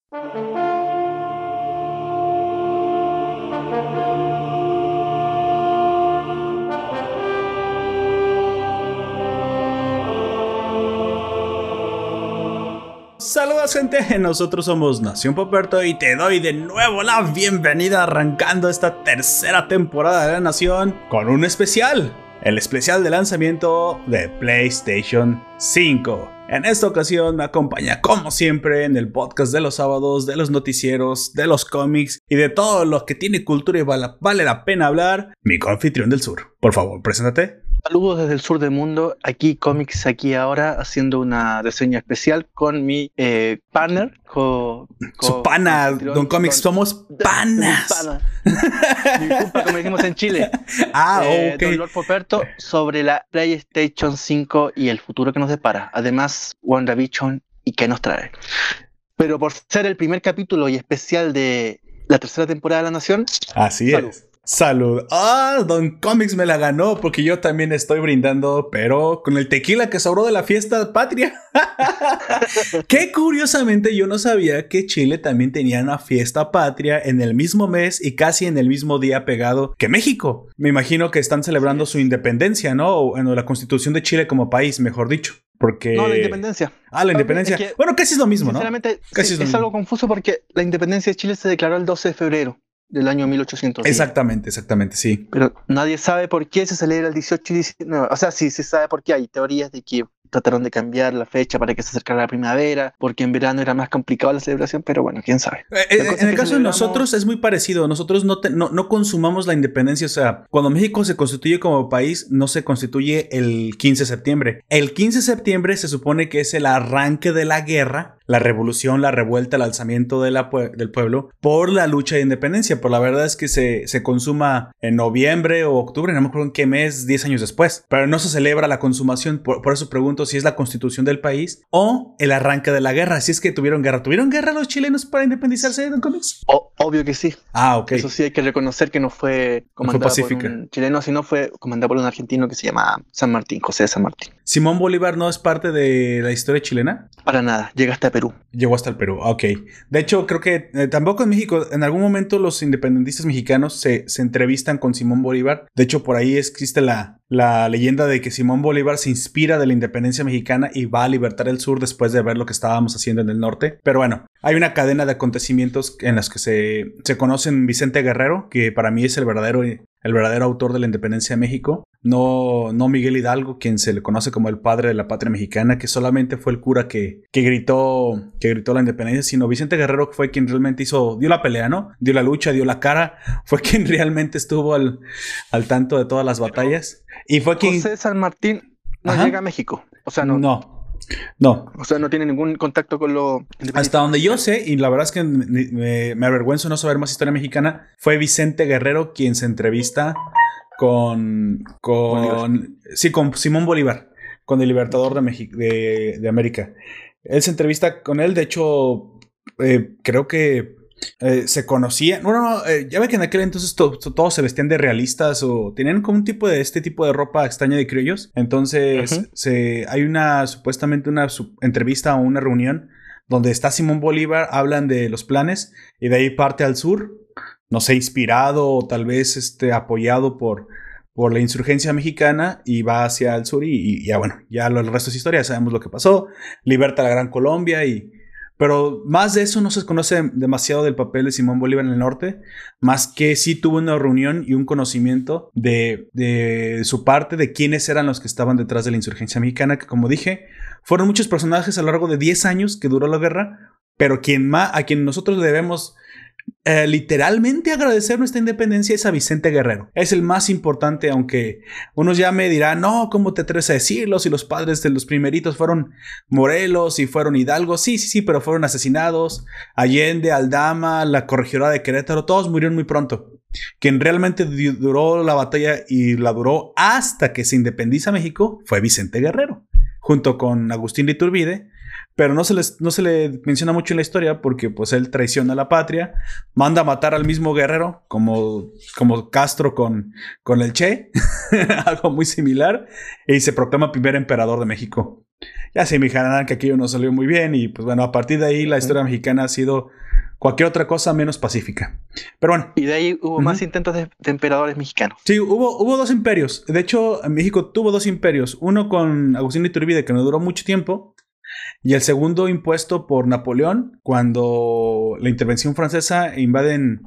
Saludos, gente, nosotros somos Nación Poperto y te doy de nuevo la bienvenida arrancando esta tercera temporada de La Nación con un especial, el especial de lanzamiento de PlayStation 5. En esta ocasión me acompaña como siempre en el podcast de los sábados, de los noticieros, de los cómics y de todo lo que tiene cultura y vale la pena hablar, mi coanfitrión del sur. Por favor, preséntate. Saludos desde el sur del mundo, aquí Comics Aquí Ahora, haciendo una reseña especial con mi partner. Su pana, Don Comics, somos panas. Disculpa, como decimos en Chile. Ok. Don Lord Poperto, sobre la PlayStation 5 y el futuro que nos depara. Además, WandaVision y qué nos trae. Pero por ser el primer capítulo y especial de la tercera temporada de La Nación. Así salud. Es. Salud. Don Comics me la ganó porque yo también estoy brindando, pero con el tequila que sobró de la fiesta patria. Que curiosamente yo no sabía que Chile también tenía una fiesta patria en el mismo mes y casi en el mismo día pegado que México. Me imagino que están celebrando su independencia, ¿no? O bueno, la constitución de Chile como país, mejor dicho. Porque... No, la independencia. La independencia. Es que, bueno, casi es lo mismo, ¿no? Sinceramente, Casi es algo confuso porque la independencia de Chile se declaró el 12 de febrero. Del año 1810. Exactamente, sí. Pero nadie sabe por qué se celebra el 18 y 19. O sea, sí se sabe por qué. Hay teorías de que trataron de cambiar la fecha para que se acercara la primavera, porque en verano era más complicado la celebración, pero bueno, quién sabe. En el caso de nosotros es muy parecido. Nosotros no consumamos la independencia. O sea, cuando México se constituye como país, no se constituye el 15 de septiembre. El 15 de septiembre se supone que es el arranque de la guerra, la revolución, la revuelta, el alzamiento del pueblo por la lucha de independencia. Pero la verdad es que se consuma en noviembre o octubre, no me acuerdo en qué mes, 10 años después. Pero no se celebra la consumación. Por eso pregunto si es la constitución del país o el arranque de la guerra. Si es que tuvieron guerra. ¿Tuvieron guerra los chilenos para independizarse de Don Comics? Obvio que sí. Ok. Eso sí hay que reconocer que no fue comandado por un chileno, sino fue comandado por un argentino que se llama San Martín, José de San Martín. ¿Simón Bolívar no es parte de la historia chilena? Para nada, llega hasta Perú. Llegó hasta el Perú, ok. De hecho, creo que tampoco en México, en algún momento los independentistas mexicanos se entrevistan con Simón Bolívar. De hecho, por ahí existe la leyenda de que Simón Bolívar se inspira de la independencia mexicana y va a libertar el sur después de ver lo que estábamos haciendo en el norte. Pero bueno, hay una cadena de acontecimientos en las que se conocen Vicente Guerrero, que para mí es el verdadero autor de la independencia de México. No Miguel Hidalgo, quien se le conoce como el padre de la patria mexicana, que solamente fue el cura que gritó la independencia, sino Vicente Guerrero fue quien realmente dio la pelea, ¿no? Dio la lucha, dio la cara, fue quien realmente estuvo al tanto de todas las batallas. Y fue quien... José San Martín no llega a México. O sea, No. O sea, no tiene ningún contacto con lo... Hasta donde yo sé, y la verdad es que me avergüenzo no saber más historia mexicana, fue Vicente Guerrero quien se entrevista con Simón Bolívar, con el libertador de América. Él se entrevista con él, de hecho, creo que se conocían. Ya ve que en aquel entonces todos se vestían de realistas o tenían como un tipo de ropa extraña de criollos. Entonces hay supuestamente una entrevista o una reunión donde está Simón Bolívar, hablan de los planes y de ahí parte al sur, no sé, inspirado o tal vez apoyado por la insurgencia mexicana y va hacia el sur y ya bueno, ya el resto es historia, sabemos lo que pasó, liberta la Gran Colombia pero más de eso no se conoce demasiado del papel de Simón Bolívar en el norte, más que sí tuvo una reunión y un conocimiento de su parte, de quiénes eran los que estaban detrás de la insurgencia mexicana, que como dije, fueron muchos personajes a lo largo de 10 años que duró la guerra, pero a quien nosotros debemos literalmente agradecer nuestra independencia es a Vicente Guerrero. Es el más importante, aunque unos ya me dirán, no, ¿cómo te atreves a decirlo? Si los padres de los primeritos fueron Morelos y fueron Hidalgo. Sí, pero fueron asesinados. Allende, Aldama, la corregidora de Querétaro, todos murieron muy pronto. Quien realmente duró la batalla y la duró hasta que se independiza México fue Vicente Guerrero, junto con Agustín de Iturbide. Pero no se le menciona mucho en la historia porque pues él traiciona a la patria, manda a matar al mismo Guerrero como Castro con el Che, algo muy similar, y se proclama primer emperador de México. Ya se imaginarán que aquello no salió muy bien y pues bueno, a partir de ahí la historia mexicana ha sido cualquier otra cosa menos pacífica. Pero bueno. Y de ahí hubo más intentos de emperadores mexicanos. Sí, hubo 2 imperios. De hecho, México tuvo 2 imperios. Uno con Agustín de Iturbide, que no duró mucho tiempo. Y el segundo impuesto por Napoleón, cuando la intervención francesa invaden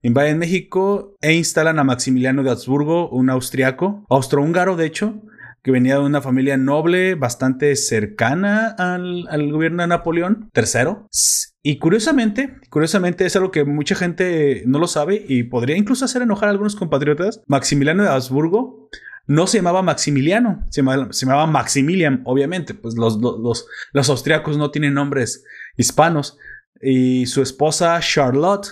México e instalan a Maximiliano de Habsburgo, un austriaco, austrohúngaro de hecho, que venía de una familia noble bastante cercana al gobierno de Napoleón III. Y curiosamente es algo que mucha gente no lo sabe y podría incluso hacer enojar a algunos compatriotas. Maximiliano de Habsburgo no se llamaba Maximiliano, se llamaba Maximilian, obviamente. Pues los austriacos no tienen nombres hispanos. Y su esposa Charlotte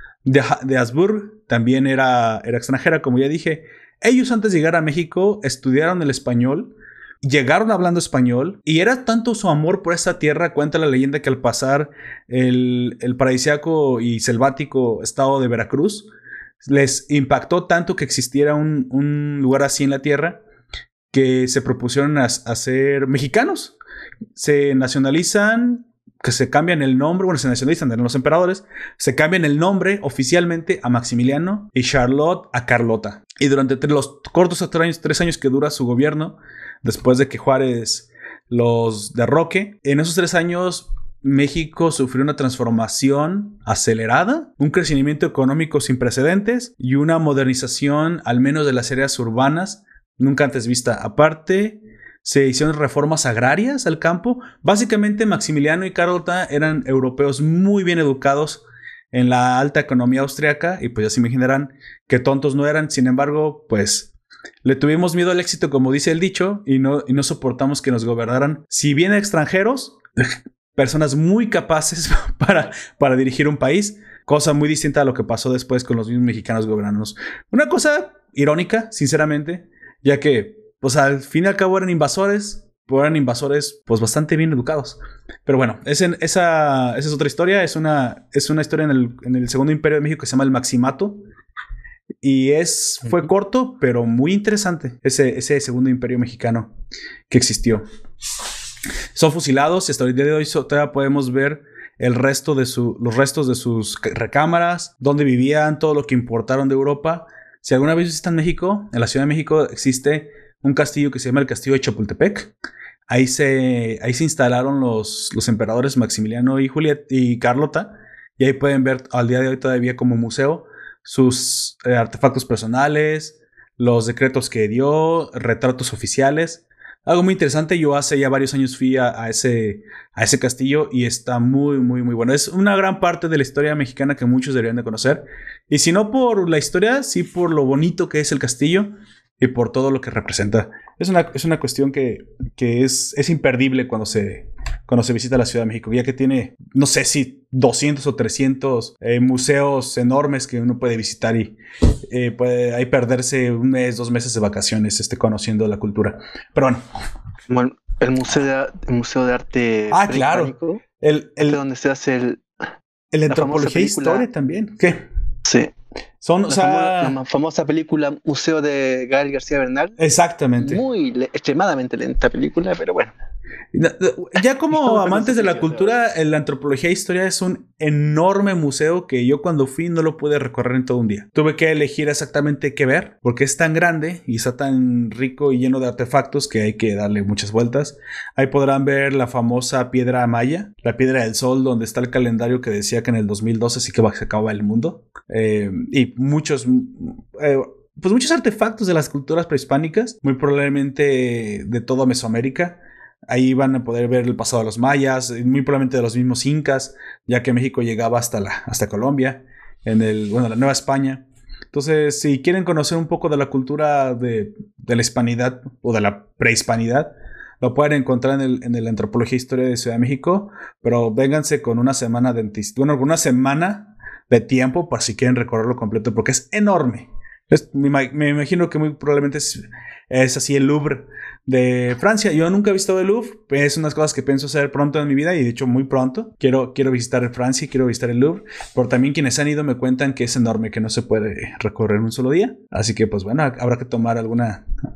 de Habsburgo también era extranjera, como ya dije. Ellos antes de llegar a México estudiaron el español, llegaron hablando español y era tanto su amor por esta tierra, cuenta la leyenda, que al pasar el paradisíaco y selvático estado de Veracruz, les impactó tanto que existiera un lugar así en la tierra que se propusieron a ser mexicanos. Se nacionalizan, que se cambian el nombre, bueno, se nacionalizan de los emperadores, se cambian el nombre oficialmente a Maximiliano y Charlotte a Carlota. Y durante los cortos 3 años que dura su gobierno, después de que Juárez los derroque, en esos 3 años México sufrió una transformación acelerada, un crecimiento económico sin precedentes y una modernización, al menos de las áreas urbanas, nunca antes vista. Aparte, se hicieron reformas agrarias al campo. Básicamente, Maximiliano y Carlota eran europeos muy bien educados en la alta economía austriaca y pues ya se imaginarán que tontos no eran. Sin embargo, pues le tuvimos miedo al éxito, como dice el dicho, y no soportamos que nos gobernaran, si bien extranjeros, personas muy capaces para dirigir un país, cosa muy distinta a lo que pasó después con los mismos mexicanos gobernándonos. Una cosa irónica, sinceramente, ya que pues al fin y al cabo eran invasores pues bastante bien educados. Pero bueno, esa es otra historia. Es una historia en el Segundo Imperio de México que se llama el Maximato. Y fue corto, pero muy interesante ese Segundo Imperio mexicano que existió. Son fusilados y hasta el día de hoy todavía podemos ver los restos de sus recámaras, dónde vivían, todo lo que importaron de Europa. Si alguna vez visitan México, en la Ciudad de México existe un castillo que se llama el Castillo de Chapultepec. Ahí se instalaron los emperadores Maximiliano y Carlota. Y ahí pueden ver al día de hoy todavía como museo sus artefactos personales, los decretos que dio, retratos oficiales. Algo muy interesante. Yo hace ya varios años fui a ese castillo y está muy, muy, muy bueno. Es una gran parte de la historia mexicana que muchos deberían de conocer. Y si no por la historia, sí por lo bonito que es el castillo y por todo lo que representa. Es una cuestión que es imperdible cuando se visita la Ciudad de México, ya que tiene, no sé si 200 o 300 museos enormes que uno puede visitar y puede ahí perderse 1 mes, 2 meses de vacaciones conociendo la cultura. Pero bueno. El Museo de Arte. Claro. Donde se hace el Antropología e Historia también. ¿Qué? Sí. La famosa película Museo de Gael García Bernal. Exactamente. Extremadamente lenta película, pero bueno. Ya como amantes de la cultura, la Antropología e Historia es un enorme museo que yo cuando fui no lo pude recorrer en todo un día. Tuve que elegir exactamente qué ver, porque es tan grande y está tan rico y lleno de artefactos que hay que darle muchas vueltas. Ahí podrán ver la famosa piedra maya, la piedra del sol, donde está el calendario que decía que en el 2012 sí que se acababa el mundo. Y muchos artefactos de las culturas prehispánicas, muy probablemente de toda Mesoamérica. Ahí van a poder ver el pasado de los mayas, muy probablemente de los mismos incas, ya que México llegaba hasta Colombia, la Nueva España. Entonces, si quieren conocer un poco de la cultura de la hispanidad o de la prehispanidad, lo pueden encontrar en el Antropología e Historia de Ciudad de México, pero vénganse con una semana con una semana de tiempo para si quieren recorrerlo completo, porque es enorme. Me imagino que muy probablemente es así el Louvre de Francia. Yo nunca he visto el Louvre, es unas cosas que pienso hacer pronto en mi vida y de hecho muy pronto. Quiero visitar Francia y quiero visitar el Louvre, pero también quienes han ido me cuentan que es enorme, que no se puede recorrer en un solo día. Así que pues bueno, habrá que tomar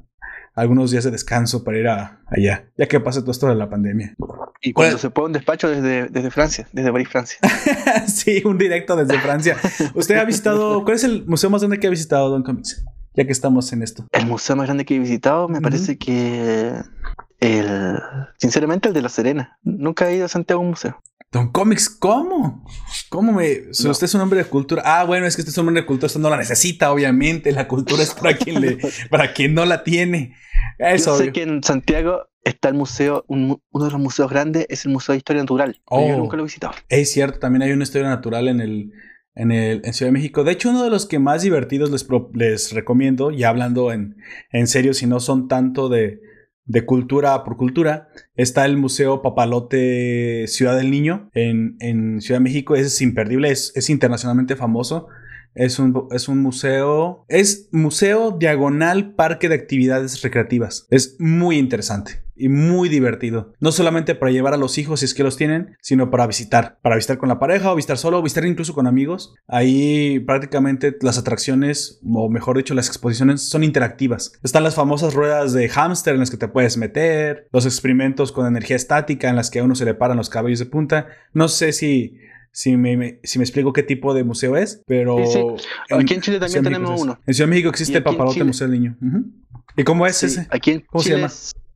algunos días de descanso para ir allá, ya que pasa todo esto de la pandemia. Y cuando se puede un despacho desde Francia, desde París, Francia. Sí, un directo desde Francia. ¿Usted ha visitado, cuál es el museo más grande que ha visitado, Don Comics? Ya que estamos en esto. El museo más grande que he visitado me parece que sinceramente el de La Serena. Nunca he ido a Santiago a un museo. Don Comics, ¿cómo? No. Usted es un hombre de cultura. Ah, bueno, es que usted es un hombre de cultura, usted no la necesita, obviamente. La cultura es para quien no la tiene. Yo sé que en Santiago está el museo, uno de los museos grandes es el Museo de Historia Natural. Pero yo nunca lo he visitado. Es cierto, también hay una historia natural en Ciudad de México. De hecho, uno de los que más divertidos les recomiendo, ya hablando en serio, si no son tanto de cultura por cultura, está el Museo Papalote Ciudad del Niño en Ciudad de México. Es imperdible, es internacionalmente famoso. Es un museo. Es museo diagonal parque de actividades recreativas. Es muy interesante y muy divertido. No solamente para llevar a los hijos si es que los tienen, sino para visitar. Para visitar con la pareja o visitar solo o visitar incluso con amigos. Ahí prácticamente las atracciones, o mejor dicho, las exposiciones son interactivas. Están las famosas ruedas de hámster en las que te puedes meter. Los experimentos con energía estática en las que a uno se le paran los cabellos de punta. No sé si me explico qué tipo de museo es, pero... Sí. Aquí en Chile también tenemos uno. En Ciudad de México existe el Papalote Museo del Niño. ¿Y cómo es ese? Aquí en ¿Cómo Chile se llama?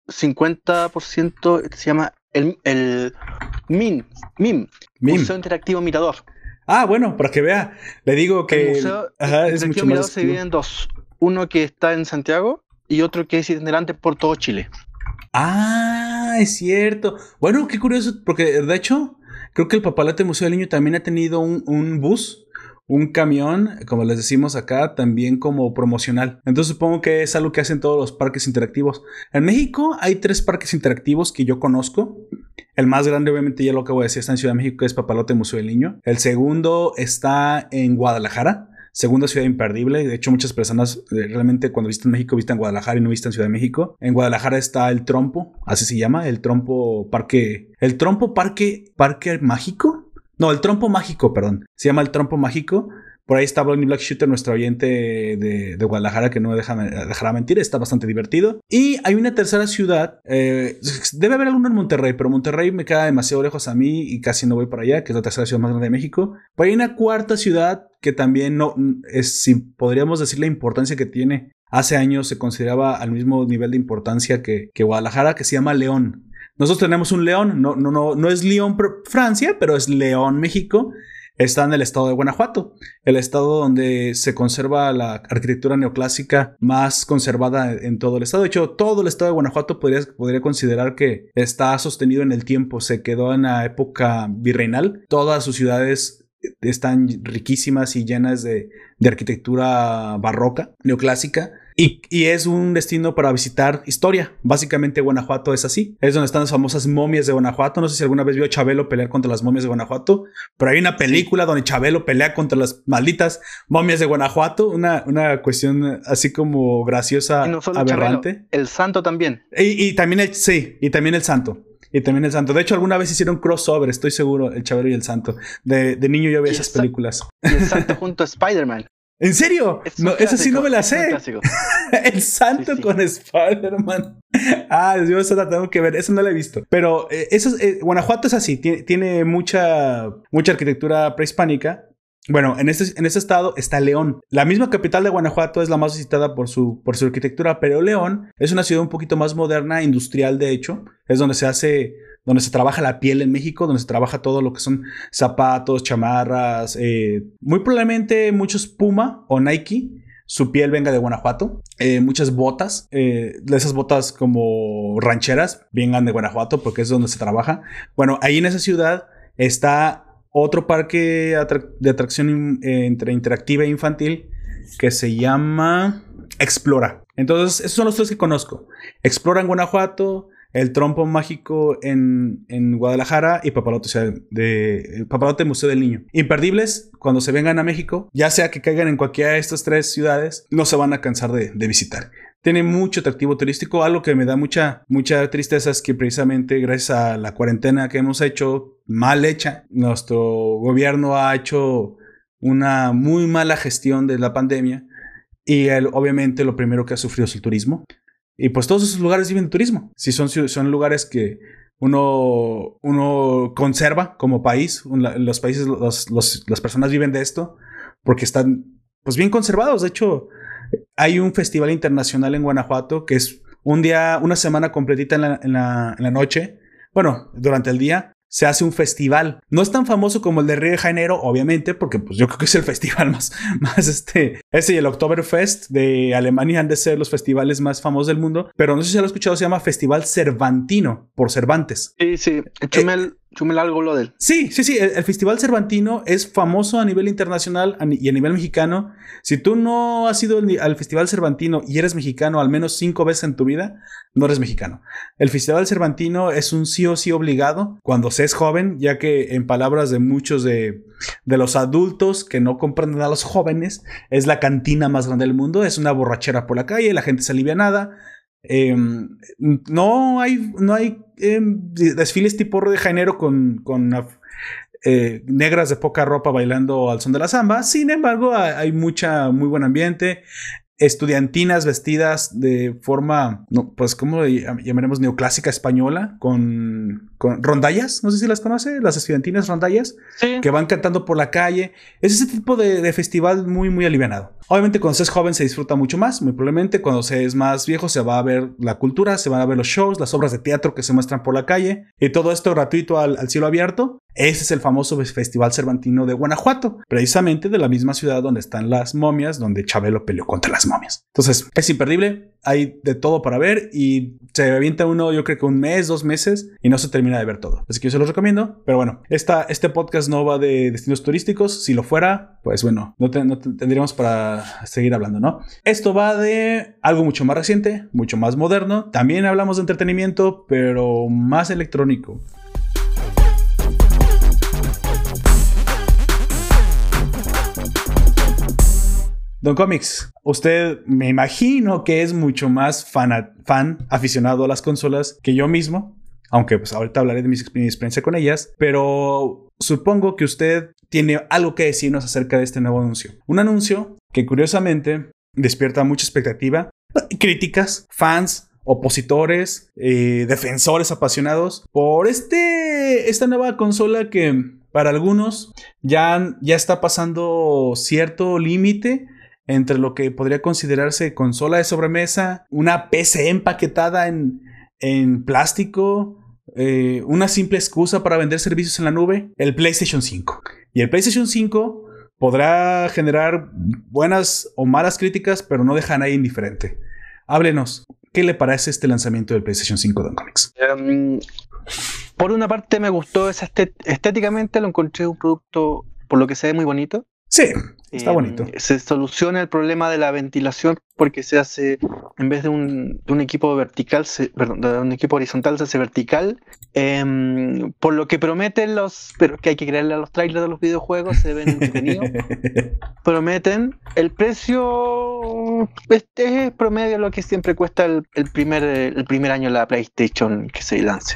50% se llama el MIM, Museo Interactivo Mirador. Ah, bueno, para que vea. Le digo que el Museo Interactivo Mirador se divide en dos. Uno que está en Santiago y otro que es itinerante por todo Chile. Ah, es cierto. Bueno, qué curioso, porque de hecho creo que el Papalote Museo del Niño también ha tenido un bus, un camión, como les decimos acá, también como promocional. Entonces supongo que es algo que hacen todos los parques interactivos. En México hay 3 parques interactivos que yo conozco. El más grande, obviamente, ya lo acabo de decir, está en Ciudad de México, que es Papalote Museo del Niño. El segundo está en Guadalajara. Segunda ciudad imperdible. De hecho, muchas personas realmente cuando visitan México visitan Guadalajara y no visitan Ciudad de México. En Guadalajara está el Trompo, así se llama, el Trompo Parque. ¿El Trompo Parque Mágico? No, el Trompo Mágico, perdón. Se llama el Trompo Mágico. Por ahí está Bonnie Black Shooter, nuestro oyente de Guadalajara, que no me dejará mentir. Está bastante divertido. Y hay una tercera ciudad. Debe haber alguno en Monterrey, pero Monterrey me queda demasiado lejos a mí y casi no voy para allá, que es la tercera ciudad más grande de México. Pero hay una cuarta ciudad que también no es, si podríamos decir la importancia que tiene. Hace años se consideraba al mismo nivel de importancia que Guadalajara, que se llama León. Nosotros tenemos un León. No es León, Francia, pero es León, México. Está en el estado de Guanajuato, el estado donde se conserva la arquitectura neoclásica más conservada en todo el estado. De hecho, todo el estado de Guanajuato podría considerar que está sostenido en el tiempo. Se quedó en la época virreinal. Todas sus ciudades están riquísimas y llenas de arquitectura barroca, neoclásica. Y es un destino para visitar historia. Básicamente Guanajuato es así. Es donde están las famosas momias de Guanajuato. No sé si alguna vez vio a Chabelo pelear contra las momias de Guanajuato, pero hay una película donde Chabelo pelea contra las malditas momias de Guanajuato. Una cuestión así como graciosa, no solo aberrante. Chabelo, el santo también. Y también el santo. Y también el santo. De hecho, alguna vez hicieron crossover, estoy seguro, el Chabelo y el santo. De niño yo veía esas películas. Y el santo junto a Spider-Man. ¿En serio? No, esa sí no me la sé. El santo sí. Con Spider-Man. Yo esa la tengo que ver. Esa no la he visto. Pero Guanajuato es así. Tiene mucha arquitectura prehispánica. Bueno, en este estado está León. La misma capital de Guanajuato es la más visitada por su arquitectura, pero León es una ciudad un poquito más moderna, industrial de hecho. Es donde se trabaja la piel en México, donde se trabaja todo lo que son zapatos, chamarras, muy probablemente muchos Puma o Nike. Su piel venga de Guanajuato. Muchas botas, de esas botas como rancheras, vengan de Guanajuato porque es donde se trabaja. Bueno, ahí en esa ciudad está otro parque de atracción entre interactiva e infantil que se llama Explora. Entonces, esos son los 3 que conozco. Explora en Guanajuato, el Trompo Mágico en Guadalajara y Papalote Museo del Niño. Imperdibles cuando se vengan a México, ya sea que caigan en cualquiera de estas 3 ciudades, no se van a cansar de visitar. Tiene mucho atractivo turístico. Algo que me da mucha tristeza es que precisamente gracias a la cuarentena que hemos hecho, mal hecha, nuestro gobierno ha hecho una muy mala gestión de la pandemia y obviamente lo primero que ha sufrido es el turismo. Y pues todos esos lugares viven de turismo. Sí, son lugares que uno conserva como país. Los países, las personas viven de esto porque están pues bien conservados. De hecho, hay un festival internacional en Guanajuato que es una semana completita en la noche. Bueno, durante el día se hace un festival. No es tan famoso como el de Río de Janeiro, obviamente, porque pues yo creo que es el festival más ese y el Oktoberfest de Alemania han de ser los festivales más famosos del mundo. Pero no sé si lo has escuchado, se llama Festival Cervantino, por Cervantes. Sí. Chumel algo lo de él. Sí. El Festival Cervantino es famoso a nivel internacional y a nivel mexicano. Si tú no has ido al Festival Cervantino y eres mexicano al menos 5 veces en tu vida, no eres mexicano. El Festival Cervantino es un sí o sí obligado cuando se es joven, ya que en palabras de muchos de los adultos que no comprenden a los jóvenes, es la cantina más grande del mundo. Es una borrachera por la calle, la gente se alivianada. No hay desfiles tipo Río de Janeiro con negras de poca ropa bailando al son de la samba. Sin embargo, hay muy buen ambiente. Estudiantinas vestidas de forma, pues, ¿cómo llamaremos? Neoclásica española, con rondallas. No sé si las conoce, las estudiantinas rondallas, sí, que van cantando por la calle. Es ese tipo de festival muy, muy alivianado. Obviamente, cuando se es joven se disfruta mucho más. Muy probablemente, cuando se es más viejo, se va a ver la cultura, se van a ver los shows, las obras de teatro que se muestran por la calle. Y todo esto gratuito al cielo abierto. Ese es el famoso Festival Cervantino de Guanajuato, precisamente de la misma ciudad donde están las momias, donde Chabelo peleó contra las momias. Entonces, es imperdible, hay de todo para ver y se avienta uno, yo creo que 1 mes, 2 meses y no se termina de ver todo. Así que yo se los recomiendo, pero bueno, este podcast no va de destinos turísticos. Si lo fuera, pues bueno, no tendríamos para seguir hablando, ¿no? Esto va de algo mucho más reciente, mucho más moderno. También hablamos de entretenimiento, pero más electrónico. Don Comics, usted me imagino que es mucho más fan aficionado a las consolas que yo mismo, aunque pues ahorita hablaré de mi experiencia con ellas, pero supongo que usted tiene algo que decirnos acerca de este nuevo anuncio. Un anuncio que curiosamente despierta mucha expectativa, críticas, fans, opositores, defensores apasionados por esta nueva consola que para algunos ya está pasando cierto límite entre lo que podría considerarse consola de sobremesa, una PC empaquetada en plástico, una simple excusa para vender servicios en la nube, el PlayStation 5. Y el PlayStation 5 podrá generar buenas o malas críticas, pero no deja a nadie indiferente. Háblenos, ¿qué le parece este lanzamiento del PlayStation 5, Don Comics? Por una parte me gustó estéticamente, lo encontré un producto por lo que se ve muy bonito. Sí, está bonito. Se soluciona el problema de la ventilación porque se hace, en vez de un equipo vertical, de un equipo horizontal, se hace vertical. Por lo que prometen pero que hay que creerle a los trailers de los videojuegos, se ven entretenidos. Prometen. El precio es promedio lo que siempre cuesta el primer año la PlayStation que se lance.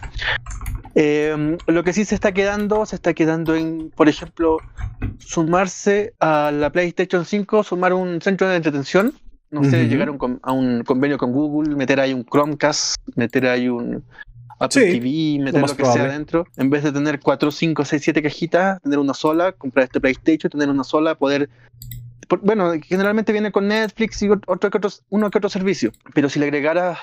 Lo que sí se está quedando en, por ejemplo, sumarse a la PlayStation 5, sumar un centro de entretención, no sé, llegar a un convenio con Google, meter ahí un Chromecast, meter ahí un Apple TV, meter lo que sea adentro, en vez de tener 4, 5, 6, 7 cajitas, tener una sola, comprar este PlayStation, tener una sola, poder... Bueno, generalmente viene con Netflix y uno que otro servicio, pero si le agregaras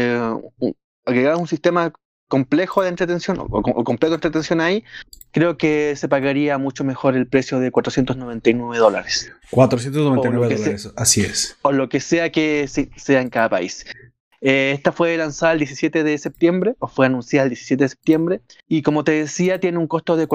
un sistema complejo de entretención o completo de entretención ahí, creo que se pagaría mucho mejor el precio de $499. $499, así es. O lo que sea que sea en cada país. Esta fue lanzada el 17 de septiembre, o fue anunciada el 17 de septiembre, y como te decía, tiene un costo de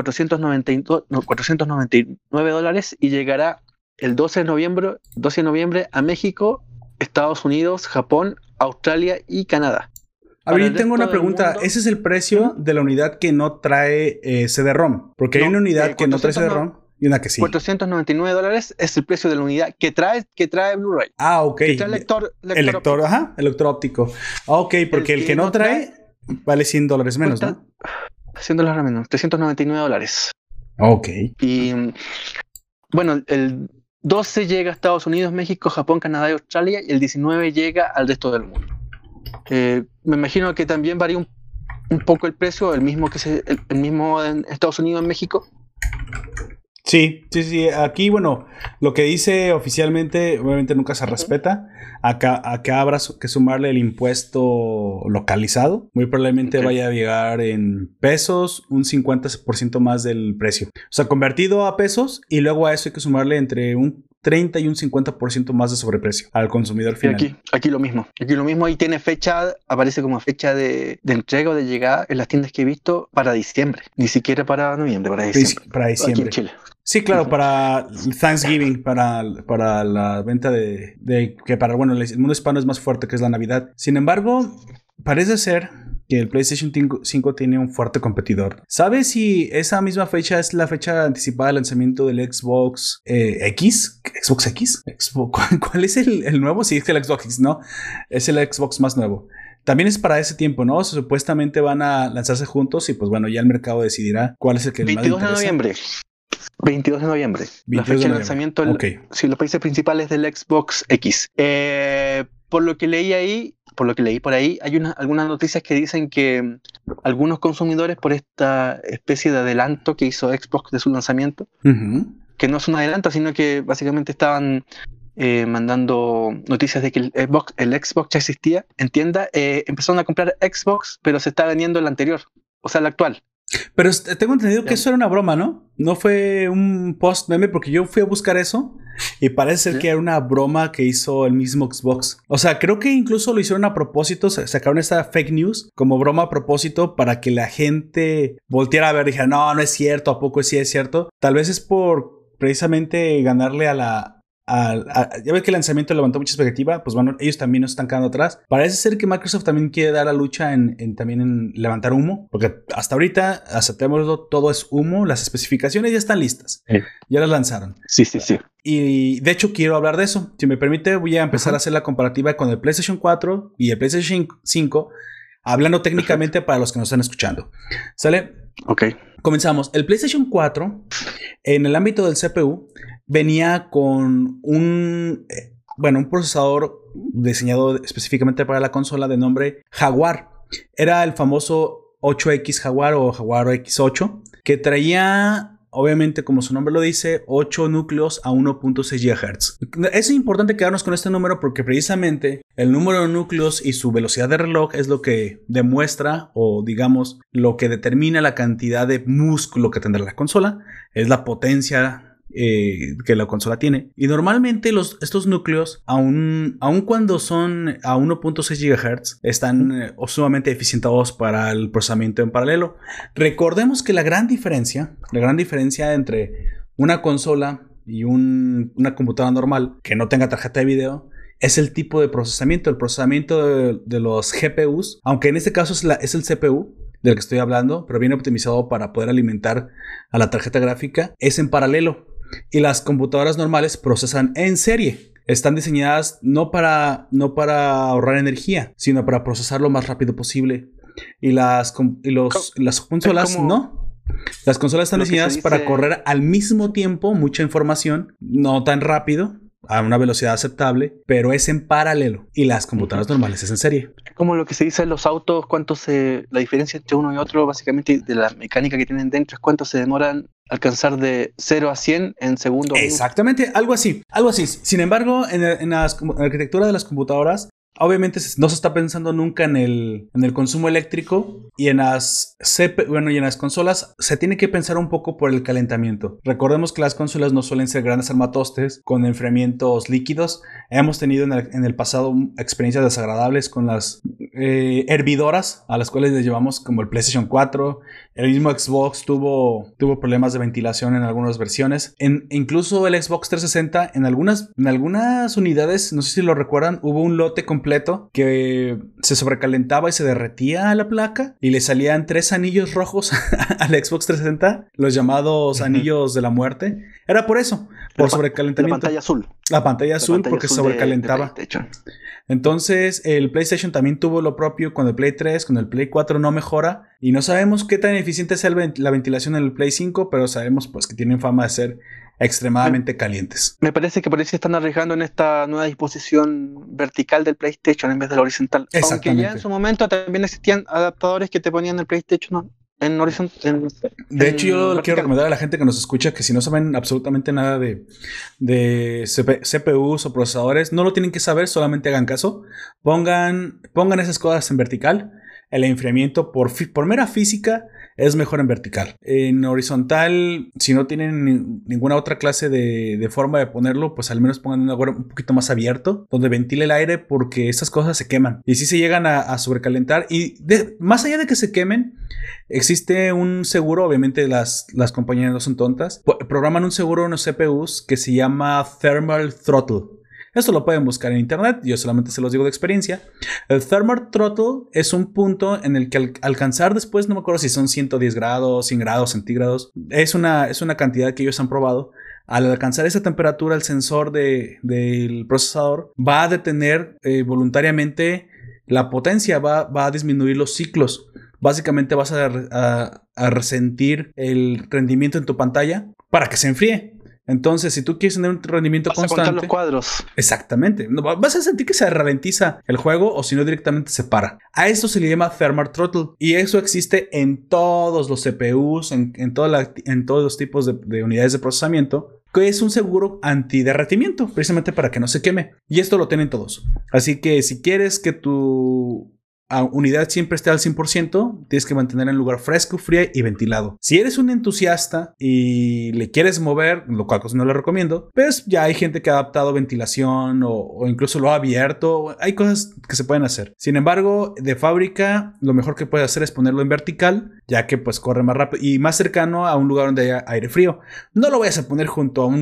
$499 y llegará el 12 de noviembre a México, Estados Unidos, Japón, Australia y Canadá. A ver, tengo una pregunta. ¿Ese es el precio de la unidad que no trae CD-ROM? Porque hay una unidad que no trae CD-ROM y una que sí. $499 es el precio de la unidad que trae Blu-ray. Ah, ok. Que trae lector óptico. Ajá, el lector óptico. Ok, porque el que no trae vale $100 menos, ¿no? $100 menos, $399. Ok. Y bueno, el 12 llega a Estados Unidos, México, Japón, Canadá y Australia, y el 19 llega al resto del mundo. Me imagino que también varía un poco el precio, el mismo en Estados Unidos, en México. Sí. Aquí, bueno, lo que dice oficialmente, obviamente nunca se respeta. Acá habrá que sumarle el impuesto localizado. Muy probablemente vaya a llegar en pesos un 50% más del precio. O sea, convertido a pesos, y luego a eso hay que sumarle entre un 30 y un 50% más de sobreprecio al consumidor final. Y aquí lo mismo. Ahí tiene fecha, aparece como fecha de entrega o de llegada en las tiendas que he visto para diciembre. Ni siquiera para noviembre, para diciembre. Para diciembre. Aquí en Chile. Sí, claro, para Thanksgiving, para la venta de que para, bueno, el mundo hispano es más fuerte, que es la Navidad. Sin embargo, parece ser que el PlayStation 5 tiene un fuerte competidor. ¿Sabes si esa misma fecha es la fecha anticipada de lanzamiento del Xbox X? ¿Xbox X? ¿Cuál es el nuevo? Sí, es que el Xbox X, ¿no? Es el Xbox más nuevo. También es para ese tiempo, ¿no? Supuestamente van a lanzarse juntos y pues bueno, ya el mercado decidirá cuál es el que más le interesa. 22 de noviembre. La fecha de lanzamiento sí, los países principales del Xbox X. Por lo que leí por ahí, hay algunas noticias que dicen que algunos consumidores, por esta especie de adelanto que hizo Xbox de su lanzamiento, que no es un adelanto, sino que básicamente estaban mandando noticias de que el Xbox ya existía en tienda, empezaron a comprar Xbox, pero se está vendiendo el anterior, o sea, el actual. Pero tengo entendido que eso era una broma, ¿no? No fue un post meme, porque yo fui a buscar eso y parece ser que era una broma que hizo el mismo Xbox. O sea, creo que incluso lo hicieron a propósito, sacaron esta fake news como broma a propósito para que la gente volteara a ver y dijera, no es cierto, ¿a poco sí es cierto? Tal vez es por precisamente ganarle a ya ves que el lanzamiento levantó mucha expectativa, pues bueno, ellos también nos están quedando atrás. Parece ser que Microsoft también quiere dar la lucha también en levantar humo, porque hasta ahorita, aceptémoslo, todo es humo, las especificaciones ya están listas, ya las lanzaron. Sí. Y de hecho quiero hablar de eso. Si me permite, voy a empezar a hacer la comparativa con el PlayStation 4 y el PlayStation 5, hablando técnicamente para los que nos están escuchando. ¿Sale? Ok. Comenzamos. El PlayStation 4, en el ámbito del CPU, venía con un procesador diseñado específicamente para la consola de nombre Jaguar. Era el famoso 8X Jaguar o Jaguar X8, que traía, obviamente, como su nombre lo dice, 8 núcleos a 1.6 GHz. Es importante quedarnos con este número porque precisamente el número de núcleos y su velocidad de reloj es lo que demuestra, o digamos, lo que determina la cantidad de músculo que tendrá la consola. Es la potencia que la consola tiene. Y normalmente estos núcleos, aun cuando son a 1.6 GHz, están sumamente eficientados para el procesamiento en paralelo. Recordemos que la gran diferencia entre una consola y una computadora normal que no tenga tarjeta de video es el tipo de procesamiento. El procesamiento de los GPUs, aunque en este caso es el CPU del que estoy hablando, pero viene optimizado para poder alimentar a la tarjeta gráfica, es en paralelo. Y las computadoras normales procesan en serie. Están diseñadas no para ahorrar energía, sino para procesar lo más rápido posible. Y las consolas no. Las consolas están diseñadas para correr al mismo tiempo mucha información, no tan rápido, a una velocidad aceptable, pero es en paralelo. Y las computadoras normales es en serie. Como lo que se dice en los autos, la diferencia entre uno y otro, básicamente de la mecánica que tienen dentro, es cuánto se demoran alcanzar de 0 a 100 en segundos. Exactamente, algo así. Sin embargo, en la arquitectura de las computadoras, obviamente no se está pensando nunca en el consumo eléctrico, y en las consolas se tiene que pensar un poco por el calentamiento. Recordemos que las consolas no suelen ser grandes armatostes con enfriamientos líquidos. Hemos tenido en el pasado experiencias desagradables con las hervidoras a las cuales les llevamos, como el PlayStation 4. El mismo Xbox tuvo problemas de ventilación en algunas versiones. Incluso el Xbox 360, en algunas unidades, no sé si lo recuerdan, hubo un lote completo que se sobrecalentaba y se derretía a la placa y le salían 3 anillos rojos al Xbox 360, los llamados anillos de la muerte. Era por eso, por sobrecalentamiento. La pantalla azul. La pantalla azul porque se sobrecalentaba. Entonces el PlayStation también tuvo lo propio con el Play 3, con el Play 4 no mejora, y no sabemos qué tan eficiente es la ventilación en el Play 5, pero sabemos pues que tienen fama de ser extremadamente calientes. Me parece que por eso están arriesgando en esta nueva disposición vertical del PlayStation en vez de la horizontal. Aunque ya en su momento también existían adaptadores que te ponían el PlayStation en horizontal. De hecho, yo quiero recomendar a la gente que nos escucha que si no saben absolutamente nada de CPUs o procesadores, no lo tienen que saber, solamente hagan caso. Pongan esas cosas en vertical. El enfriamiento por mera física es mejor en vertical. En horizontal, si no tienen ninguna otra clase de forma de ponerlo, pues al menos pongan un lugar un poquito más abierto, donde ventile el aire, porque estas cosas se queman. Y si se llegan a sobrecalentar. Y más allá de que se quemen, existe un seguro. Obviamente las compañías no son tontas. Programan un seguro en los CPUs que se llama Thermal Throttle. Esto lo pueden buscar en internet, yo solamente se los digo de experiencia. El Thermal Throttle es un punto en el que al alcanzar después, no me acuerdo si son 110 grados, 100 grados centígrados, es una cantidad que ellos han probado. Al alcanzar esa temperatura, el sensor del procesador va a detener voluntariamente la potencia, va a disminuir los ciclos. Básicamente vas a resentir el rendimiento en tu pantalla para que se enfríe. Entonces, si tú quieres tener un rendimiento constante... Vas a contar los cuadros. Exactamente. Vas a sentir que se ralentiza el juego o si no directamente se para. A esto se le llama Thermal Throttle. Y eso existe en todos los CPUs, en todos los tipos de unidades de procesamiento, que es un seguro antiderretimiento, precisamente para que no se queme. Y esto lo tienen todos. Así que si quieres que tu unidad siempre esté al 100%, tienes que mantener el lugar fresco, frío y ventilado. Si eres un entusiasta y le quieres mover, lo cual no lo recomiendo, pues ya hay gente que ha adaptado ventilación o incluso lo ha abierto. Hay cosas que se pueden hacer. Sin embargo, de fábrica, lo mejor que puedes hacer es ponerlo en vertical, ya que pues corre más rápido y más cercano a un lugar donde haya aire frío. No lo vayas a poner junto a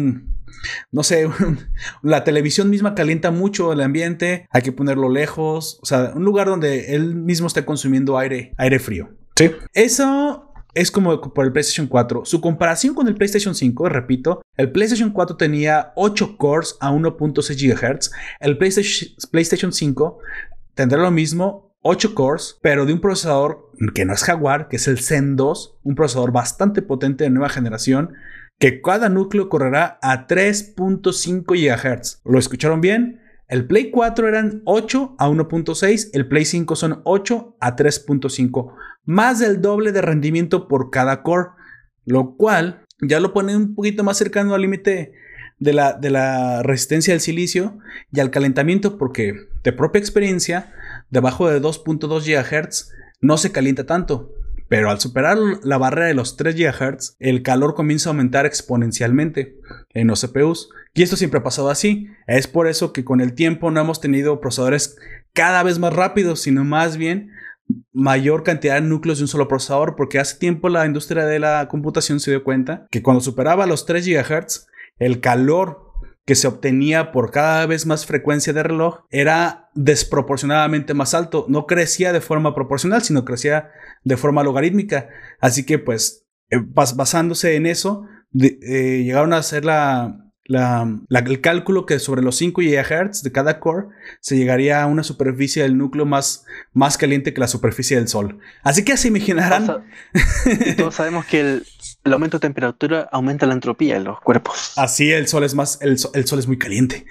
no sé, la televisión misma calienta mucho el ambiente, hay que ponerlo lejos, o sea, un lugar donde él mismo esté consumiendo aire frío. Sí. Eso es como por el PlayStation 4. Su comparación con el PlayStation 5, repito, el PlayStation 4 tenía 8 cores a 1.6 GHz, el PlayStation 5 tendrá lo mismo, 8 cores, pero de un procesador que no es Jaguar, que es el Zen 2, un procesador bastante potente de nueva generación, que cada núcleo correrá a 3.5 GHz. ¿Lo escucharon bien? El Play 4 eran 8 a 1.6, el Play 5 son 8 a 3.5, más del doble de rendimiento por cada core, lo cual ya lo pone un poquito más cercano al límite de la resistencia del silicio y al calentamiento, porque de propia experiencia, debajo de 2.2 GHz no se calienta tanto. Pero al superar la barrera de los 3 GHz, el calor comienza a aumentar exponencialmente en los CPUs. Y esto siempre ha pasado así. Es por eso que con el tiempo no hemos tenido procesadores cada vez más rápidos, sino más bien mayor cantidad de núcleos de un solo procesador, porque hace tiempo la industria de la computación se dio cuenta que cuando superaba los 3 GHz, el calor que se obtenía por cada vez más frecuencia de reloj era desproporcionadamente más alto. No crecía de forma proporcional, sino crecía de forma logarítmica. Así que pues basándose en eso, llegaron a hacer el cálculo que sobre los 5 GHz de cada core se llegaría a una superficie del núcleo más caliente que la superficie del Sol. Así que se imaginarán. Todos sabemos que el aumento de temperatura aumenta la entropía en los cuerpos. Así el sol es muy caliente.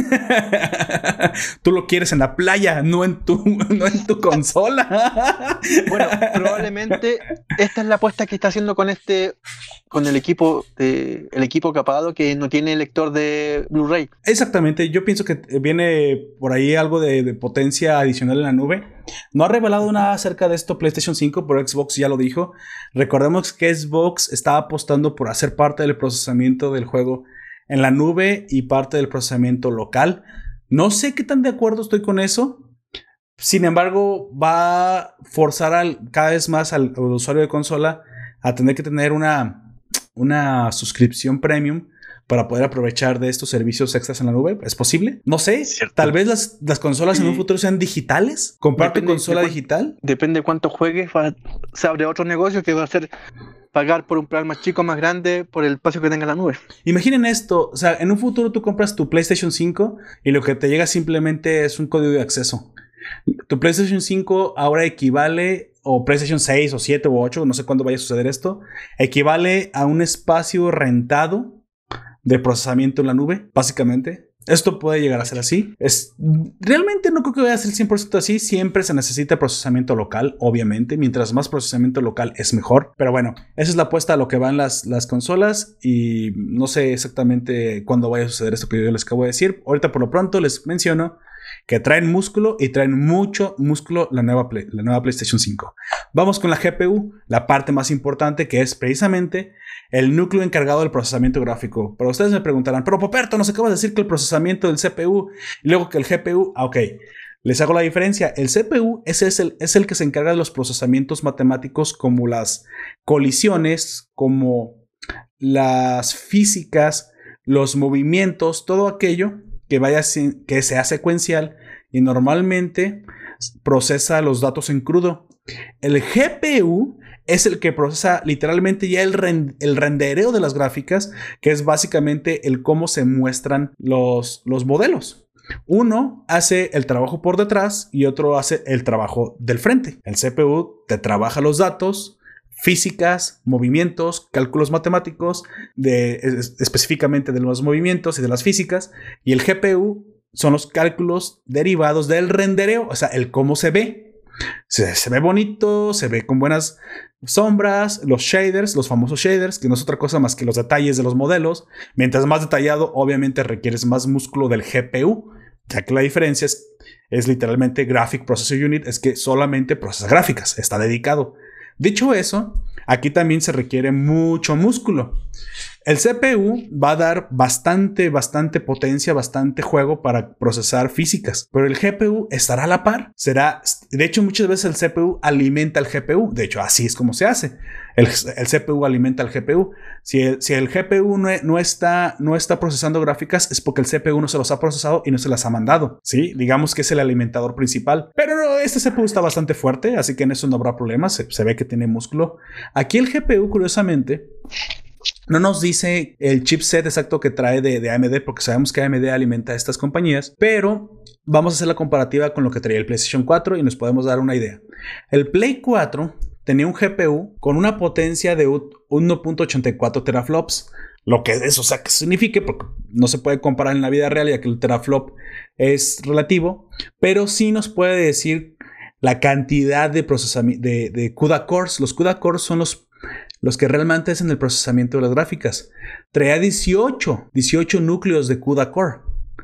Tú lo quieres en la playa, no en tu consola. Bueno, probablemente esta es la apuesta que está haciendo con el equipo capado que no tiene lector de Blu-ray. Exactamente, yo pienso que viene por ahí algo de potencia adicional en la nube. No ha revelado nada acerca de esto PlayStation 5, pero Xbox ya lo dijo. Recordemos que Xbox estaba apostando por hacer parte del procesamiento del juego en la nube y parte del procesamiento local. No sé qué tan de acuerdo estoy con eso. Sin embargo, va a forzar cada vez más al usuario de consola a tener que tener una suscripción premium para poder aprovechar de estos servicios extras en la nube. ¿Es posible? No sé. Cierto. Tal vez las consolas en un futuro sean digitales. ¿Comprar tu consola digital? Depende de cuánto juegues. Se abre otro negocio que va a ser pagar por un plan más chico, más grande, por el espacio que tenga la nube. Imaginen esto. O sea, en un futuro tú compras tu PlayStation 5 y lo que te llega simplemente es un código de acceso. Tu PlayStation 5 ahora equivale o PlayStation 6 o 7 o 8, no sé cuándo vaya a suceder esto, equivale a un espacio rentado de procesamiento en la nube, básicamente. Esto puede llegar a ser así. Realmente no creo que vaya a ser 100% así. Siempre se necesita procesamiento local, obviamente. Mientras más procesamiento local es mejor. Pero bueno, esa es la apuesta a lo que van las consolas. Y no sé exactamente cuándo vaya a suceder esto que yo les acabo de decir. Ahorita por lo pronto les menciono que traen músculo y traen mucho músculo la nueva PlayStation 5. Vamos con la GPU, la parte más importante, que es precisamente el núcleo encargado del procesamiento gráfico. Pero ustedes me preguntarán, pero Poperto, nos acabas de decir que el procesamiento del CPU y luego que el GPU, ok, les hago la diferencia. El CPU es el que se encarga de los procesamientos matemáticos, como las colisiones, como las físicas, los movimientos, todo aquello que sea secuencial y normalmente procesa los datos en crudo. El GPU es el que procesa literalmente ya el rendereo de las gráficas, que es básicamente el cómo se muestran los modelos. Uno hace el trabajo por detrás y otro hace el trabajo del frente. El CPU te trabaja los datos, físicas, movimientos, cálculos matemáticos, específicamente de los movimientos y de las físicas, y el GPU son los cálculos derivados del rendereo, o sea, el cómo se ve. Se ve bonito, se ve con buenas sombras, los shaders, los famosos shaders, que no es otra cosa más que los detalles de los modelos. Mientras más detallado, obviamente requieres más músculo del GPU, ya que la diferencia es literalmente Graphic Processor Unit, es que solamente procesa gráficas, está dedicado. Dicho eso, aquí también se requiere mucho músculo. El CPU va a dar bastante potencia, bastante juego para procesar físicas, pero el GPU estará a la par. De hecho, muchas veces el CPU alimenta al GPU. De hecho, así es como se hace. El CPU alimenta al GPU. Si el GPU no está procesando gráficas, es porque el CPU no se los ha procesado y no se las ha mandado. ¿Sí? Digamos que es el alimentador principal. Pero este CPU está bastante fuerte, así que en eso no habrá problema. Se ve que tiene músculo. Aquí el GPU, curiosamente, no nos dice el chipset exacto que trae de AMD, porque sabemos que AMD alimenta a estas compañías, pero vamos a hacer la comparativa con lo que traía el PlayStation 4 y nos podemos dar una idea. El Play 4 tenía un GPU con una potencia de 1.84 teraflops. Lo que es, o sea, que significa, porque no se puede comparar en la vida real, ya que el teraflop es relativo, pero sí nos puede decir la cantidad de procesamiento de CUDA cores. Los CUDA cores son los que realmente hacen el procesamiento de las gráficas. Traía 18 núcleos de CUDA core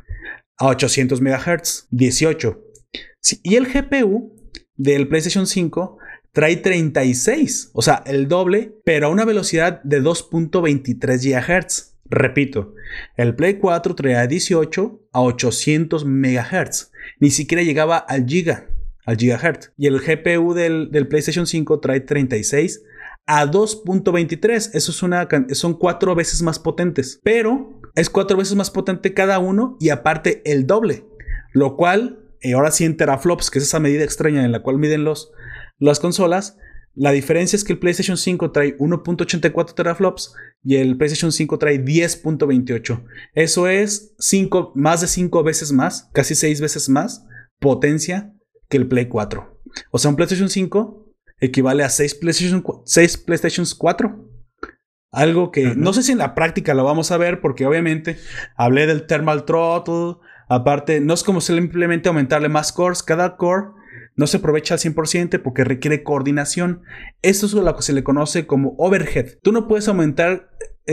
a 800 MHz. 18. Sí, y el GPU del PlayStation 5 trae 36, o sea, el doble, pero a una velocidad de 2.23 GHz. Repito, el Play 4 traía 18 a 800 MHz. Ni siquiera llegaba al gigahertz. Y el GPU del PlayStation 5 trae 36 a 2.23. Eso son 4 veces más potentes. Pero es 4 veces más potente cada uno y aparte el doble. Lo cual, ahora sí en teraflops, que es esa medida extraña en la cual miden las consolas, la diferencia es que el PlayStation 5 trae 1.84 teraflops y el PlayStation 5 trae 10.28. Eso es más de 5 veces más, casi 6 veces más potencia que el Play 4. O sea, un PlayStation 5 equivale a 6 PlayStation 4. Algo que no sé si en la práctica lo vamos a ver, porque obviamente hablé del thermal throttle. Aparte, no es como simplemente aumentarle más cores. Cada core no se aprovecha al 100% porque requiere coordinación. Esto es lo que se le conoce como overhead. Tú no puedes aumentar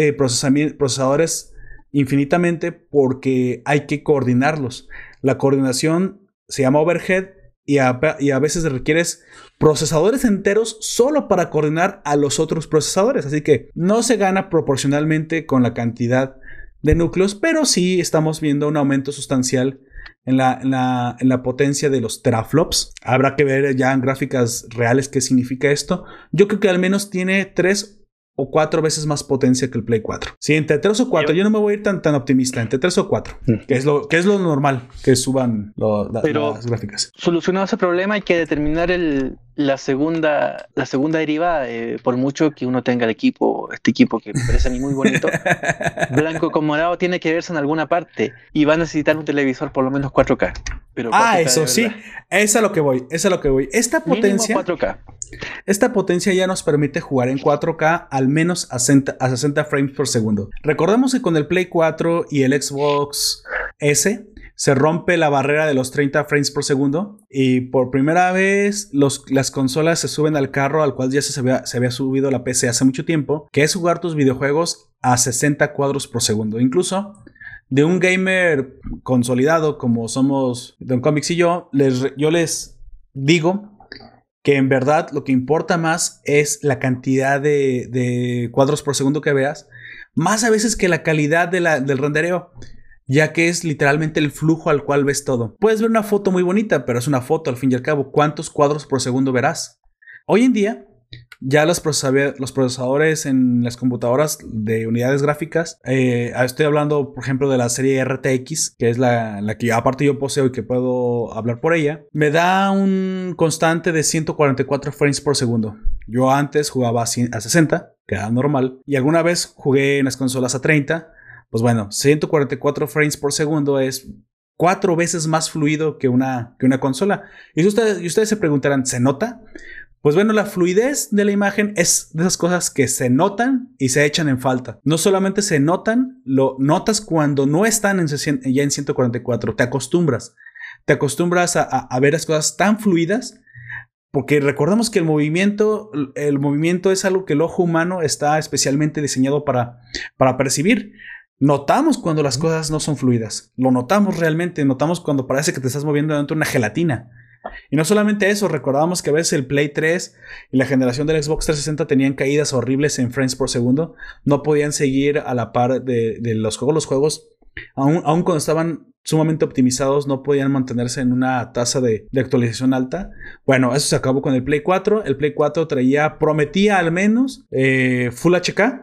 procesadores infinitamente porque hay que coordinarlos. La coordinación se llama overhead y a veces requieres procesadores enteros solo para coordinar a los otros procesadores. Así que no se gana proporcionalmente con la cantidad de núcleos, pero sí estamos viendo un aumento sustancial en la potencia de los teraflops. Habrá que ver ya en gráficas reales qué significa esto. Yo creo que al menos tiene 3 o 4 veces más potencia que el Play 4. Sí, entre 3 o 4. Yo no me voy a ir tan optimista. Entre 3 o 4. Que es lo normal, que suban las gráficas. Solucionado ese problema hay que determinar la segunda derivada. Por mucho que uno tenga este equipo que me parece a mí muy bonito, blanco con morado tiene que verse en alguna parte y va a necesitar un televisor por lo menos 4K. Pero 4K eso sí, es a lo que voy. Esta potencia, 4K. Esta potencia ya nos permite jugar en 4K al menos a 60 frames por segundo. Recordemos que con el Play 4 y el Xbox S se rompe la barrera de los 30 frames por segundo y por primera vez las consolas se suben al carro al cual ya se había subido la PC hace mucho tiempo, que es jugar tus videojuegos a 60 cuadros por segundo. Incluso de un gamer consolidado como somos Don Comics y yo les digo que en verdad lo que importa más es la cantidad de cuadros por segundo que veas, más a veces que la calidad del rendereo, ya que es literalmente el flujo al cual ves todo. Puedes ver una foto muy bonita, pero es una foto al fin y al cabo. ¿Cuántos cuadros por segundo verás? Hoy en día, ya los procesadores en las computadoras de unidades gráficas, estoy hablando por ejemplo de la serie RTX, que es la que aparte yo poseo y que puedo hablar por ella, me da un constante de 144 frames por segundo. Yo antes jugaba a 60, que era normal, y alguna vez jugué en las consolas a 30. Pues bueno, 144 frames por segundo es 4 veces más fluido que una consola. Y ustedes se preguntarán, ¿se nota? Pues bueno, la fluidez de la imagen es de esas cosas que se notan y se echan en falta. No solamente se notan, lo notas cuando no están ya en 144. Te acostumbras a ver las cosas tan fluidas, porque recordemos que el movimiento es algo que el ojo humano está especialmente diseñado para percibir. Notamos cuando las cosas no son fluidas. Lo notamos realmente. Notamos cuando parece que te estás moviendo dentro de una gelatina. Y no solamente eso, recordábamos que a veces el Play 3 y la generación del Xbox 360 tenían caídas horribles en frames por segundo. No podían seguir a la par de los juegos. Los juegos, aun cuando estaban sumamente optimizados, no podían mantenerse en una tasa de actualización alta. Bueno, eso se acabó con el Play 4. El Play 4 prometía al menos Full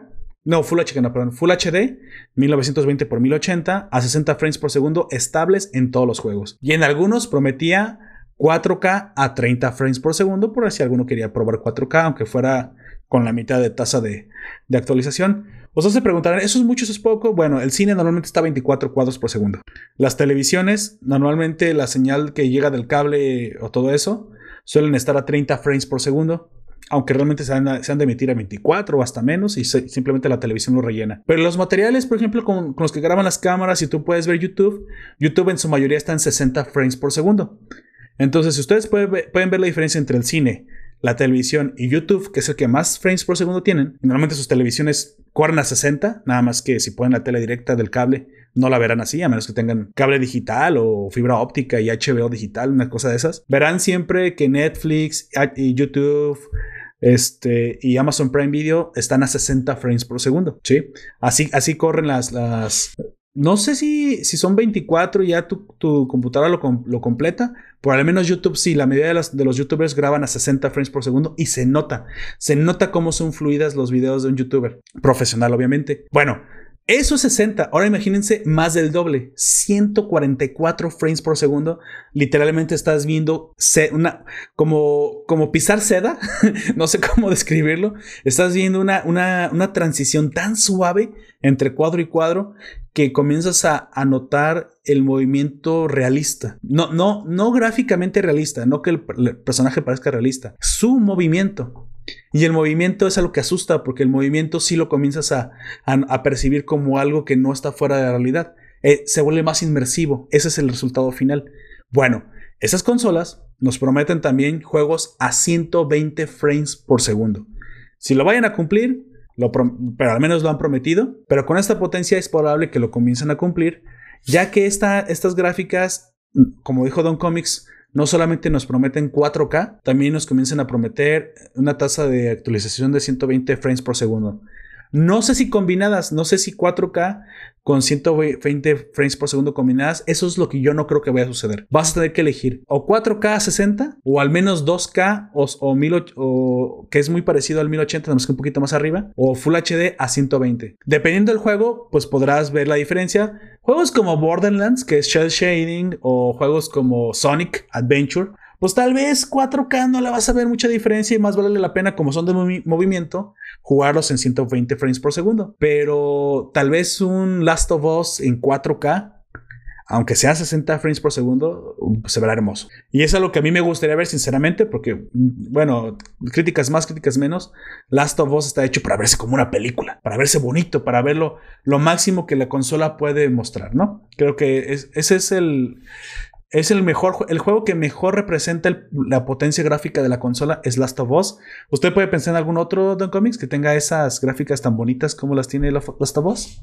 HD 1920 x 1080 a 60 frames por segundo estables en todos los juegos. Y en algunos prometía 4K a 30 frames por segundo, por si alguno quería probar 4K, aunque fuera con la mitad de tasa de actualización. Ustedes se preguntarán, ¿eso es mucho, eso es poco? Bueno, el cine normalmente está a 24 cuadros por segundo. Las televisiones, normalmente la señal que llega del cable o todo eso, suelen estar a 30 frames por segundo. Aunque realmente se han de emitir a 24 o hasta menos y simplemente la televisión lo rellena. Pero los materiales, por ejemplo, con los que graban las cámaras, y tú puedes ver YouTube en su mayoría está en 60 frames por segundo. Entonces, si ustedes pueden ver la diferencia entre el cine, la televisión y YouTube, que es el que más frames por segundo tienen, normalmente sus televisiones corren a 60, nada más que si ponen la tele directa del cable, no la verán así, a menos que tengan cable digital o fibra óptica y HBO digital, una cosa de esas. Verán siempre que Netflix y YouTube y Amazon Prime Video están a 60 frames por segundo, ¿sí? Así corren las no sé si son 24 y ya tu computadora lo completa, pero al menos YouTube sí, la mayoría de los youtubers graban a 60 frames por segundo y se nota cómo son fluidas los videos de un youtuber profesional, obviamente. Bueno, eso es 60. Ahora imagínense más del doble. 144 frames por segundo. Literalmente estás viendo como pisar seda. No sé cómo describirlo. Estás viendo una transición tan suave entre cuadro y cuadro que comienzas a notar el movimiento realista. No gráficamente realista. No que el personaje parezca realista. Su movimiento. Y el movimiento es algo que asusta, porque el movimiento sí lo comienzas a percibir como algo que no está fuera de la realidad. Se vuelve más inmersivo. Ese es el resultado final. Bueno, esas consolas nos prometen también juegos a 120 frames por segundo. Si lo vayan a cumplir, pero al menos lo han prometido, pero con esta potencia es probable que lo comiencen a cumplir, ya que estas gráficas, como dijo Don Comics, no solamente nos prometen 4K, también nos comienzan a prometer una tasa de actualización de 120 frames por segundo. No sé si combinadas, no sé si 4K con 120 frames por segundo combinadas. Eso es lo que yo no creo que vaya a suceder. Vas a tener que elegir o 4K a 60 o al menos 2K o que es muy parecido al 1080, nada más que un poquito más arriba, o Full HD a 120. Dependiendo del juego, pues podrás ver la diferencia. Juegos como Borderlands, que es Shell Shading, o juegos como Sonic Adventure, pues tal vez 4K no le vas a ver mucha diferencia y más vale la pena, como son de movimiento, jugarlos en 120 frames por segundo. Pero tal vez un Last of Us en 4K aunque sea 60 frames por segundo, se verá hermoso. Y eso es lo que a mí me gustaría ver, sinceramente, porque, bueno, críticas más, críticas menos, Last of Us está hecho para verse como una película, para verse bonito, para verlo lo máximo que la consola puede mostrar, ¿no? Creo que ese es el mejor, el juego que mejor representa la potencia gráfica de la consola es Last of Us. ¿Usted puede pensar en algún otro Don Comics que tenga esas gráficas tan bonitas como las tiene Last of Us?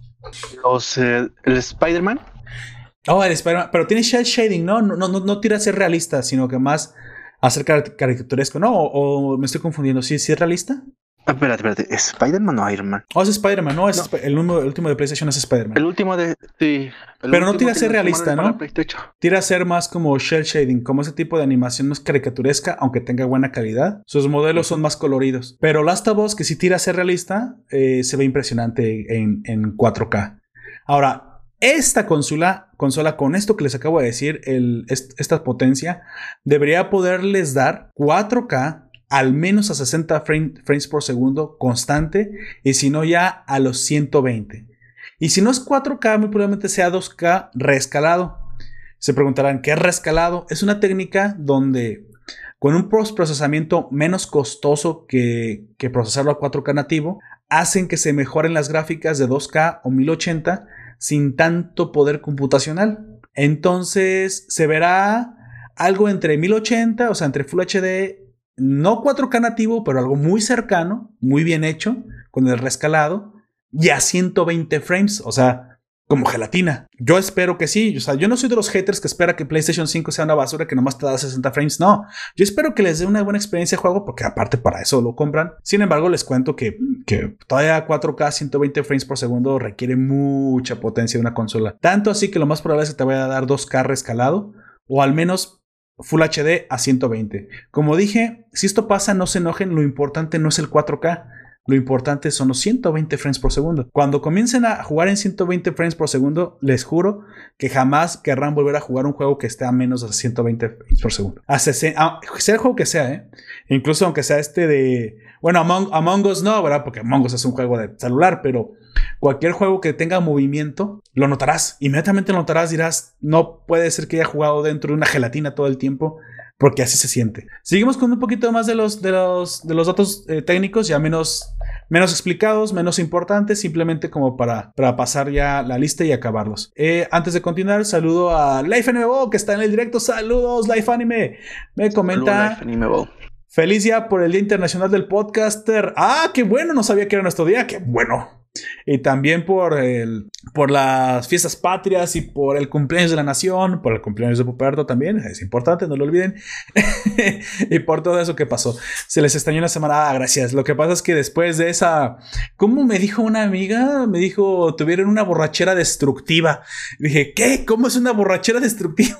El Spider-Man. Oh, el Spider-Man, pero tiene shell shading, ¿no? No tira a ser realista, sino que más a ser caricaturesco, ¿no? O me estoy confundiendo. ¿Sí es realista? Espérate, ¿es Spider-Man o Iron Man? Oh, es Spider-Man, no, el último de PlayStation es Spider-Man. El último de... Sí. Pero no tira a ser realista, ¿no? Tira a ser más como shell shading, como ese tipo de animación más caricaturesca, aunque tenga buena calidad. Sus modelos son más coloridos. Pero Last of Us, que sí tira a ser realista, se ve impresionante en 4K. Ahora, esta consola con esto que les acabo de decir, esta potencia, debería poderles dar 4K al menos a 60 frames por segundo constante, y si no ya a los 120. Y si no es 4K, muy probablemente sea 2K reescalado. Se preguntarán, ¿qué es reescalado? Es una técnica donde con un procesamiento menos costoso que procesarlo a 4K nativo, hacen que se mejoren las gráficas de 2K o 1080 sin tanto poder computacional. Entonces se verá algo entre 1080, o sea, entre Full HD, no 4K nativo, pero algo muy cercano, muy bien hecho, con el reescalado, y a 120 frames, o sea, como gelatina. Yo espero que sí, o sea, yo no soy de los haters que espera que PlayStation 5 sea una basura que nomás te da 60 frames, no. Yo espero que les dé una buena experiencia de juego, porque aparte para eso lo compran. Sin embargo, les cuento que todavía 4K 120 frames por segundo requiere mucha potencia de una consola. Tanto así que lo más probable es que te vaya a dar 2K reescalado, o al menos Full HD a 120. Como dije, si esto pasa, no se enojen, lo importante no es el 4K. Lo importante son los 120 frames por segundo. Cuando comiencen a jugar en 120 frames por segundo, les juro que jamás querrán volver a jugar un juego que esté a menos de 120 frames por segundo. Sea el juego que sea, incluso aunque sea de... Bueno, Among Us no, ¿verdad? Porque Among Us es un juego de celular, pero cualquier juego que tenga movimiento, lo notarás. Inmediatamente lo notarás, dirás, no puede ser que haya jugado dentro de una gelatina todo el tiempo, porque así se siente. Seguimos con un poquito más de los datos técnicos, ya menos explicados, menos importantes, simplemente como para pasar ya la lista y acabarlos. Antes de continuar, saludo a Life Anime Bo, que está en el directo. Saludos, Life Anime. Me comenta... Life Anime Bo. Feliz día por el Día Internacional del Podcaster. ¡Ah, qué bueno! No sabía que era nuestro día. ¡Qué bueno! Y también por las fiestas patrias y por el cumpleaños de la nación, por el cumpleaños de Puperto también, es importante, no lo olviden. Y por todo eso que pasó. Se les extrañó una semana. Gracias. Lo que pasa es que después de esa... ¿Cómo me dijo una amiga? Me dijo, tuvieron una borrachera destructiva. Dije, ¿qué? ¿Cómo es una borrachera destructiva?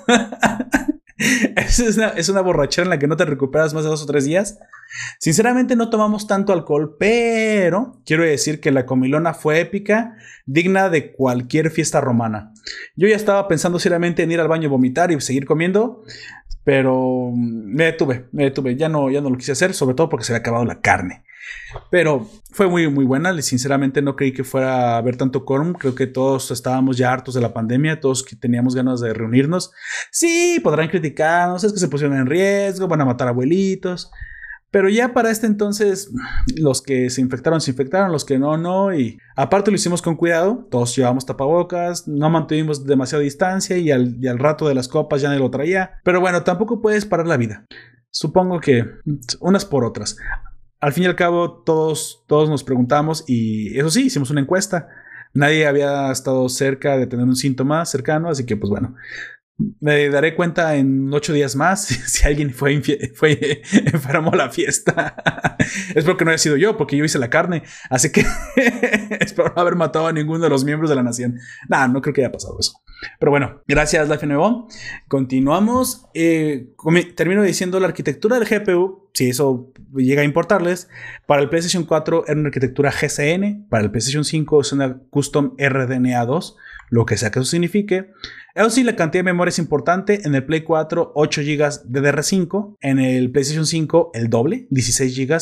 Es una borrachera en la que no te recuperas más de 2 o 3 días. Sinceramente no tomamos tanto alcohol, pero quiero decir que la comilona fue épica, digna de cualquier fiesta romana. Yo ya estaba pensando seriamente en ir al baño a vomitar y seguir comiendo, pero me detuve. Ya no lo quise hacer, sobre todo porque se había acabado la carne. Pero fue muy, muy buena. Sinceramente no creí que fuera a haber tanto quórum. Creo que todos estábamos ya hartos de la pandemia. Todos teníamos ganas de reunirnos. Sí, podrán criticarnos. Es que se pusieron en riesgo. Van a matar abuelitos. Pero ya para este entonces, los que se infectaron, los que no. Y aparte lo hicimos con cuidado. Todos llevamos tapabocas. No mantuvimos demasiada distancia. Y al rato de las copas ya nadie lo traía. Pero bueno, tampoco puedes parar la vida. Supongo que unas por otras. Al fin y al cabo, todos nos preguntamos, y eso sí, hicimos una encuesta. Nadie había estado cerca de tener un síntoma cercano, así que pues bueno, me daré cuenta en 8 días más si alguien fue enfermo a la fiesta. Espero que no haya sido yo, porque yo hice la carne, así que espero no haber matado a ninguno de los miembros de la nación. No creo que haya pasado eso. Pero bueno, gracias Life Nuevo. Continuamos. Termino diciendo la arquitectura del GPU, si eso llega a importarles. Para el PlayStation 4 era una arquitectura GCN, para el PlayStation 5 es una Custom RDNA 2, lo que sea que eso signifique. Eso sí, la cantidad de memoria es importante. En el Play 4, 8 GB DDR5. En el PlayStation 5, el doble, 16 GB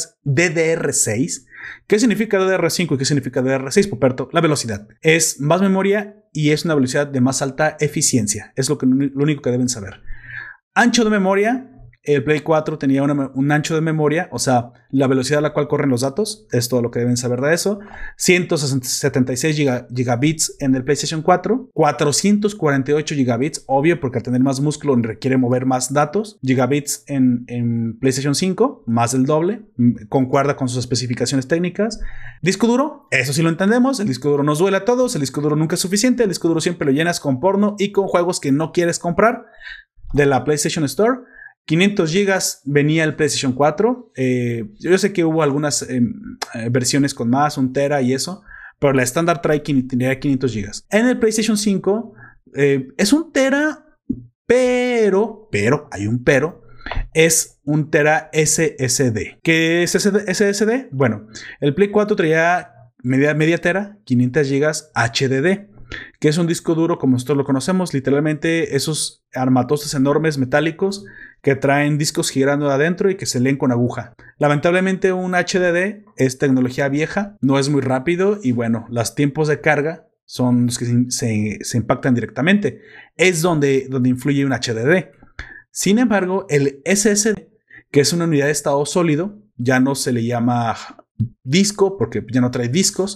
DDR6. ¿Qué significa DDR5 y qué significa DDR6, Puperto? La velocidad. Es más memoria y es una velocidad de más alta eficiencia. Es lo único que deben saber. Ancho de memoria. El Play 4 tenía un ancho de memoria, o sea, la velocidad a la cual corren los datos, es todo lo que deben saber de eso. 176 gigabits en el PlayStation 4, 448 gigabits, obvio, porque al tener más músculo requiere mover más datos. Gigabits en PlayStation 5, más del doble, concuerda con sus especificaciones técnicas. Disco duro, eso sí lo entendemos, el disco duro nos duele a todos, el disco duro nunca es suficiente, el disco duro siempre lo llenas con porno y con juegos que no quieres comprar de la PlayStation Store. 500 gigas venía el PlayStation 4. Yo sé que hubo algunas versiones con más, 1 tera y eso, pero la estándar tenía 500 gigas. En el PlayStation 5 es 1 tera, pero, hay un pero, es 1 tera SSD. ¿Qué es SSD? Bueno, el Play 4 traía media tera, 500 gigas HDD, que es un disco duro como nosotros lo conocemos, literalmente esos armatones enormes metálicos que traen discos girando adentro y que se leen con aguja. Lamentablemente un HDD es tecnología vieja, no es muy rápido y bueno, los tiempos de carga son los que se impactan directamente. Es donde influye un HDD. Sin embargo, el SSD, que es una unidad de estado sólido, ya no se le llama disco porque ya no trae discos,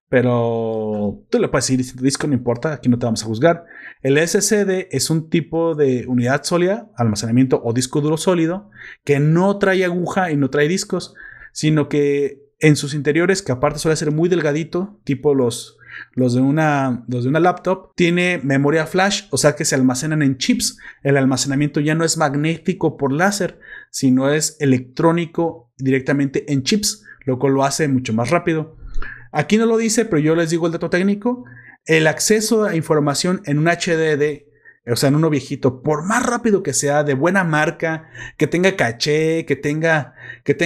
pero tú le puedes decir disco, no importa, aquí no te vamos a juzgar. El SSD es un tipo de unidad sólida, almacenamiento o disco duro sólido, que no trae aguja y no trae discos, sino que en sus interiores, que aparte suele ser muy delgadito, tipo los de una laptop, tiene memoria flash, o sea que se almacenan en chips. El almacenamiento ya no es magnético por láser, sino es electrónico directamente en chips, lo cual lo hace mucho más rápido. Aquí no lo dice, pero yo les digo el dato técnico. El acceso a información en un HDD, o sea, en uno viejito, por más rápido que sea, de buena marca, que tenga caché, que tenga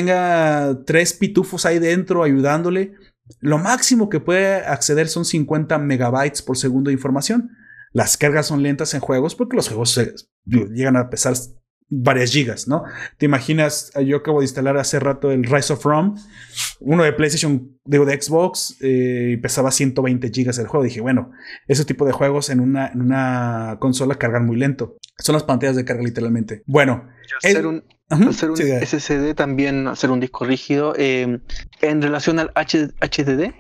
3 pitufos ahí dentro ayudándole, lo máximo que puede acceder son 50 megabytes por segundo de información. Las cargas son lentas en juegos porque los juegos llegan a pesar varias gigas, ¿no? Te imaginas, yo acabo de instalar hace rato el Rise of Rome, uno de PlayStation, de Xbox, pesaba 120 gigas el juego. Dije, bueno, ese tipo de juegos en una consola cargan muy lento. Son las pantallas de carga literalmente. Bueno, hacer un SSD también, hacer un disco rígido, en relación al HD,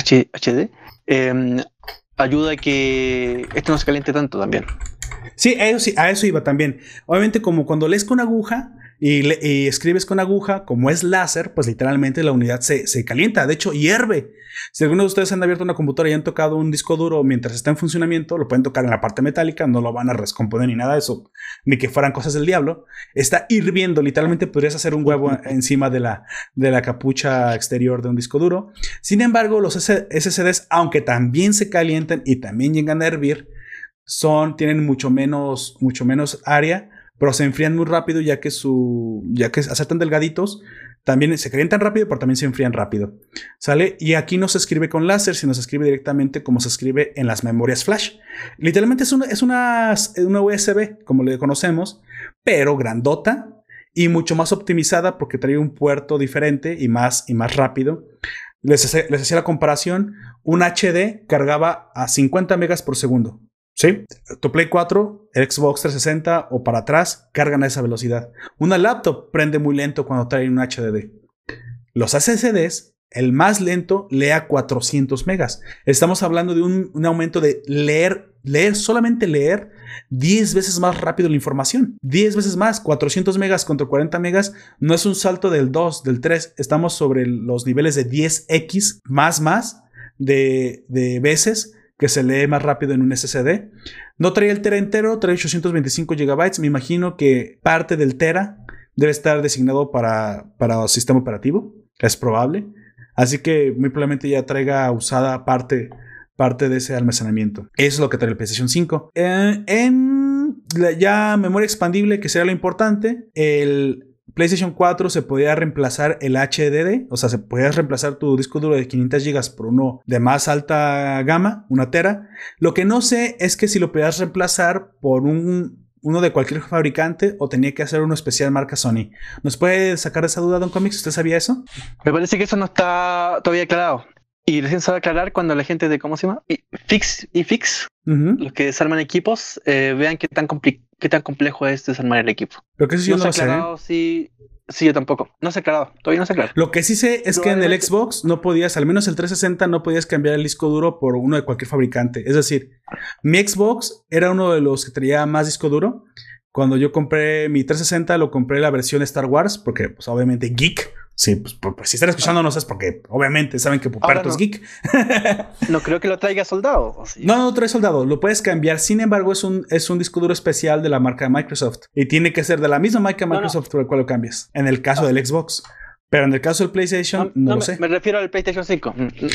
ayuda a que esto no se caliente tanto también. Sí, a eso iba también. Obviamente, como cuando lees con aguja y escribes con aguja, como es láser, pues literalmente la unidad se calienta, de hecho hierve. Si alguno de ustedes han abierto una computadora y han tocado un disco duro mientras está en funcionamiento, lo pueden tocar en la parte metálica, no lo van a descomponer ni nada de eso, ni que fueran cosas del diablo. Está hirviendo, literalmente podrías hacer un huevo encima de la capucha exterior de un disco duro. Sin embargo, los SSDs, aunque también se calientan y también llegan a hervir, tienen mucho menos área, pero se enfrían muy rápido ya que hacer tan delgaditos, también se calientan rápido, pero también se enfrían rápido, ¿sale? Y aquí no se escribe con láser, sino se escribe directamente como se escribe en las memorias flash. Literalmente es una USB, como le conocemos, pero grandota y mucho más optimizada porque trae un puerto diferente y más rápido. Les hacía la comparación, un HD cargaba a 50 megas por segundo. Sí, tu Play 4, el Xbox 360 o para atrás cargan a esa velocidad. Una laptop prende muy lento cuando trae un HDD. Los SSDs, el más lento, lee a 400 megas. Estamos hablando de un aumento de solamente leer 10 veces más rápido la información. 10 veces más, 400 megas contra 40 megas. No es un salto del 2, del 3. Estamos sobre los niveles de 10x más de veces que se lee más rápido en un SSD. No trae el tera entero, trae 825 GB. Me imagino que parte del tera debe estar designado para el sistema operativo. Es probable. Así que muy probablemente ya traiga usada parte de ese almacenamiento. Eso es lo que trae el PlayStation 5. En ya memoria expandible, que sería lo importante, el PlayStation 4 se podía reemplazar el HDD, o sea, se podía reemplazar tu disco duro de 500 GB por uno de más alta gama, 1 tera. Lo que no sé es que si lo podías reemplazar por uno de cualquier fabricante o tenía que hacer uno especial marca Sony. ¿Nos puede sacar esa duda, Don Comics? ¿Usted sabía eso? Me parece que eso no está todavía aclarado. Y recién se va a aclarar cuando la gente de, ¿cómo se llama? Fix. los que desarman equipos, vean qué tan complejo es desarmar el equipo. Lo que sí yo no no se ha aclarado Sí, yo tampoco. No se ha aclarado. Todavía no se ha aclarado. Lo que sí sé es que en el Xbox no podías, al menos el 360, no podías cambiar el disco duro por uno de cualquier fabricante. Es decir, mi Xbox era uno de los que traía más disco duro. Cuando yo compré mi 360, lo compré la versión Star Wars, porque pues obviamente geek. Sí, pues si están escuchando no sé, porque obviamente saben que Puperto es geek. No creo que lo traiga soldado. ¿O sí? No trae soldado, lo puedes cambiar. Sin embargo, es un disco duro especial de la marca de Microsoft. Y tiene que ser de la misma marca de Microsoft por el cual lo cambias. En el caso del Xbox. Pero en el caso del PlayStation, no lo sé. Me refiero al PlayStation 5.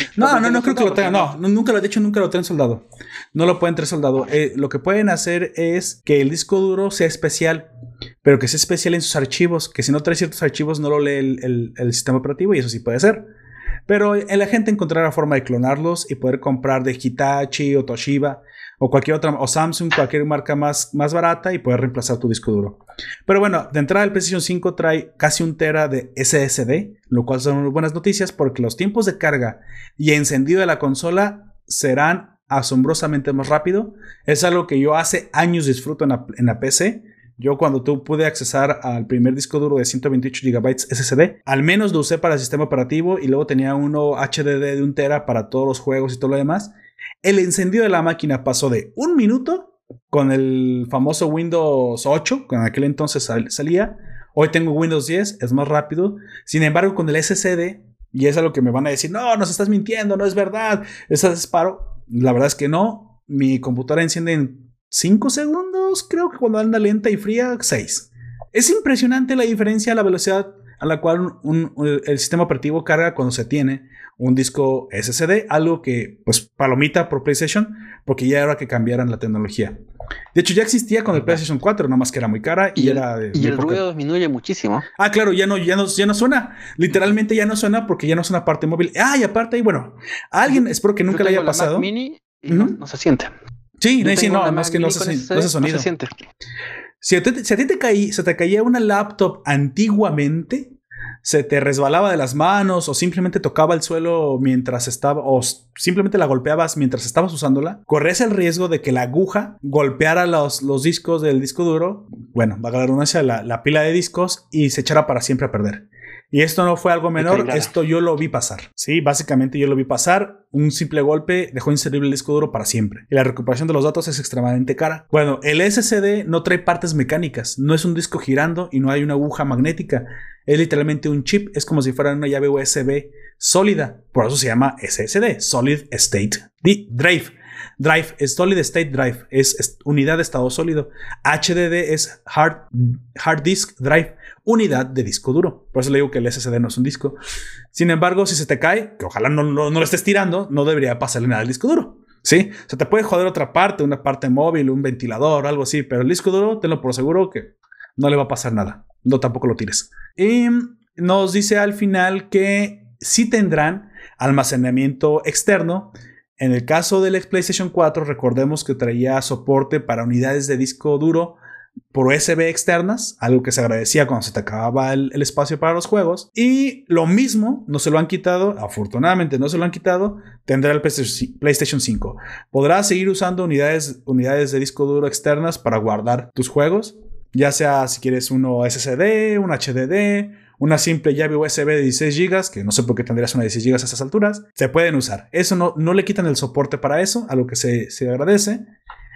No creo que lo tengan. No, nunca lo he dicho, nunca lo traen soldado. No lo pueden traer soldado. Lo que pueden hacer es que el disco duro sea especial, pero que sea especial en sus archivos. Que si no trae ciertos archivos, no lo lee el sistema operativo, y eso sí puede ser. Pero la gente encontrará forma de clonarlos y poder comprar de Hitachi o Toshiba o cualquier otra, o Samsung, cualquier marca más barata, y poder reemplazar tu disco duro. Pero bueno, de entrada el PlayStation 5 trae casi 1 tera de SSD, lo cual son buenas noticias porque los tiempos de carga y encendido de la consola serán asombrosamente más rápido. Es algo que yo hace años disfruto en la PC. Yo cuando pude accesar al primer disco duro de 128 GB SSD, al menos lo usé para el sistema operativo, y luego tenía uno HDD de 1 tera para todos los juegos y todo lo demás. El encendido de la máquina pasó de 1 minuto con el famoso Windows 8, que en aquel entonces salía. Hoy tengo Windows 10, es más rápido. Sin embargo, con el SSD, y es algo que me van a decir, no, nos estás mintiendo, no es verdad, es disparo. La verdad es que no. Mi computadora enciende en 5 segundos, creo que cuando anda lenta y fría, 6. Es impresionante la diferencia, la velocidad a la cual el sistema operativo carga cuando se tiene un disco SSD, algo que pues palomita por PlayStation, porque ya era que cambiaran la tecnología. De hecho ya existía con el PlayStation 4, nada más que era muy cara y el ruido disminuye muchísimo. Ah, claro, ya no suena. Literalmente ya no suena porque ya no es una parte móvil. Y aparte, y bueno, a alguien, espero que nunca le haya pasado. Mac Mini y no se siente. Sí, no es que no se sonido. No se siente. Si a ti se te caía una laptop antiguamente, se te resbalaba de las manos o simplemente tocaba el suelo mientras estaba, o simplemente la golpeabas mientras estabas usándola, corres el riesgo de que la aguja golpeara los discos del disco duro, bueno, va a la redundancia, la pila de discos, y se echara para siempre a perder. Y esto no fue algo menor, esto yo lo vi pasar. Sí, básicamente yo lo vi pasar. Un simple golpe dejó inservible el disco duro para siempre. Y la recuperación de los datos es extremadamente cara. Bueno, el SSD no trae partes mecánicas. No es un disco girando y no hay una aguja magnética. Es literalmente un chip. Es como si fuera una llave USB sólida. Por eso se llama SSD, Solid State Drive. Drive es Solid State Drive, es unidad de estado sólido. HDD es Hard Disk Drive, unidad de disco duro. Por eso le digo que el SSD no es un disco. Sin embargo, si se te cae, que ojalá no lo estés tirando, no debería pasarle nada al disco duro. ¿Sí? O sea, te puede joder otra parte, una parte móvil, un ventilador, algo así, pero el disco duro, tenlo por seguro que no le va a pasar nada. No, tampoco lo tires. Y nos dice al final que sí tendrán almacenamiento externo. En el caso del PlayStation 4, recordemos que traía soporte para unidades de disco duro por USB externas, algo que se agradecía cuando se te acababa el espacio para los juegos. Y lo mismo, no se lo han quitado, afortunadamente no se lo han quitado, tendrá el PlayStation 5. Podrás seguir usando unidades de disco duro externas para guardar tus juegos, ya sea si quieres uno SSD, un HDD, una simple llave USB de 16 GB, que no sé por qué tendrías una de 16 GB a esas alturas, se pueden usar. Eso no le quitan el soporte para eso, a lo que se agradece.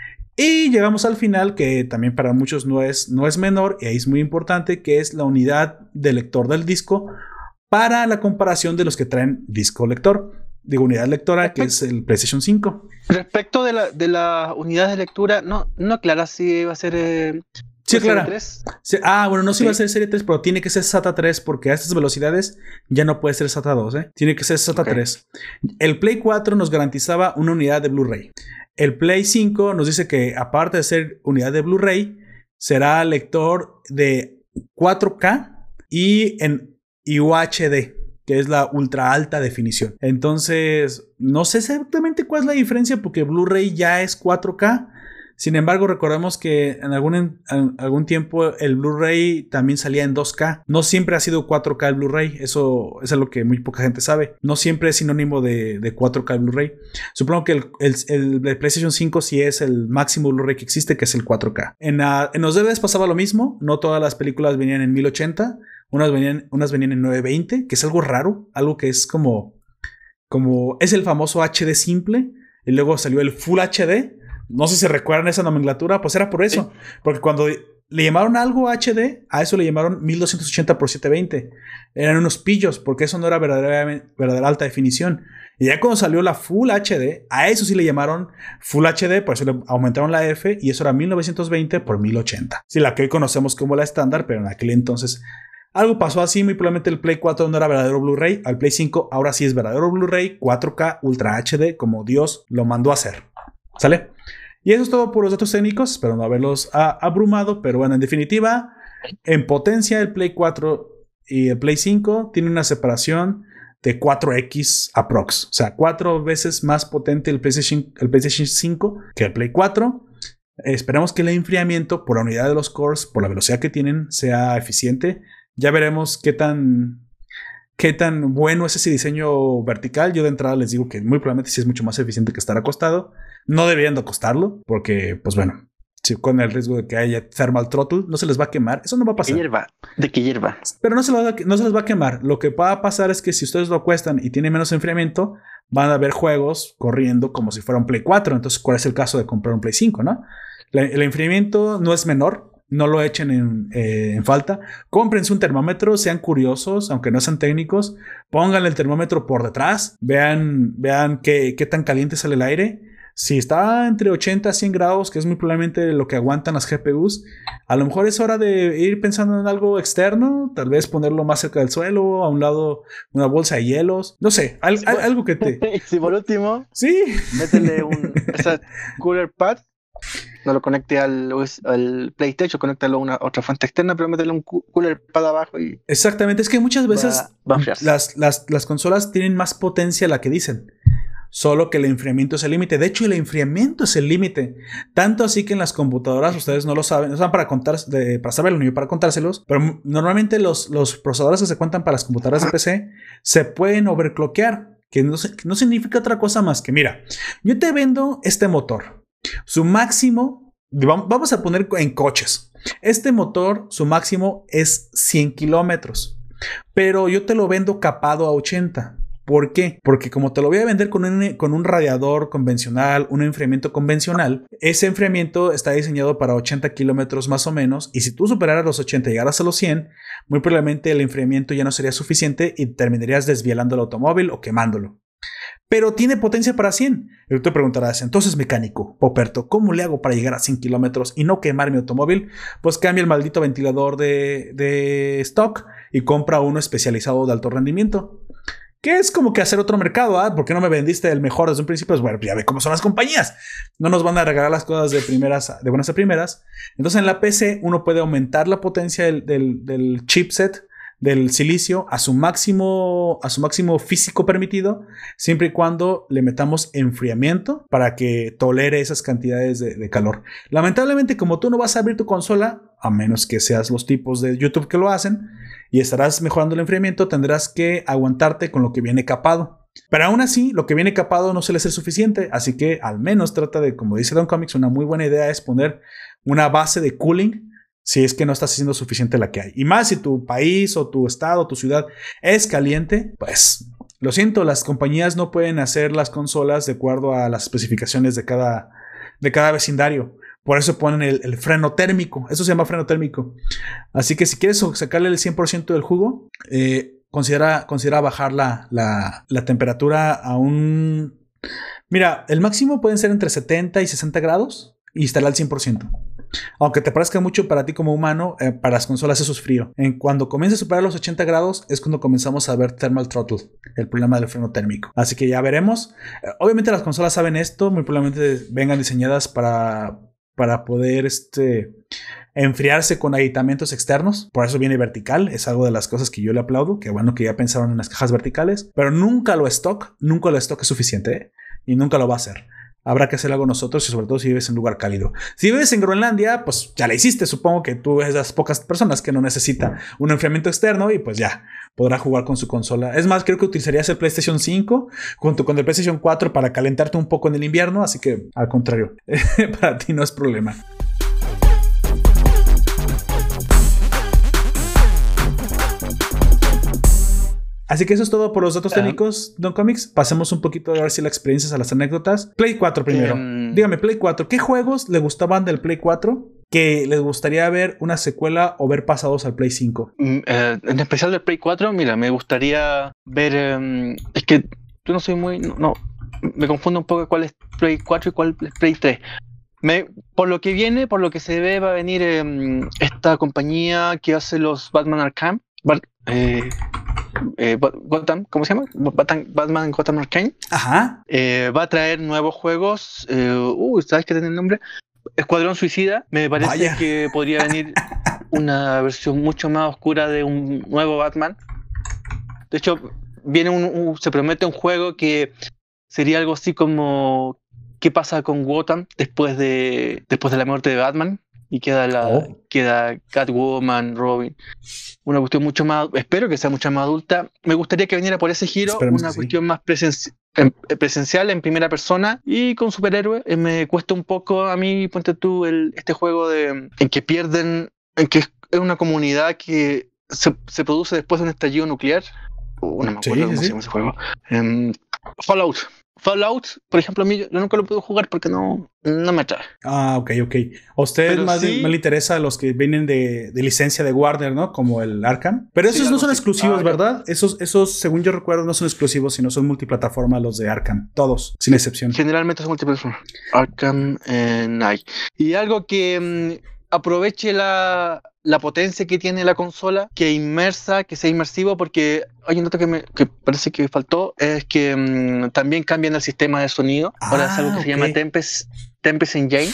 Y llegamos al final, que también para muchos no es menor, y ahí es muy importante, que es la unidad de lector del disco para la comparación de los que traen disco lector. Digo, unidad lectora, que es el PlayStation 5. Respecto de la unidad de lectura, no aclara si va a ser... Sí, claro. Bueno, no se va a ser Serie 3, pero tiene que ser SATA 3 porque a estas velocidades ya no puede ser SATA 2, ¿eh? Tiene que ser SATA 3. El Play 4 nos garantizaba una unidad de Blu-ray. El Play 5 nos dice que aparte de ser unidad de Blu-ray, será lector de 4K y en UHD, que es la ultra alta definición. Entonces, no sé exactamente cuál es la diferencia porque Blu-ray ya es 4K. Sin embargo, recordemos que en algún tiempo el Blu-ray también salía en 2K. No siempre ha sido 4K el Blu-ray. Eso es lo que muy poca gente sabe. No siempre es sinónimo de 4K el Blu-ray. Supongo que el PlayStation 5 sí es el máximo Blu-ray que existe, que es el 4K. En los DVDs pasaba lo mismo. No todas las películas venían en 1080. Unas venían en 920, que es algo raro. Algo que es como es el famoso HD simple. Y luego salió el Full HD. No sé si recuerdan esa nomenclatura, pues era por eso. Sí. Porque cuando le llamaron algo HD, a eso le llamaron 1280 x 720. Eran unos pillos, porque eso no era verdadera alta definición. Y ya cuando salió la Full HD, a eso sí le llamaron Full HD, por eso le aumentaron la F, y eso era 1920 x 1080. Sí, la que hoy conocemos como la estándar, pero en aquel entonces algo pasó así. Muy probablemente el Play 4 no era verdadero Blu-ray. Al Play 5 ahora sí es verdadero Blu-ray, 4K, Ultra HD, como Dios lo mandó a hacer. ¿Sale? Y eso es todo por los datos técnicos. Espero no haberlos abrumado. Pero bueno, en definitiva, en potencia el Play 4 y el Play 5 tienen una separación de 4x aprox. O sea, 4 veces más potente el PlayStation 5 que el Play 4. Esperamos que el enfriamiento por la unidad de los cores, por la velocidad que tienen, sea eficiente. Ya veremos qué tan bueno es ese diseño vertical. Yo de entrada les digo que muy probablemente sí es mucho más eficiente que estar acostado. No deberían de acostarlo porque, pues bueno, si con el riesgo de que haya thermal throttle, no se les va a quemar. Eso no va a pasar. ¿De qué hierba? Pero no se les va a quemar. Lo que va a pasar es que si ustedes lo acuestan y tiene menos enfriamiento, van a ver juegos corriendo como si fuera un Play 4. Entonces, ¿cuál es el caso de comprar un Play 5, no? El enfriamiento no es menor. No lo echen en falta. Cómprense un termómetro, sean curiosos, aunque no sean técnicos. Pónganle el termómetro por detrás. Vean qué tan caliente sale el aire. Si está entre 80 a 100 grados, que es muy probablemente lo que aguantan las GPUs, a lo mejor es hora de ir pensando en algo externo. Tal vez ponerlo más cerca del suelo, a un lado una bolsa de hielos. No sé, algo que te... Si por último, sí, métele un cooler pad. No lo conecte al PlayStation, conéctalo a una otra fuente externa, pero métele un cooler pad abajo y... Exactamente, es que muchas veces va a enfriarse. Las consolas tienen más potencia de la que dicen. Solo que el enfriamiento es el límite. De hecho, el enfriamiento es el límite. Tanto así que en las computadoras, ustedes no lo saben, no saben para saberlo ni para contárselos, pero normalmente los procesadores que se cuentan para las computadoras de PC se pueden overclockear, que no significa otra cosa más que, mira, yo te vendo este motor. Su máximo, vamos a poner en coches. Este motor, su máximo es 100 kilómetros. Pero yo te lo vendo capado a 80. ¿Por qué? Porque como te lo voy a vender con un radiador convencional, un enfriamiento convencional, ese enfriamiento está diseñado para 80 kilómetros más o menos. Y si tú superaras los 80 y llegaras a los 100, muy probablemente el enfriamiento ya no sería suficiente y terminarías desvielando el automóvil o quemándolo. Pero tiene potencia para 100. Y tú te preguntarás, entonces, mecánico, Poperto, ¿cómo le hago para llegar a 100 kilómetros y no quemar mi automóvil? Pues cambia el maldito ventilador de stock y compra uno especializado de alto rendimiento. Que es como que hacer otro mercado, ¿ah? ¿Por qué no me vendiste el mejor desde un principio? Pues bueno, ya ve cómo son las compañías. No nos van a regalar las cosas de buenas a primeras. Entonces en la PC uno puede aumentar la potencia del chipset, del silicio, a su máximo físico permitido, siempre y cuando le metamos enfriamiento para que tolere esas cantidades de calor. Lamentablemente, como tú no vas a abrir tu consola, a menos que seas los tipos de YouTube que lo hacen, y estarás mejorando el enfriamiento, tendrás que aguantarte con lo que viene capado. Pero aún así, lo que viene capado no suele ser suficiente, así que al menos trata de, como dice Don Comics, una muy buena idea es poner una base de cooling si es que no estás haciendo suficiente la que hay. Y más si tu país o tu estado o tu ciudad es caliente, pues lo siento, las compañías no pueden hacer las consolas de acuerdo a las especificaciones de cada vecindario. Por eso ponen el freno térmico. Eso se llama freno térmico. Así que si quieres sacarle el 100% del jugo, considera bajar la temperatura a un... Mira, el máximo pueden ser entre 70 y 60 grados y estará al 100%. Aunque te parezca mucho para ti como humano, para las consolas eso es frío. Cuando comienza a superar los 80 grados es cuando comenzamos a ver thermal throttle, el problema del freno térmico. Así que ya veremos. Obviamente las consolas saben esto, muy probablemente vengan diseñadas para poder enfriarse con aditamentos externos. Por eso viene vertical. Es algo de las cosas que yo le aplaudo. Que bueno que ya pensaron en las cajas verticales. Pero nunca lo stock es suficiente, ¿eh? Y nunca lo va a hacer. habrá que hacer algo nosotros y sobre todo si vives en un lugar cálido. Si vives en Groenlandia, pues ya la hiciste. Supongo que tú eres de las pocas personas que no necesita un enfriamiento externo y pues ya podrá jugar con su consola. Es más, creo que utilizarías el PlayStation 5 junto con el PlayStation 4 para calentarte un poco en el invierno, así que al contrario, para ti no es problema. Así que eso es todo por los datos técnicos, Don Comics. Pasemos un poquito a ver si la experiencia a las anécdotas. Play 4 primero. Dígame, Play 4. ¿Qué juegos le gustaban del Play 4 que les gustaría ver una secuela o ver pasados al Play 5? En especial del Play 4, mira, me gustaría ver... es que yo no soy muy... No, me confundo un poco cuál es Play 4 y cuál es Play 3. Por lo que viene, por lo que se ve, va a venir esta compañía que hace los Batman Arkham. Gotham, ¿cómo se llama? Batman Gotham Arcane. Ajá. Va a traer nuevos juegos. ¿Sabes qué tiene el nombre? Escuadrón Suicida. Me parece que podría venir una versión mucho más oscura de un nuevo Batman. De hecho, viene se promete un juego que sería algo así como ¿qué pasa con Gotham después de la muerte de Batman? Y queda Catwoman, Robin. Una cuestión mucho más, espero que sea mucho más adulta. Me gustaría que viniera por ese giro. Esperemos una cuestión más presencial en primera persona y con superhéroes. Me cuesta un poco a mí, ponte tú, este juego en que es una comunidad que se produce después de un estallido nuclear. No me acuerdo cómo se llama ese juego. Fallout, por ejemplo, a mí yo nunca lo puedo jugar porque no me atrae. Ok. A usted más le interesa a los que vienen de licencia de Warner, ¿no? Como el Arkham. Pero esos no son exclusivos, ¿verdad? Esos, según yo recuerdo, no son exclusivos, sino son multiplataforma los de Arkham. Todos, sin excepción. Generalmente son multiplataforma. Arkham Knight. Y algo que aproveche la potencia que tiene la consola, que sea inmersivo, porque hay un dato que parece que faltó, es que también cambian el sistema de sonido. Ahora es algo que se llama Tempest Engine.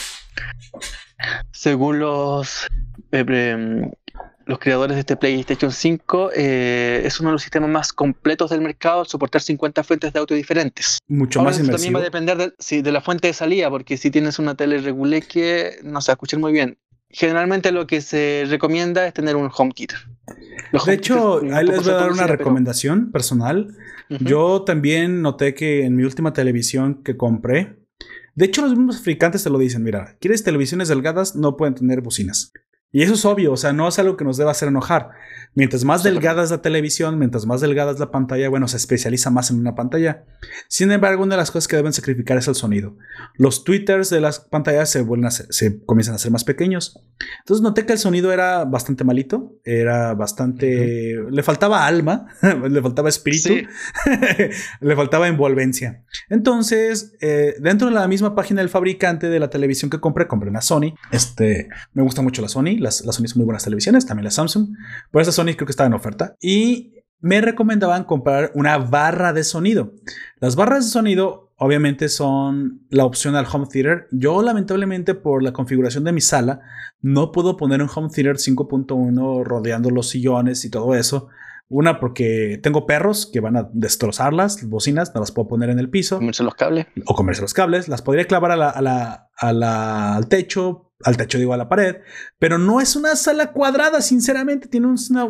Según los creadores de este PlayStation 5, es uno de los sistemas más completos del mercado al soportar 50 fuentes de audio diferentes. Mucho más inmersivo. También va a depender de la fuente de salida, porque si tienes una tele reguleque, no se va a escuchar muy bien. Generalmente lo que se recomienda es tener un home theater. De hecho, ahí les voy a dar una recomendación personal. Yo también noté que en mi última televisión que compré, de hecho los mismos fabricantes te lo dicen, mira, ¿quieres televisiones delgadas? No pueden tener bocinas. Y eso es obvio, o sea, no es algo que nos deba hacer enojar. Mientras más delgada es la televisión, mientras más delgada es la pantalla, bueno, se especializa más en una pantalla. Sin embargo, una de las cosas que deben sacrificar es el sonido. Los tweeters de las pantallas se comienzan a hacer más pequeños. Entonces noté que el sonido era bastante malito, era bastante... Le faltaba alma, le faltaba espíritu, sí. Le faltaba envolvencia. Entonces, dentro de la misma página del fabricante de la televisión que compré una Sony. Me gusta mucho la Sony. Las Sony son muy buenas televisiones, también la Samsung. Pero esa Sony creo que estaba en oferta. Y me recomendaban comprar una barra de sonido. Las barras de sonido obviamente son la opción al home theater. Yo lamentablemente por la configuración de mi sala no puedo poner un home theater 5.1 rodeando los sillones y todo eso. Una, porque tengo perros que van a destrozar las bocinas, no las puedo poner en el piso. Comerse los cables. O comerse los cables. Las podría clavar al techo. Al techo, digo, a la pared. Pero no es una sala cuadrada, sinceramente. Tiene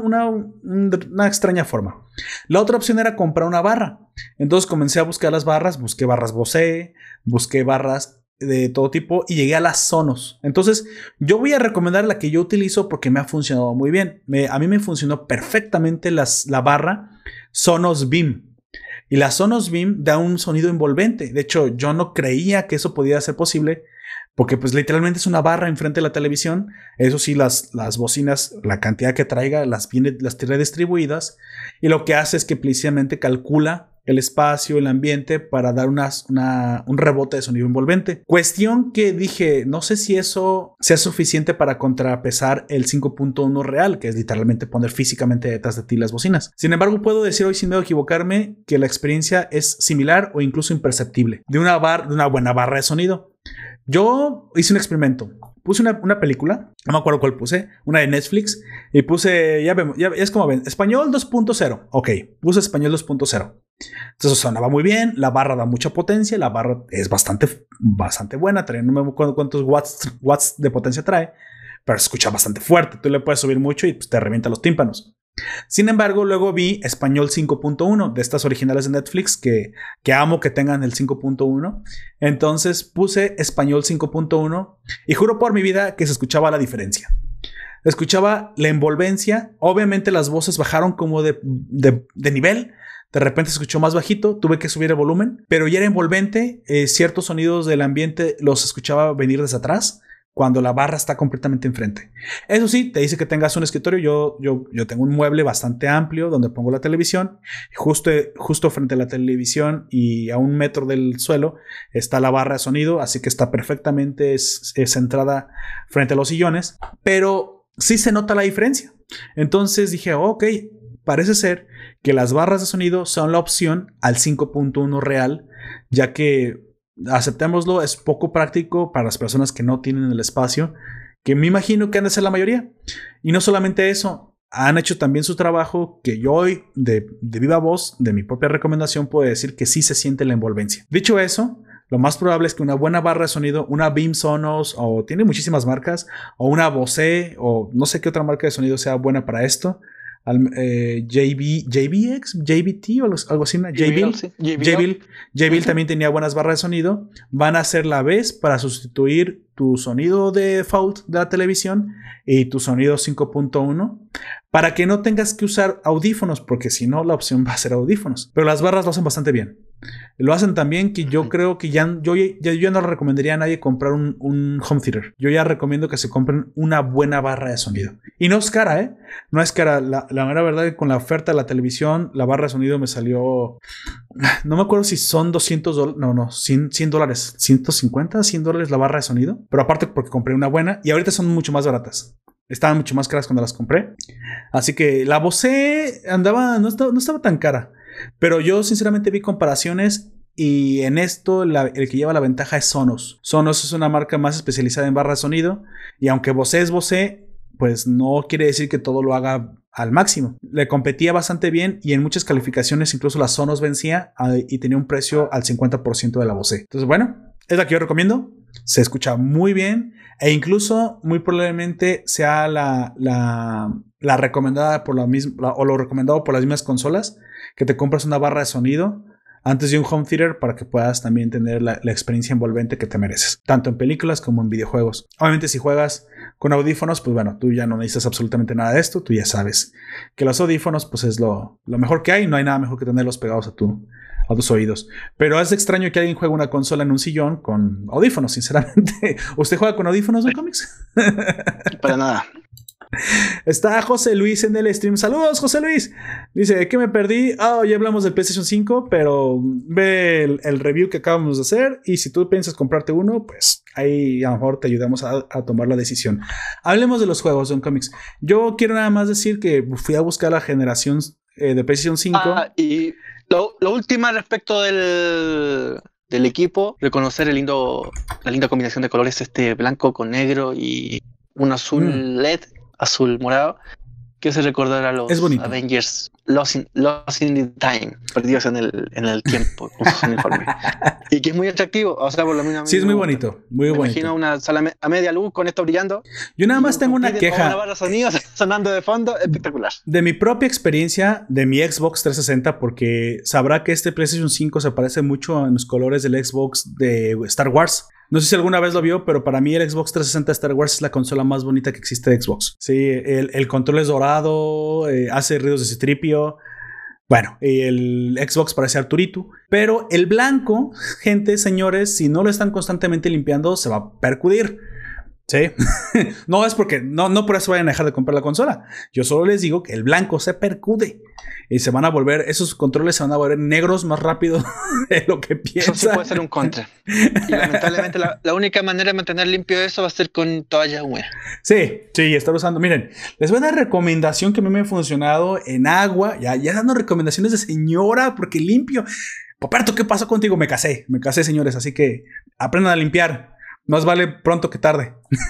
una extraña forma. La otra opción era comprar una barra. Entonces comencé a buscar las barras. Busqué barras Bose. Busqué barras de todo tipo. Y llegué a las Sonos. Entonces yo voy a recomendar la que yo utilizo porque me ha funcionado muy bien. A mí me funcionó perfectamente la barra Sonos Beam. Y la Sonos Beam da un sonido envolvente. De hecho, yo no creía que eso podía ser posible. Porque pues literalmente es una barra enfrente de la televisión. Eso sí, las bocinas, la cantidad que traiga, las tiene distribuidas. Y lo que hace es que precisamente calcula el espacio, el ambiente para dar un rebote de sonido envolvente. Cuestión que dije, no sé si eso sea suficiente para contrapesar el 5.1 real, que es literalmente poner físicamente detrás de ti las bocinas. Sin embargo, puedo decir hoy sin miedo a equivocarme que la experiencia es similar o incluso imperceptible de una buena barra de sonido. Yo hice un experimento. Puse una película, no me acuerdo cuál puse, una de Netflix, y puse, ya es como ven, español 2.0. Ok, puse español 2.0. Entonces sonaba muy bien, la barra da mucha potencia, la barra es bastante buena, no me acuerdo cuántos watts de potencia trae, pero se escucha bastante fuerte, tú le puedes subir mucho y pues, te revienta los tímpanos. Sin embargo, luego vi Español 5.1 de estas originales de Netflix que amo que tengan el 5.1. Entonces puse Español 5.1 y juro por mi vida que se escuchaba la diferencia. Escuchaba la envolvencia. Obviamente las voces bajaron como de nivel. De repente se escuchó más bajito. Tuve que subir el volumen, pero ya era envolvente. Ciertos sonidos del ambiente los escuchaba venir desde atrás cuando la barra está completamente enfrente. Eso sí, te dice que tengas un escritorio. Yo tengo un mueble bastante amplio donde pongo la televisión. Justo frente a la televisión y a 1 metro del suelo está la barra de sonido, así que está perfectamente centrada frente a los sillones. Pero sí se nota la diferencia. Entonces dije, ok, parece ser que las barras de sonido son la opción al 5.1 real, ya que aceptémoslo, es poco práctico para las personas que no tienen el espacio, que me imagino que han de ser la mayoría. Y no solamente eso, han hecho también su trabajo que yo hoy, de viva voz, de mi propia recomendación, puedo decir que sí se siente la envolvencia. Dicho eso, lo más probable es que una buena barra de sonido, una Beam Sonos, o tiene muchísimas marcas, o una Bose, o no sé qué otra marca de sonido sea buena para esto, JBX, JBT o algo así, JBL también tenía buenas barras de sonido. Van a ser la vez para sustituir tu sonido de default de la televisión y tu sonido 5.1 para que no tengas que usar audífonos, porque si no la opción va a ser audífonos. Pero las barras lo hacen bastante bien. Lo hacen tan bien que yo creo que yo no le recomendaría a nadie comprar un home theater. Yo ya recomiendo que se compren una buena barra de sonido. Y no es cara, ¿eh? No es cara. La mera verdad es que con la oferta de la televisión, la barra de sonido me salió... No me acuerdo si son $200... No, $100. $150, $100 la barra de sonido. Pero aparte porque compré una buena y ahorita son mucho más baratas. Estaban mucho más caras cuando las compré. Así que la Bose no estaba tan cara. Pero yo sinceramente vi comparaciones y en esto el que lleva la ventaja es Sonos. Sonos es una marca más especializada en barras de sonido y aunque Bose es Bose, pues no quiere decir que todo lo haga al máximo. Le competía bastante bien y en muchas calificaciones incluso la Sonos vencía y tenía un precio al 50% de la Bose. Entonces bueno, es la que yo recomiendo. Se escucha muy bien e incluso muy probablemente sea la recomendada por la misma o lo recomendado por las mismas consolas, que te compras una barra de sonido antes de un home theater para que puedas también tener la experiencia envolvente que te mereces, tanto en películas como en videojuegos. Obviamente si juegas con audífonos, pues bueno, tú ya no necesitas absolutamente nada de esto, tú ya sabes que los audífonos pues es lo mejor que hay, no hay nada mejor que tenerlos pegados a tus oídos. Pero es extraño que alguien juegue una consola en un sillón con audífonos, sinceramente. ¿Usted juega con audífonos de cómics? Para nada. Está José Luis en el stream. Saludos, José Luis. Dice, ¿qué me perdí? Ya hablamos del PlayStation 5, pero ve el review que acabamos de hacer y si tú piensas comprarte uno, pues ahí a lo mejor te ayudamos a tomar la decisión. Hablemos de los juegos de un cómics. Yo quiero nada más decir que fui a buscar la generación de PlayStation 5. Y lo último respecto del equipo, reconocer la linda combinación de colores, blanco con negro y un azul LED, azul morado, que se recordará a los Avengers Lost in Time, perdidos en el tiempo con sus uniformes. Y que es muy atractivo, o sea, por lo menos sí, es muy bonito, muy bonito. Imagino una sala a media luz con esto brillando. Yo nada más tengo una queja. Una barra de sonido sonando de fondo, espectacular. De mi propia experiencia de mi Xbox 360, porque sabrá que este PlayStation 5 se parece mucho en los colores del Xbox de Star Wars. No sé si alguna vez lo vio, pero para mí el Xbox 360 Star Wars es la consola más bonita que existe de Xbox. Sí, el control es dorado, hace ruidos de C-3PO. Bueno, el Xbox parece Arturito. Pero el blanco, gente, señores, si no lo están constantemente limpiando, se va a percudir. Sí. No es porque no por eso vayan a dejar de comprar la consola. Yo solo les digo que el blanco se percude y se van a volver, esos controles se van a volver negros más rápido de lo que piensan. Eso sí puede ser un contra. Y lamentablemente la única manera de mantener limpio eso va a ser con toalla húmeda. Sí, estar usando. Miren, les voy a dar recomendación que a mí me ha funcionado en agua. Ya dando recomendaciones de señora porque limpio. Poperto, ¿qué pasó contigo? Me casé, señores, así que aprendan a limpiar. Más vale pronto que tarde.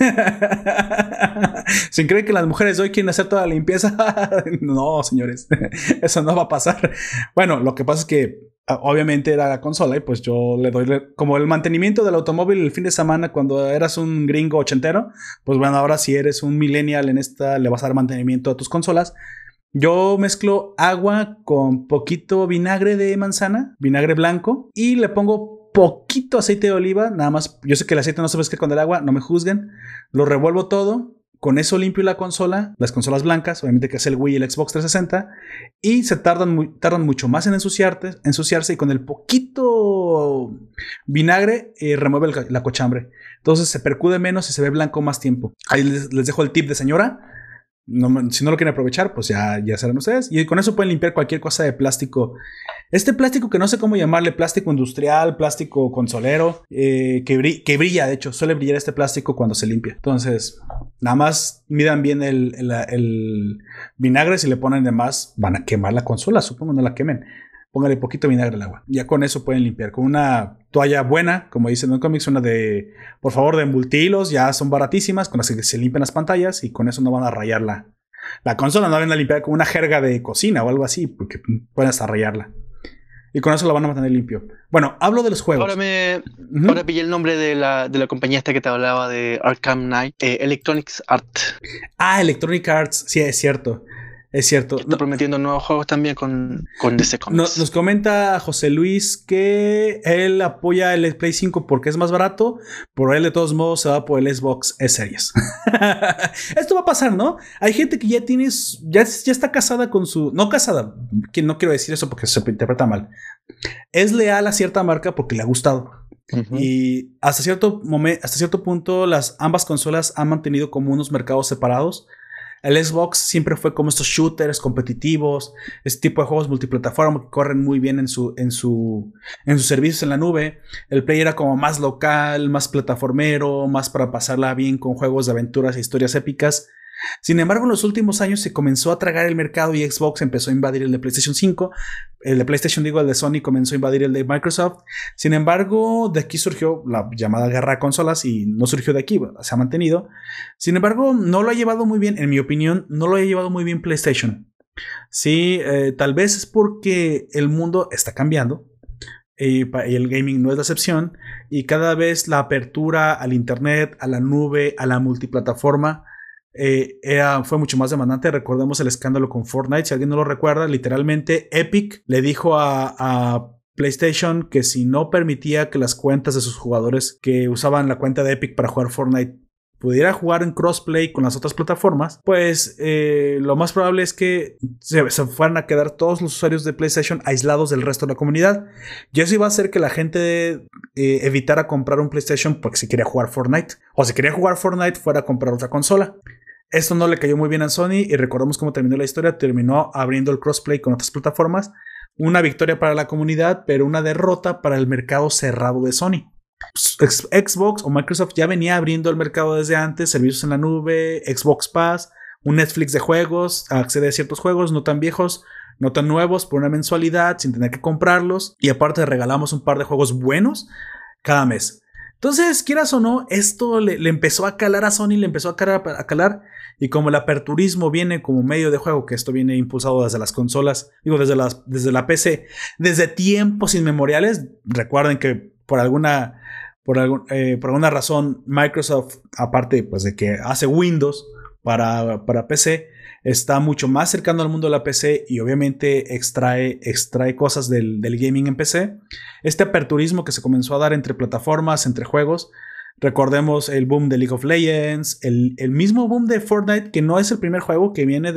Sin creer que las mujeres de hoy quieren hacer toda la limpieza. No, señores. Eso no va a pasar. Bueno, lo que pasa es que obviamente era la consola y pues yo le doy como el mantenimiento del automóvil el fin de semana cuando eras un gringo ochentero. Pues bueno, ahora si eres un millennial en esta le vas a dar mantenimiento a tus consolas. Yo mezclo agua con poquito vinagre de manzana, vinagre blanco, y le pongo poquito aceite de oliva, nada más. Yo sé que el aceite no se mezcla con el agua, no me juzguen. Lo revuelvo todo. Con eso limpio la consola, las consolas blancas, obviamente que es el Wii y el Xbox 360, y se tardan mucho más en ensuciarse y con el poquito vinagre remueve la cochambre. Entonces se percude menos y se ve blanco más tiempo. Ahí les dejo el tip de señora. No, si no lo quieren aprovechar, pues ya serán ustedes. Y con eso pueden limpiar cualquier cosa de plástico. Este plástico que no sé cómo llamarle, plástico industrial, plástico consolero, que brilla, de hecho, suele brillar este plástico cuando se limpia. Entonces, nada más midan bien el vinagre. Si le ponen de más, van a quemar la consola, supongo, no la quemen. Póngale poquito vinagre al agua. Ya con eso pueden limpiar. Con una toalla buena, como dicen en cómics, una de, por favor, de multihilos, ya son baratísimas, con las que se limpian las pantallas y con eso no van a rayar la consola. No van a limpiar con una jerga de cocina o algo así, porque pueden hasta rayarla. Y con eso lo van a mantener limpio. Bueno, hablo de los juegos. Ahora pillé el nombre de la compañía esta que te hablaba de Arkham Knight, Electronic Arts. Ah, Electronic Arts, sí, es cierto. Es cierto. Está prometiendo nuevos juegos también con DC Comics. Nos comenta José Luis que él apoya el Play 5 porque es más barato, pero él de todos modos se va por el Xbox S-Series. Esto va a pasar, ¿no? Hay gente que ya está casada con su... No casada, que no quiero decir eso porque se interpreta mal. Es leal a cierta marca porque le ha gustado. Uh-huh. Y hasta cierto punto ambas consolas han mantenido como unos mercados separados. El Xbox siempre fue como estos shooters competitivos, este tipo de juegos multiplataforma que corren muy bien en sus servicios en la nube. El Play era como más local, más plataformero, más para pasarla bien con juegos de aventuras e historias épicas. Sin embargo, en los últimos años se comenzó a tragar el mercado y Xbox empezó a invadir el de PlayStation 5. El de PlayStation, el de Sony comenzó a invadir el de Microsoft. Sin embargo, de aquí surgió la llamada guerra de consolas y no surgió de aquí, se ha mantenido. Sin embargo, no lo ha llevado muy bien, en mi opinión, no lo ha llevado muy bien PlayStation. Sí, tal vez es porque el mundo está cambiando. Y el gaming no es la excepción. Y cada vez la apertura al internet, a la nube, a la multiplataforma fue mucho más demandante. Recordemos el escándalo con Fortnite. Si alguien no lo recuerda, literalmente Epic le dijo a PlayStation que si no permitía que las cuentas de sus jugadores que usaban la cuenta de Epic para jugar Fortnite pudiera jugar en crossplay con las otras plataformas, pues lo más probable es que se fueran a quedar todos los usuarios de PlayStation aislados del resto de la comunidad. Y eso iba a hacer que la gente evitara comprar un PlayStation porque si quería jugar Fortnite, o si quería jugar Fortnite fuera a comprar otra consola. Esto no le cayó muy bien a Sony y recordamos cómo terminó la historia. Terminó abriendo el crossplay con otras plataformas. Una victoria para la comunidad, pero una derrota para el mercado cerrado de Sony. Xbox o Microsoft ya venía abriendo el mercado desde antes, servicios en la nube, Xbox Pass, un Netflix de juegos, accede a ciertos juegos no tan viejos, no tan nuevos, por una mensualidad sin tener que comprarlos, y aparte regalamos un par de juegos buenos cada mes. Entonces, quieras o no, esto le empezó a calar a Sony, le empezó a calar, y como el aperturismo viene como medio de juego, que esto viene impulsado desde las consolas, desde la PC, desde tiempos inmemoriales. Recuerden que por alguna razón Microsoft, aparte pues de que hace Windows para PC, está mucho más cercano al mundo de la PC y obviamente extrae cosas del gaming en PC. Este aperturismo que se comenzó a dar entre plataformas, entre juegos. Recordemos el boom de League of Legends, el mismo boom de Fortnite, que no es el primer juego que viene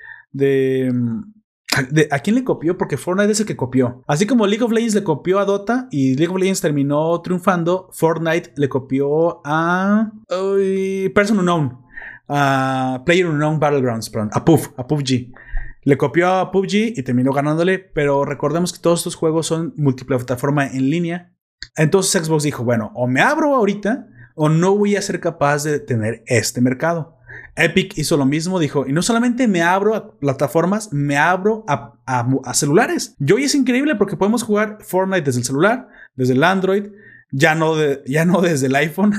¿a quién le copió? Porque Fortnite es el que copió. Así como League of Legends le copió a Dota y League of Legends terminó triunfando, Fortnite le copió a PlayerUnknown Battlegrounds, perdón, a PUBG. Le copió a PUBG y terminó ganándole, pero recordemos que todos estos juegos son multiplataforma en línea. Entonces Xbox dijo, bueno, o me abro ahorita o no voy a ser capaz de tener este mercado. Epic hizo lo mismo, dijo, y no solamente me abro a plataformas, me abro a celulares. Y hoy es increíble porque podemos jugar Fortnite desde el celular, desde el Android, Ya no desde el iPhone.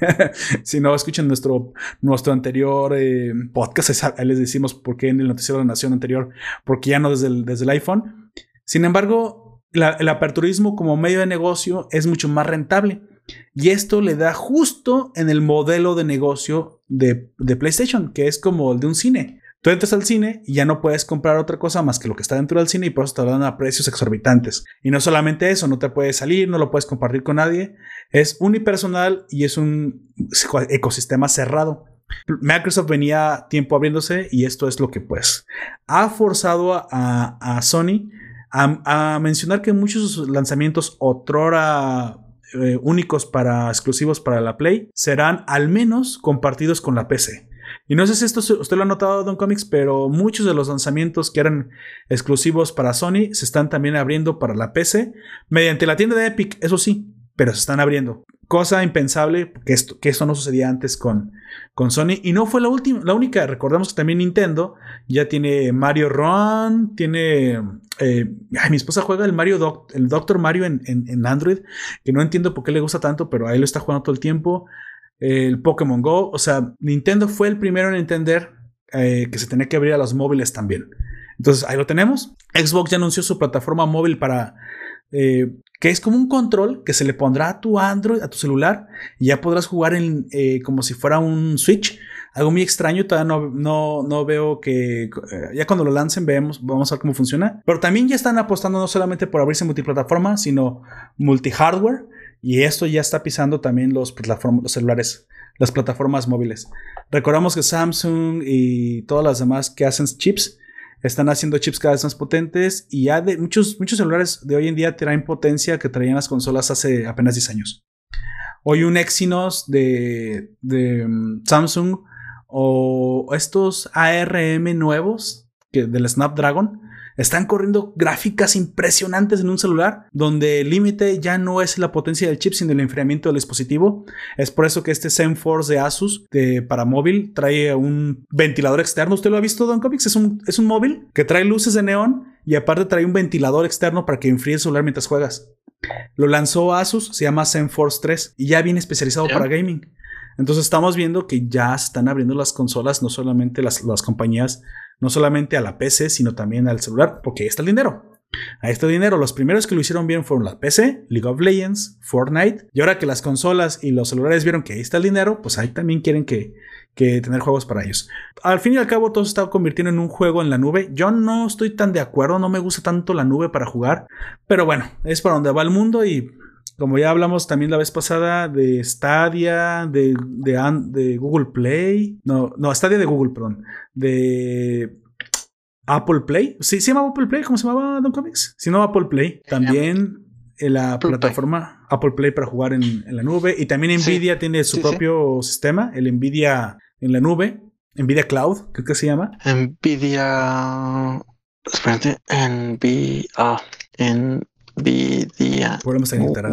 Si no, escuchen nuestro anterior podcast. Ahí les decimos por qué en el Noticiero de la Nación anterior, porque ya no desde el iPhone. Sin embargo, el aperturismo como medio de negocio es mucho más rentable. Y esto le da justo en el modelo de negocio de PlayStation, que es como el de un cine. Tú entras al cine y ya no puedes comprar otra cosa más que lo que está dentro del cine y por eso te lo dan a precios exorbitantes. Y no solamente eso, no te puedes salir, no lo puedes compartir con nadie. Es unipersonal y es un ecosistema cerrado. Microsoft venía tiempo abriéndose y esto es lo que pues ha forzado a Sony a mencionar que muchos lanzamientos otrora únicos exclusivos para la Play serán al menos compartidos con la PC. Y no sé si esto usted lo ha notado, Don Comics, pero muchos de los lanzamientos que eran exclusivos para Sony se están también abriendo para la PC mediante la tienda de Epic, eso sí, pero se están abriendo. Cosa impensable, que esto no sucedía antes con Sony. Y no fue la única. Recordamos que también Nintendo ya tiene Mario Run, tiene... mi esposa juega el Dr. Mario en Android, que no entiendo por qué le gusta tanto, pero ahí lo está jugando todo el tiempo. El Pokémon Go, o sea, Nintendo fue el primero en entender que se tenía que abrir a los móviles también. Entonces ahí lo tenemos. Xbox ya anunció su plataforma móvil para que es como un control que se le pondrá a tu Android, a tu celular, y ya podrás jugar como si fuera un Switch. Algo muy extraño, todavía no veo que... ya cuando lo lancen vamos a ver cómo funciona. Pero también ya están apostando no solamente por abrirse multiplataforma, sino multi-hardware. Y esto ya está pisando también los celulares, las plataformas móviles. Recordamos que Samsung y todas las demás que hacen chips están haciendo chips cada vez más potentes. Y ya muchos celulares de hoy en día traen potencia que traían las consolas hace apenas 10 años. Hoy un Exynos de Samsung o estos ARM nuevos del Snapdragon están corriendo gráficas impresionantes en un celular donde el límite ya no es la potencia del chip sino el enfriamiento del dispositivo. Es por eso que este ZenForce de Asus para móvil trae un ventilador externo. ¿Usted lo ha visto, Don Comics? Es un móvil que trae luces de neón y aparte trae un ventilador externo para que enfríe el celular mientras juegas. Lo lanzó Asus, se llama ZenForce 3 y ya viene especializado para gaming. Entonces estamos viendo que ya se están abriendo las consolas, no solamente las compañías, no solamente a la PC, sino también al celular, porque ahí está el dinero. Ahí está el dinero. Los primeros que lo hicieron bien fueron la PC, League of Legends, Fortnite. Y ahora que las consolas y los celulares vieron que ahí está el dinero, pues ahí también quieren que tener juegos para ellos. Al fin y al cabo, todo se está convirtiendo en un juego en la nube. Yo no estoy tan de acuerdo, no me gusta tanto la nube para jugar. Pero bueno, es para donde va el mundo y... Como ya hablamos también la vez pasada de Stadia, de Google Play. No, Stadia de Google, perdón. De Apple Play. ¿Sí se llama Apple Play? ¿Cómo se llamaba, Don Comics? Si no, Apple Play. También en la plataforma Apple Play para jugar en la nube. Y también Nvidia tiene su propio sistema, el Nvidia en la nube. Nvidia Cloud, creo que se llama. Nvidia... Espérate. Volvemos a gritar.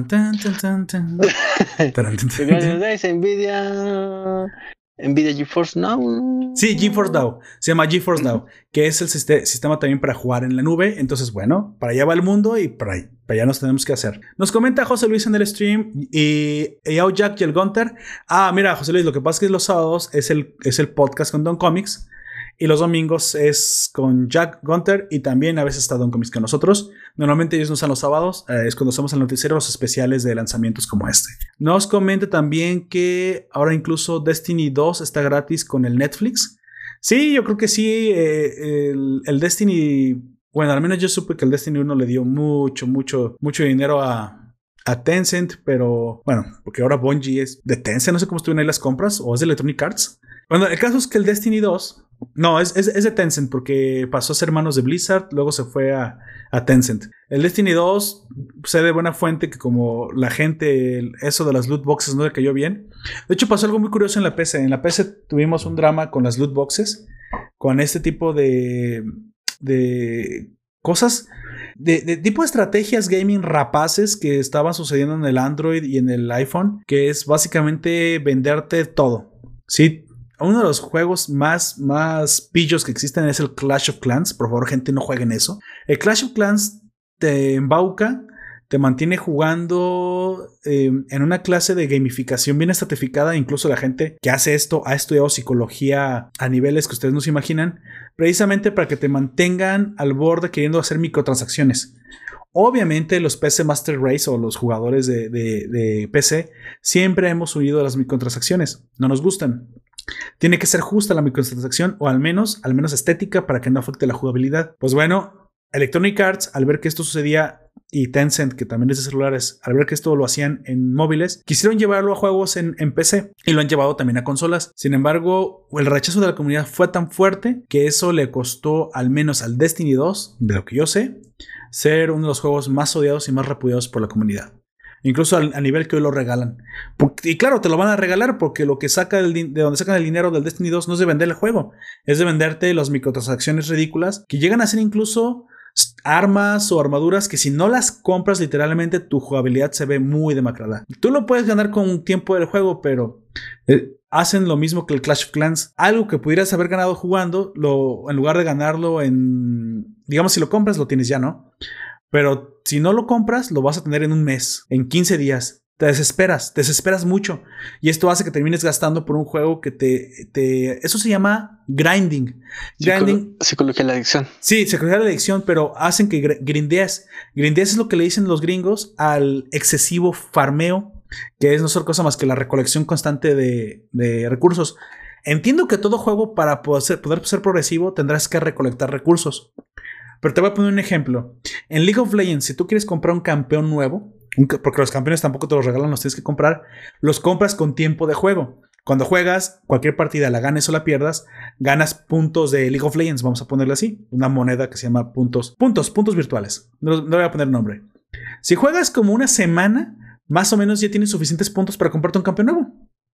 Nvidia GeForce Now. Sí, GeForce Now. Se llama GeForce Now, que es el sistema también para jugar en la nube. Entonces, bueno, para allá va el mundo y para allá nos tenemos que hacer. Nos comenta José Luis en el stream y Yao Jack y el Gunter. Mira, José Luis, lo que pasa es que los sábados es el podcast con Don Comics. Y los domingos es con Jack Gunter y también a veces está Don Comics con nosotros. Normalmente ellos no están los sábados, es cuando hacemos el noticiero, los especiales de lanzamientos como este. Nos comenta también que ahora incluso Destiny 2 está gratis con el Netflix. Sí, yo creo que sí. El Destiny, bueno, al menos yo supe que el Destiny 1 le dio mucho dinero a Tencent, pero bueno, porque ahora Bungie es de Tencent, no sé cómo estuvieron ahí las compras, o es de Electronic Arts. Bueno, el caso es que el Destiny 2... No, es de Tencent porque pasó a ser manos de Blizzard, luego se fue a Tencent. El Destiny 2 sé de buena fuente que como la gente, eso de las loot boxes no le cayó bien. De hecho pasó algo muy curioso en la PC. En la PC tuvimos un drama con las loot boxes, con este tipo de cosas, de tipo de estrategias gaming rapaces que estaban sucediendo en el Android y en el iPhone, que es básicamente venderte todo. Sí. Uno de los juegos más pillos que existen es el Clash of Clans. Por favor, gente, no jueguen eso. El Clash of Clans te embauca te mantiene jugando en una clase de gamificación bien estratificada. Incluso la gente que hace esto ha estudiado psicología a niveles que ustedes no se imaginan, precisamente para que te mantengan al borde queriendo hacer microtransacciones. Obviamente los PC Master Race o los jugadores de PC siempre hemos huido de las microtransacciones. No nos gustan. Tiene que ser justa la microtransacción o al menos estética para que no afecte la jugabilidad. Pues bueno, Electronic Arts, al ver que esto sucedía, y Tencent, que también es de celulares, al ver que esto lo hacían en móviles, quisieron llevarlo a juegos en PC y lo han llevado también a consolas. Sin embargo, el rechazo de la comunidad fue tan fuerte que eso le costó al menos al Destiny 2, de lo que yo sé, ser uno de los juegos más odiados y más repudiados por la comunidad. Incluso a nivel que hoy lo regalan. Y claro, te lo van a regalar porque lo que saca de donde sacan el dinero del Destiny 2 no es de vender el juego, es de venderte las microtransacciones ridículas que llegan a ser incluso armas o armaduras que si no las compras literalmente tu jugabilidad se ve muy demacrada. Tú lo puedes ganar con un tiempo del juego, pero hacen lo mismo que el Clash of Clans. Algo que pudieras haber ganado jugando, en lugar de ganarlo en... Digamos, si lo compras, lo tienes ya, ¿no? Pero si no lo compras, lo vas a tener en un mes, en 15 días. Te desesperas mucho. Y esto hace que termines gastando por un juego que eso se llama grinding. Psicología de la adicción. Sí, psicología de la adicción, pero hacen que grindees. Grindees es lo que le dicen los gringos al excesivo farmeo, que es no ser cosa más que la recolección constante de recursos. Entiendo que todo juego, para poder ser progresivo, tendrás que recolectar recursos. Pero te voy a poner un ejemplo. En League of Legends, si tú quieres comprar un campeón nuevo, porque los campeones tampoco te los regalan, los tienes que comprar, los compras con tiempo de juego. Cuando juegas, cualquier partida, la ganes o la pierdas, ganas puntos de League of Legends, vamos a ponerle así, una moneda que se llama puntos virtuales. No voy a poner nombre. Si juegas como una semana, más o menos ya tienes suficientes puntos para comprarte un campeón nuevo.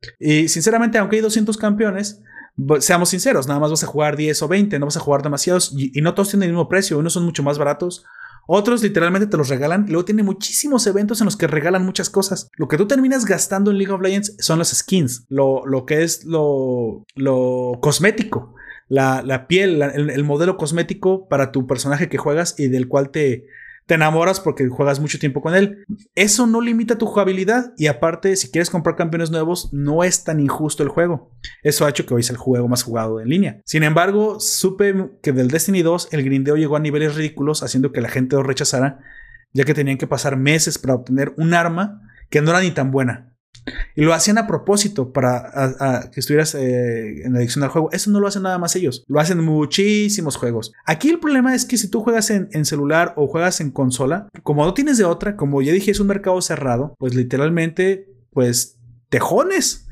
Y sinceramente, aunque hay 200 campeones, seamos sinceros, nada más vas a jugar 10 o 20, no vas a jugar demasiados y no todos tienen el mismo precio, unos son mucho más baratos, otros literalmente te los regalan, luego tiene muchísimos eventos en los que regalan muchas cosas. Lo que tú terminas gastando en League of Legends son las skins, lo que es lo cosmético, la piel, el modelo cosmético para tu personaje que juegas y del cual te enamoras porque juegas mucho tiempo con él. Eso no limita tu jugabilidad y aparte, si quieres comprar campeones nuevos, no es tan injusto el juego. Eso ha hecho que hoy sea el juego más jugado en línea. Sin embargo, supe que del Destiny 2 el grindeo llegó a niveles ridículos, haciendo que la gente lo rechazara, ya que tenían que pasar meses para obtener un arma que no era ni tan buena. Y lo hacían a propósito para que estuvieras en la adicción al juego. Eso no lo hacen nada más ellos, lo hacen muchísimos juegos. Aquí el problema es que si tú juegas en celular o juegas en consola, como no tienes de otra, como ya dije, es un mercado cerrado, pues literalmente pues te jodes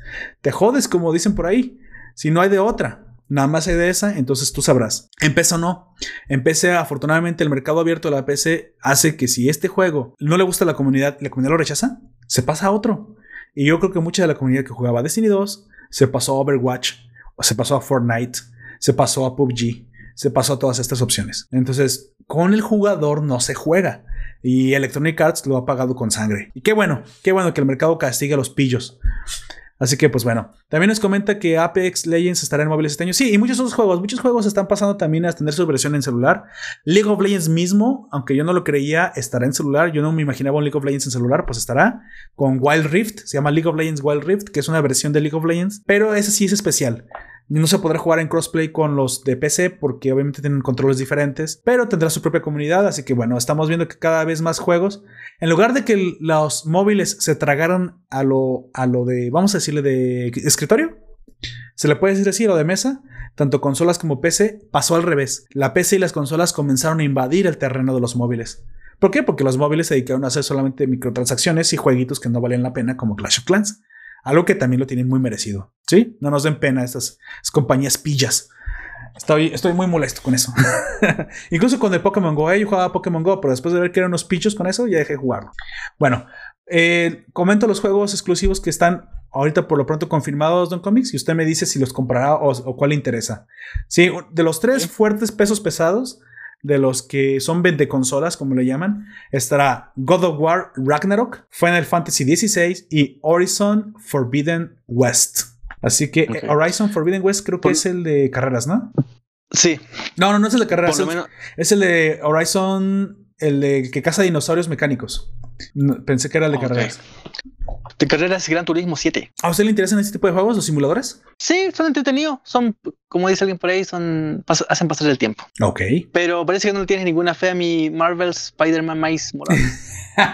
como dicen por ahí. Si no hay de otra, nada más hay de esa, entonces tú sabrás. En PC no. En PC, afortunadamente, el mercado abierto de la PC hace que si este juego no le gusta a la comunidad y la comunidad lo rechaza, se pasa a otro. Y yo creo que mucha de la comunidad que jugaba Destiny 2 se pasó a Overwatch, o se pasó a Fortnite, se pasó a PUBG, se pasó a todas estas opciones. Entonces, con el jugador no se juega. Y Electronic Arts lo ha pagado con sangre. Y qué bueno que el mercado castigue a los pillos. Así que pues bueno, también nos comenta que Apex Legends estará en móviles este año. Sí, y muchos juegos están pasando también a tener su versión en celular. League of Legends mismo, aunque yo no lo creía, estará en celular. Yo no me imaginaba un League of Legends en celular, pues estará con Wild Rift. Se llama League of Legends Wild Rift, que es una versión de League of Legends, pero ese sí es especial. No se podrá jugar en crossplay con los de PC porque obviamente tienen controles diferentes, pero tendrá su propia comunidad, así que bueno, estamos viendo que cada vez más juegos, en lugar de que los móviles se tragaran a lo de, vamos a decirle, de escritorio, se le puede decir así, lo de mesa, tanto consolas como PC, pasó al revés. La PC y las consolas comenzaron a invadir el terreno de los móviles. ¿Por qué? Porque los móviles se dedicaron a hacer solamente microtransacciones y jueguitos que no valían la pena, como Clash of Clans. Algo que también lo tienen muy merecido. ¿Sí? No nos den pena estas compañías pillas. Estoy muy molesto con eso. Incluso con el Pokémon Go. Yo jugaba Pokémon Go, pero después de ver que eran unos pillos con eso, ya dejé de jugarlo. Bueno, comento los juegos exclusivos que están ahorita por lo pronto confirmados, Don Comics, y usted me dice si los comprará o cuál le interesa. Sí, de los tres fuertes pesos pesados, de los que son vendeconsolas, como le llaman, estará God of War Ragnarok, Final Fantasy XVI y Horizon Forbidden West. Así que okay. Horizon Forbidden West creo que es el de carreras, ¿no? Sí. No es el de carreras. Es el de Horizon, el de que caza dinosaurios mecánicos. Pensé que era el de carreras. De carreras Gran Turismo 7. ¿A usted le interesan este tipo de juegos, los simuladores? Sí, son entretenidos. Son, como dice alguien por ahí, hacen pasar el tiempo. Ok. Pero parece que no le tienes ninguna fe a mi Marvel Spider-Man Miles Morales.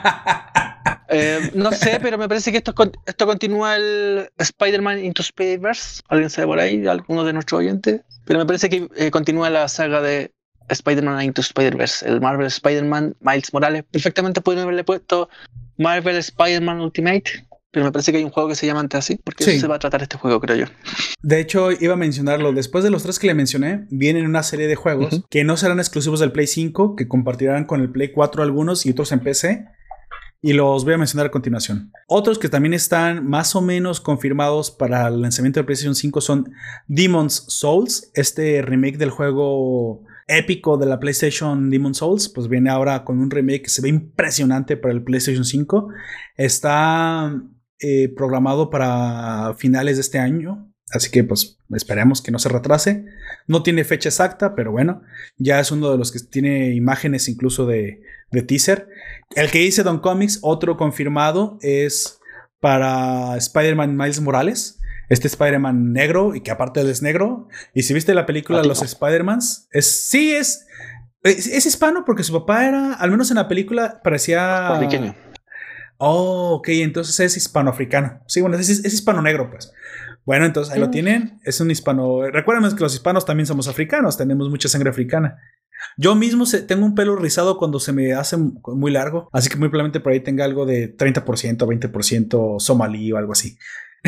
No sé, pero me parece que esto continúa el Spider-Man Into Spider-Verse. ¿Alguien sabe por ahí? ¿Alguno de nuestros oyentes? Pero me parece que continúa la saga de Spider-Man Into Spider-Verse. El Marvel Spider-Man Miles Morales. Perfectamente pueden haberle puesto Marvel Spider-Man Ultimate. Pero me parece que hay un juego que se llama antes así, porque eso se va a tratar este juego, creo yo. De hecho, iba a mencionarlo. Después de los 3 que le mencioné, vienen una serie de juegos que no serán exclusivos del Play 5, que compartirán con el Play 4 algunos y otros en PC. Y los voy a mencionar a continuación. Otros que también están más o menos confirmados para el lanzamiento de PlayStation 5 son Demon's Souls, este remake del juego épico de la PlayStation Demon's Souls, pues viene ahora con un remake que se ve impresionante para el PlayStation 5. Está programado para finales de este año, así que pues esperemos que no se retrase. No tiene fecha exacta, pero bueno, ya es uno de los que tiene imágenes incluso de teaser. El que dice Don Comics, otro confirmado, es para Spider-Man Miles Morales. Este Spider-Man negro, y que aparte él es negro. Y si viste la película Los Spider-Mans, es hispano porque su papá era, al menos en la película, parecía... pequeño. Oh, ok, entonces es hispanoafricano. Sí, bueno, es hispano-negro, pues. Bueno, entonces ahí lo tienen. Es un hispano... Recuerden que los hispanos también somos africanos, tenemos mucha sangre africana. Yo mismo tengo un pelo rizado cuando se me hace muy largo, así que muy probablemente por ahí tenga algo de 30%, 20% somalí o algo así.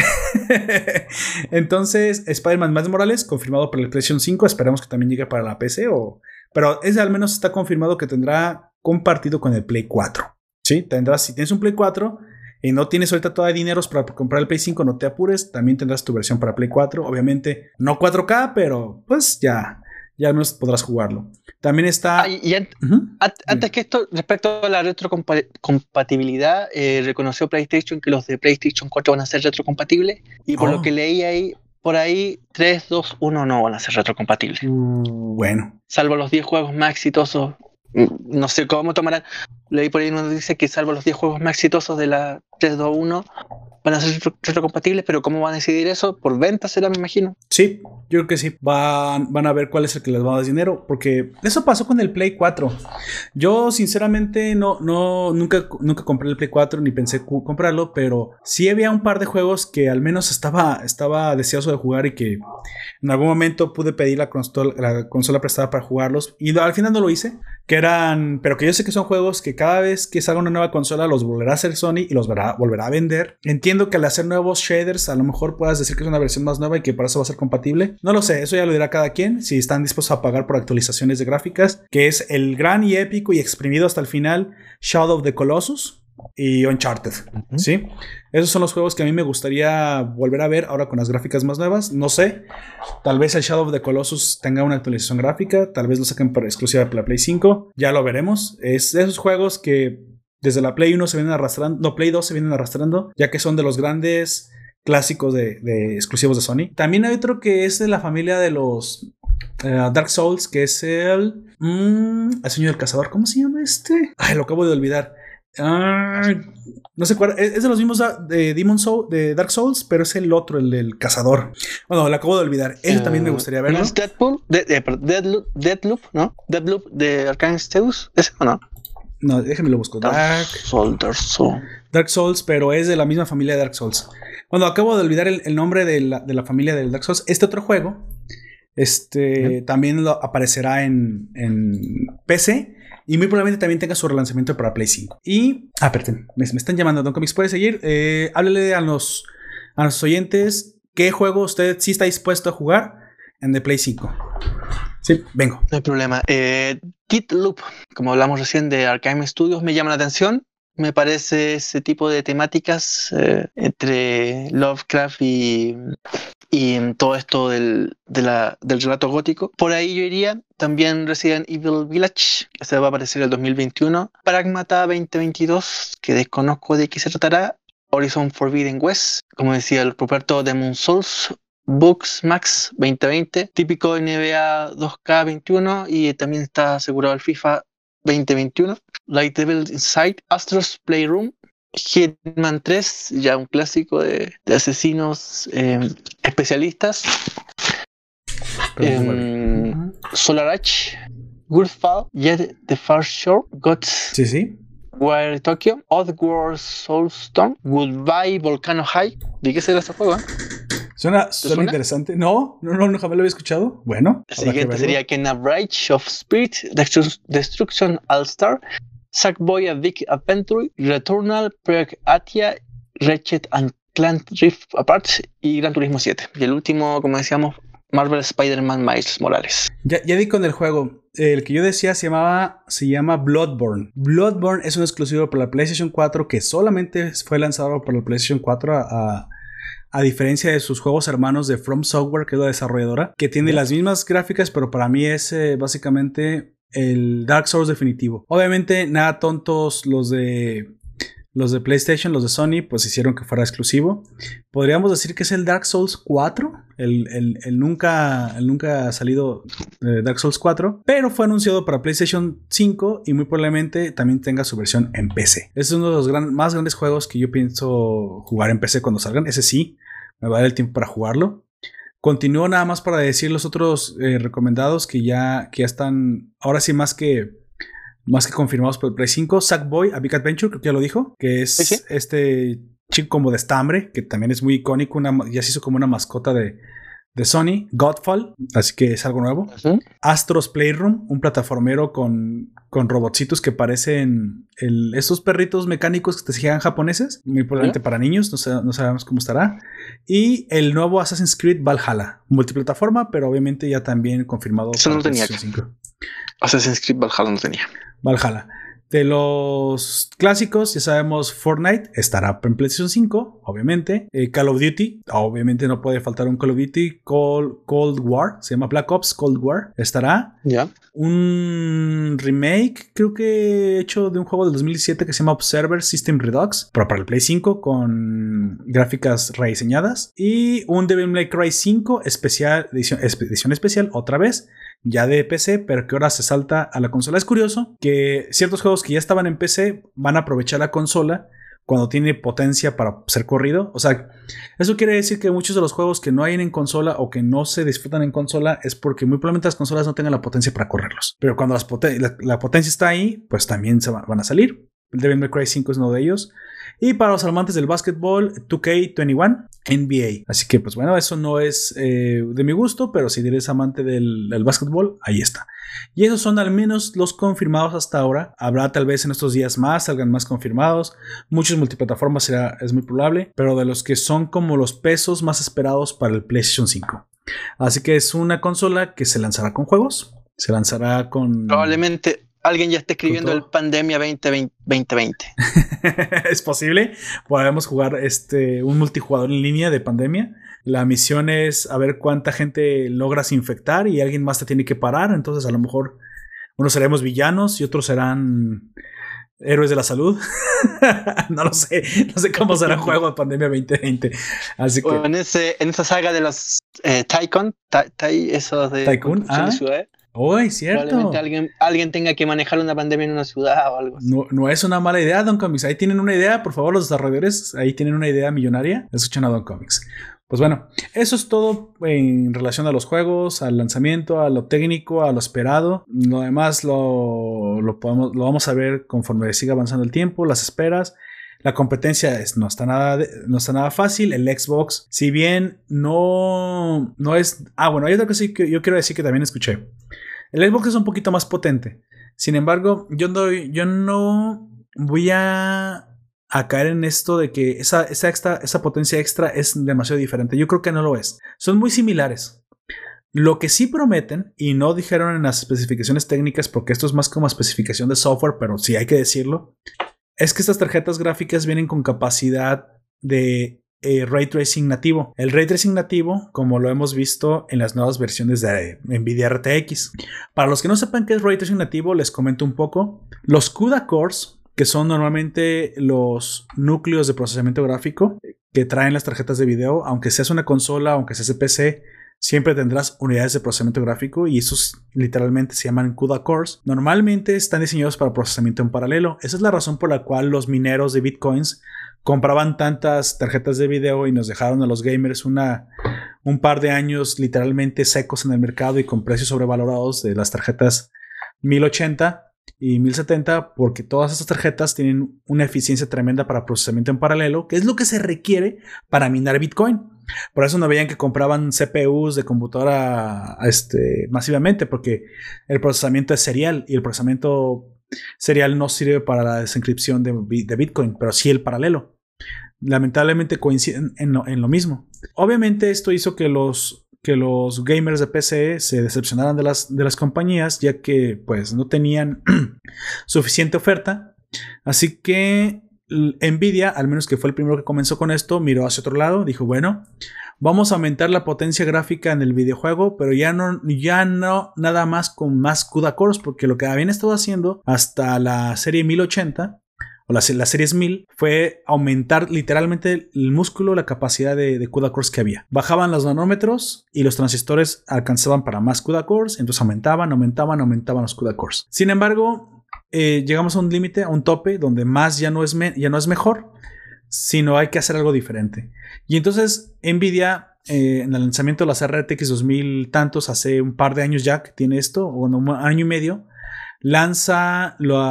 Entonces, Spider-Man Miles Morales, confirmado para el PlayStation 5, esperamos que también llegue para la PC, pero ese al menos está confirmado que tendrá compartido con el Play 4. ¿Sí? Si tienes un Play 4 y no tienes ahorita todavía dineros para comprar el Play 5, no te apures, también tendrás tu versión para Play 4. Obviamente no 4K, pero pues ya al menos podrás jugarlo. También está... Antes que esto, respecto a la retrocompatibilidad, reconoció PlayStation que los de PlayStation 4 van a ser retrocompatibles, y por lo que leí ahí, por ahí 3, 2, 1 no van a ser retrocompatibles. Bueno. Salvo los 10 juegos más exitosos. No sé cómo tomarán. Leí por ahí uno dice que salvo los 10 juegos más exitosos de la 3, 2, 1 van a ser retrocompatibles, pero ¿cómo van a decidir eso? ¿Por venta será, me imagino? Sí, yo creo que sí. Van a ver cuál es el que les va a dar dinero, porque eso pasó con el Play 4. Yo sinceramente nunca compré el Play 4 ni pensé comprarlo, pero sí había un par de juegos que al menos estaba deseoso de jugar y que en algún momento pude pedir la consola prestada para jugarlos, y al final no lo hice, pero que yo sé que son juegos que cada vez que salga una nueva consola los volverá a hacer Sony y los volverá a vender. Entiendo que al hacer nuevos shaders a lo mejor puedas decir que es una versión más nueva y que por eso va a ser compatible. No lo sé, eso ya lo dirá cada quien, si están dispuestos a pagar por actualizaciones de gráficas, que es el gran y épico y exprimido hasta el final Shadow of the Colossus y Uncharted. ¿Sí? Esos son los juegos que a mí me gustaría volver a ver ahora con las gráficas más nuevas. No sé, tal vez el Shadow of the Colossus tenga una actualización gráfica, tal vez lo saquen para exclusiva para la Play 5, ya lo veremos. Es de esos juegos que desde la Play 1 se vienen arrastrando, no, Play 2 se vienen arrastrando, ya que son de los grandes clásicos de exclusivos de Sony. También hay otro que es de la familia de los Dark Souls, que es el Sueño del Cazador. ¿Cómo se llama este? Ay, lo acabo de olvidar. No sé cuál. Es de los mismos de Demon's Souls, de Dark Souls, pero es el otro, el del cazador. Bueno, lo acabo de olvidar. Ese también me gustaría verlo. ¿No es Deadloop, ¿no? Deadloop de Arcane Studios, ¿ese o no? No, déjenme lo busco. Dark Souls, pero es de la misma familia de Dark Souls. Bueno, acabo de olvidar el nombre de la familia del Dark Souls. Este otro juego también aparecerá en PC y muy probablemente también tenga su relanzamiento para Play 5. Y, perdón, me están llamando. Don Comics, ¿puede seguir? Háblele a los oyentes qué juego usted sí está dispuesto a jugar en The Play 5. Sí, vengo. No hay problema. Deadloop, como hablamos recién de Arcane Studios, me llama la atención. Me parece ese tipo de temáticas entre Lovecraft y todo esto del relato gótico. Por ahí yo iría. También Resident Evil Village, que se va a aparecer en el 2021. Pragmata 2022, que desconozco de qué se tratará. Horizon Forbidden West, como decía el Roberto, Demon's Souls, Bugs Max 2020, típico NBA 2K21, y también está asegurado el FIFA 2021, Like Devil Inside, Astro's Playroom, Hitman 3, ya un clásico de asesinos especialistas, Solar Edge, Goodfall, Yet the Far Shore, Gods, Wire Tokyo, Oddworld Soulstorm, Goodbye Volcano High. ¿De qué será este juego? Suena interesante. No, jamás lo había escuchado. Bueno, el siguiente sería Kena Bridge of Spirit, Destruction All-Star, Sackboy: A Big Adventure, Returnal, Project Atia, Ratchet and Clank Rift Apart y Gran Turismo 7. Y el último, como decíamos, Marvel Spider-Man Miles Morales. Ya di con el juego. El que yo decía se llama Bloodborne. Bloodborne es un exclusivo para la PlayStation 4 que solamente fue lanzado para la PlayStation 4 a diferencia de sus juegos hermanos de From Software, que es la desarrolladora, que tiene las mismas gráficas, pero para mí es básicamente el Dark Souls definitivo. Obviamente nada tontos los de PlayStation, los de Sony, pues hicieron que fuera exclusivo. Podríamos decir que es el Dark Souls 4, el nunca ha salido Dark Souls 4, pero fue anunciado para PlayStation 5 y muy probablemente también tenga su versión en PC. Es uno de los más grandes juegos que yo pienso jugar en PC cuando salgan. Ese sí, me va a dar el tiempo para jugarlo. Continúo nada más para decir los otros recomendados que ya están, ahora sí más que confirmados por el Play 5. Sackboy: A Big Adventure, creo que ya lo dijo, que es este chico como de estambre, que también es muy icónico, ya se hizo como una mascota de Sony. Godfall, así que es algo nuevo. Astro's Playroom, un plataformero con robotcitos que parecen estos perritos mecánicos que te fijan japoneses, muy probablemente para niños, no sabemos cómo estará. Y el nuevo Assassin's Creed Valhalla, multiplataforma, pero obviamente ya también confirmado. Eso no tenía. Assassin's Creed Valhalla no tenía. Valhalla. De los clásicos, ya sabemos, Fortnite estará en PlayStation 5, obviamente. Call of Duty, obviamente no puede faltar un Call of Duty. Cold War, se llama Black Ops Cold War, estará. Un remake, creo que hecho de un juego del 2017 que se llama Observer System Redux, pero para el Play 5 con gráficas rediseñadas. Y un Devil May Cry 5 edición especial, otra vez, ya de PC, pero que ahora se salta a la consola. Es curioso que ciertos juegos que ya estaban en PC van a aprovechar la consola cuando tiene potencia para ser corrido. O sea, eso quiere decir que muchos de los juegos que no hay en consola o que no se disfrutan en consola es porque muy probablemente las consolas no tengan la potencia para correrlos. Pero cuando la potencia está ahí, pues también van a salir. El Devil May Cry 5 es uno de ellos. Y para los amantes del básquetbol, 2K21 NBA. Así que pues bueno, eso no es de mi gusto, pero si eres amante del básquetbol, ahí está. Y esos son al menos los confirmados hasta ahora. Habrá tal vez en estos días más, salgan más confirmados. Muchos multiplataformas es muy probable, pero de los que son como los pesos más esperados para el PlayStation 5. Así que es una consola que se lanzará con juegos. Se lanzará con... Probablemente alguien ya está escribiendo el Pandemia 2020. Es posible. Podemos jugar un multijugador en línea de Pandemia. La misión es a ver cuánta gente logras infectar y alguien más te tiene que parar. Entonces a lo mejor unos seremos villanos y otros serán héroes de la salud. No lo sé. No sé cómo será el juego de Pandemia 2020. Así que... en esa saga de los Tycoon, esos de Tycoon, de ciudades. ¡Uy, cierto! Probablemente alguien tenga que manejar una pandemia en una ciudad o algo así. No es una mala idea, Don Comics. Ahí tienen una idea, por favor, los desarrolladores. Ahí tienen una idea millonaria. Escuchen a Don Comics. Pues bueno, eso es todo en relación a los juegos, al lanzamiento, a lo técnico, a lo esperado. Lo demás lo vamos a ver conforme siga avanzando el tiempo, las esperas. La competencia no está nada fácil. El Xbox, si bien no es... bueno, hay otra cosa que yo quiero decir que también escuché. El Xbox es un poquito más potente. Sin embargo, yo no voy a caer en esto de que esa potencia extra es demasiado diferente. Yo creo que no lo es. Son muy similares. Lo que sí prometen, y no dijeron en las especificaciones técnicas, porque esto es más como especificación de software, pero sí hay que decirlo, es que estas tarjetas gráficas vienen con capacidad de Ray Tracing nativo. El Ray Tracing nativo, como lo hemos visto en las nuevas versiones de NVIDIA RTX. Para los que no sepan qué es Ray Tracing nativo, les comento un poco. Los CUDA cores, que son normalmente los núcleos de procesamiento gráfico que traen las tarjetas de video, aunque seas una consola, aunque seas PC, siempre tendrás unidades de procesamiento gráfico y esos literalmente se llaman CUDA cores. Normalmente están diseñados para procesamiento en paralelo. Esa es la razón por la cual los mineros de bitcoins compraban tantas tarjetas de video y nos dejaron a los gamers un par de años literalmente secos en el mercado y con precios sobrevalorados de las tarjetas 1080 y 1070, porque todas estas tarjetas tienen una eficiencia tremenda para procesamiento en paralelo, que es lo que se requiere para minar Bitcoin. Por eso no veían que compraban CPUs de computadora masivamente, porque el procesamiento es serial y el procesamiento serial no sirve para la desencripción de Bitcoin, pero sí el paralelo. Lamentablemente coinciden en lo mismo. Obviamente esto hizo que los gamers de PC se decepcionaran de las compañías, ya que pues no tenían suficiente oferta. Así que Nvidia, al menos que fue el primero que comenzó con esto, miró hacia otro lado, dijo, bueno, vamos a aumentar la potencia gráfica en el videojuego, pero ya no nada más con más CUDA cores, porque lo que habían estado haciendo hasta la serie 1080 o las series 1000 fue aumentar literalmente el músculo, la capacidad de CUDA cores que había. Bajaban los nanómetros y los transistores alcanzaban para más CUDA cores, entonces aumentaban los CUDA cores. Sin embargo, llegamos a un límite, a un tope, donde más ya no es mejor, sino hay que hacer algo diferente. Y entonces Nvidia, en el lanzamiento de las RTX 2000 tantos, hace un par de años ya que tiene esto, o un año y medio, lanza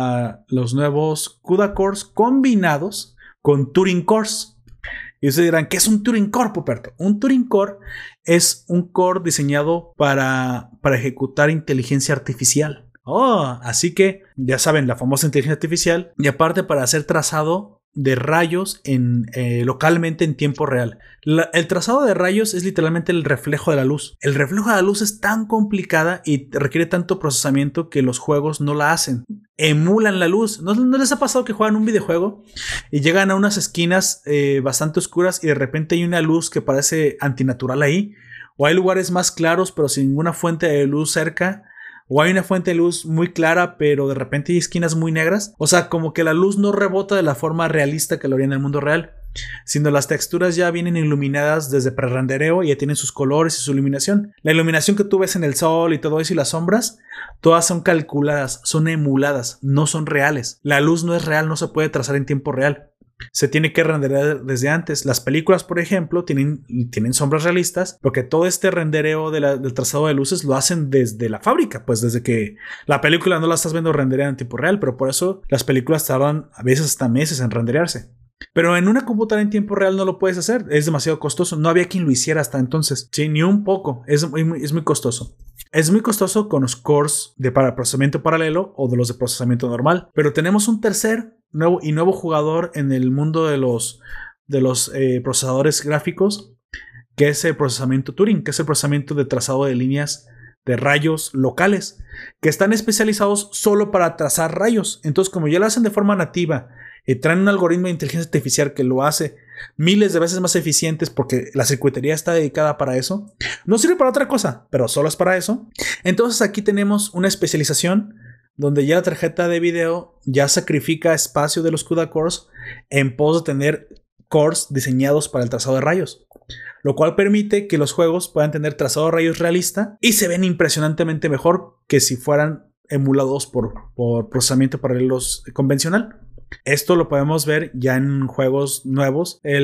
los nuevos CUDA cores combinados con Turing cores. Y ustedes dirán, ¿qué es un Turing core, Puperto? Un Turing core es un core diseñado para ejecutar inteligencia artificial. Así que ya saben, la famosa inteligencia artificial, y aparte para hacer trazado de rayos localmente en tiempo real. El trazado de rayos es literalmente el reflejo de la luz. El reflejo de la luz es tan complicada y requiere tanto procesamiento que los juegos no la hacen. Emulan la luz. ¿No les ha pasado que juegan un videojuego y llegan a unas esquinas bastante oscuras y de repente hay una luz que parece antinatural ahí? O hay lugares más claros pero sin ninguna fuente de luz cerca. O hay una fuente de luz muy clara, pero de repente hay esquinas muy negras. O sea, como que la luz no rebota de la forma realista que lo haría en el mundo real, sino las texturas ya vienen iluminadas desde prerendereo y ya tienen sus colores y su iluminación. La iluminación que tú ves en el sol y todo eso y las sombras, todas son calculadas, son emuladas, no son reales. La luz no es real, no se puede trazar en tiempo real. Se tiene que renderear desde antes. Las películas, por ejemplo, tienen sombras realistas, porque todo este rendereo del trazado de luces lo hacen desde la fábrica, pues desde que la película no la estás viendo rendereada en tiempo real, pero por eso las películas tardan a veces hasta meses en renderearse. Pero en una computadora en tiempo real no lo puedes hacer, es demasiado costoso. No había quien lo hiciera hasta entonces, sí, ni un poco, es muy costoso. Es muy costoso con los cores para procesamiento paralelo o de los de procesamiento normal. Pero tenemos un tercer nuevo jugador en el mundo de los procesadores gráficos, que es el procesamiento Turing, que es el procesamiento de trazado de líneas de rayos locales, que están especializados solo para trazar rayos. Entonces, como ya lo hacen de forma nativa, traen un algoritmo de inteligencia artificial que lo hace miles de veces más eficientes porque la circuitería está dedicada para eso. No sirve para otra cosa, pero solo es para eso. Entonces aquí tenemos una especialización donde ya la tarjeta de video ya sacrifica espacio de los CUDA cores en pos de tener cores diseñados para el trazado de rayos, lo cual permite que los juegos puedan tener trazado de rayos realista y se ven impresionantemente mejor que si fueran emulados por procesamiento paralelo convencional. Esto lo podemos ver ya en juegos nuevos. Uno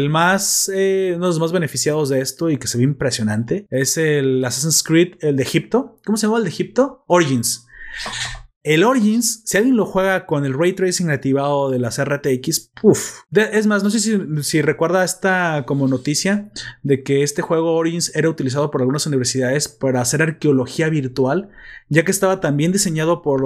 de los más beneficiados de esto y que se ve impresionante es el Assassin's Creed, el de Egipto. ¿Cómo se llama el de Egipto? Origins. El Origins, si alguien lo juega con el Ray Tracing activado de las RTX, es más, no sé si recuerda esta como noticia de que este juego Origins era utilizado por algunas universidades para hacer arqueología virtual, ya que estaba también diseñado por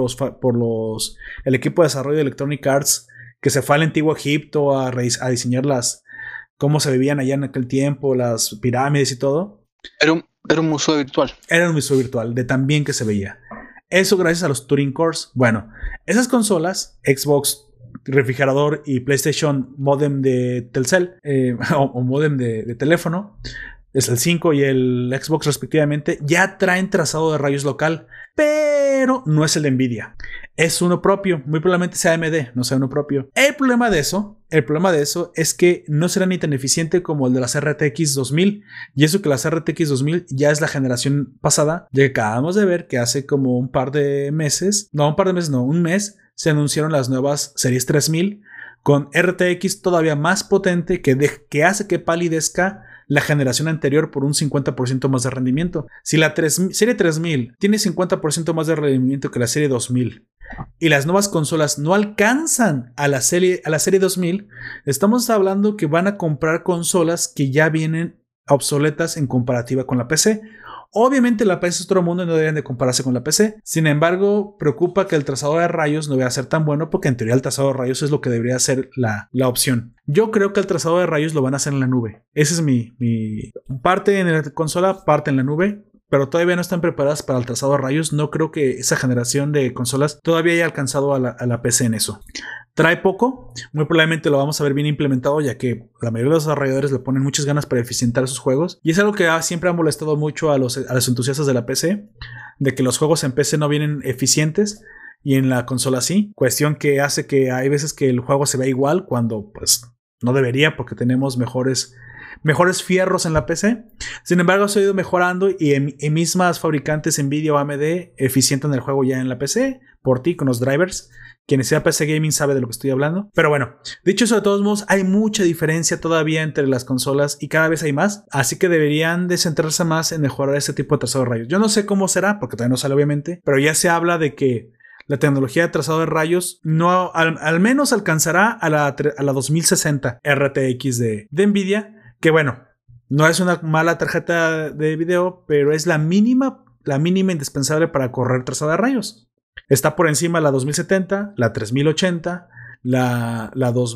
el equipo de desarrollo de Electronic Arts, que se fue al antiguo Egipto a diseñar cómo se vivían allá en aquel tiempo, las pirámides y todo. Era un museo virtual. Era un museo virtual, de tan bien que se veía. Eso gracias a los Turing cores. Bueno, esas consolas, Xbox, refrigerador y PlayStation modem de Telcel, o modem de teléfono, es el 5 y el Xbox respectivamente, ya traen trazado de rayos local, pero no es el de Nvidia. Es uno propio, muy probablemente sea AMD, no sea uno propio. El problema de eso es que no será ni tan eficiente como el de las RTX 2000, y eso que las RTX 2000 ya es la generación pasada, ya que acabamos de ver que hace como un mes, se anunciaron las nuevas series 3000 con RTX todavía más potente que hace que palidezca la generación anterior por un 50% más de rendimiento. Si la serie 3000 tiene 50% más de rendimiento que la serie 2000 y las nuevas consolas no alcanzan a la serie 2000, estamos hablando que van a comprar consolas que ya vienen obsoletas en comparativa con la PC. Obviamente la PC es otro mundo y no deberían de compararse con la PC. Sin embargo, preocupa que el trazador de rayos no vaya a ser tan bueno, porque en teoría el trazador de rayos es lo que debería ser la opción. Yo creo que el trazador de rayos lo van a hacer en la nube. Ese es mi parte en la consola, parte en la nube. Pero todavía no están preparadas para el trazado de rayos. No creo que esa generación de consolas todavía haya alcanzado a la PC en eso. Trae poco, muy probablemente lo vamos a ver bien implementado, ya que la mayoría de los desarrolladores le ponen muchas ganas para eficientar sus juegos, y es algo que siempre ha molestado mucho a los entusiastas de la PC, de que los juegos en PC no vienen eficientes y en la consola sí, cuestión que hace que hay veces que el juego se vea igual cuando pues no debería, porque tenemos mejores fierros en la PC. Sin embargo, se ha ido mejorando y mismas fabricantes Nvidia o AMD eficientan el juego ya en la PC por ti con los drivers. Quien sea PC Gaming sabe de lo que estoy hablando. Pero bueno, dicho eso, de todos modos, hay mucha diferencia todavía entre las consolas y cada vez hay más. Así que deberían de centrarse más en mejorar este tipo de trazado de rayos. Yo no sé cómo será, porque todavía no sale obviamente, pero ya se habla de que la tecnología de trazado de rayos no al menos alcanzará a la 2060 RTX de Nvidia. Que bueno, no es una mala tarjeta de video, pero es la mínima indispensable para correr trazado de rayos. Está por encima la 2070, la 3080, la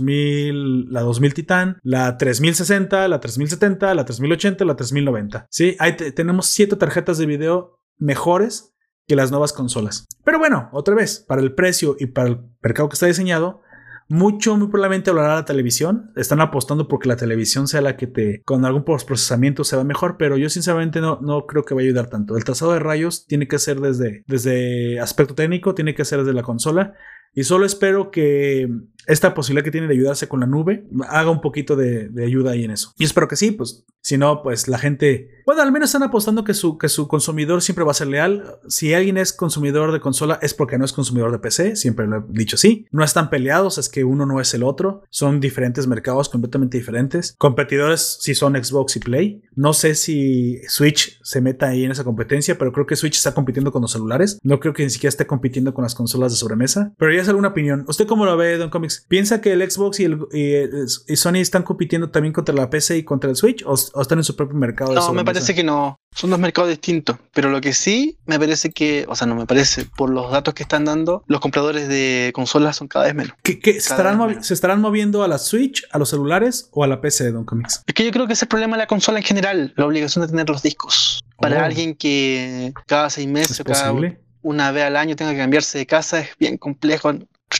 2000 Titan, la 3060, la 3070, la 3080, la 3090. ¿Sí? Tenemos 7 tarjetas de video mejores que las nuevas consolas. Pero bueno, otra vez, para el precio y para el mercado que está diseñado, muy probablemente hablará la televisión. Están apostando porque la televisión sea la que con algún procesamiento se va mejor, pero yo sinceramente no creo que vaya a ayudar tanto. El trazado de rayos tiene que ser desde aspecto técnico, tiene que ser desde la consola, y solo espero que esta posibilidad que tiene de ayudarse con la nube haga un poquito de ayuda ahí en eso. Y espero que sí, pues si no, pues la gente, bueno, al menos están apostando que su consumidor siempre va a ser leal. Si alguien es consumidor de consola es porque no es consumidor de PC, siempre lo he dicho así. No están peleados, es que uno no es el otro, son diferentes mercados completamente diferentes. Competidores si son Xbox y Play. No sé si Switch se meta ahí en esa competencia, pero creo que Switch está compitiendo con los celulares. No creo que ni siquiera esté compitiendo con las consolas de sobremesa. Pero ya es alguna opinión. ¿Usted cómo lo ve, Don Comics? ¿Piensa que el Xbox y Sony están compitiendo también contra la PC y contra el Switch? ¿O están en su propio mercado? No, me parece que no. Son dos mercados distintos. Pero lo que sí me parece que, o sea, no me parece, por los datos que están dando, los compradores de consolas son cada vez menos. ¿Se estarán moviendo a la Switch, a los celulares o a la PC, Don Comics? Es que yo creo que ese es el problema de la consola en general, la obligación de tener los discos. Para alguien que cada 6 meses o cada una vez al año tenga que cambiarse de casa, es bien complejo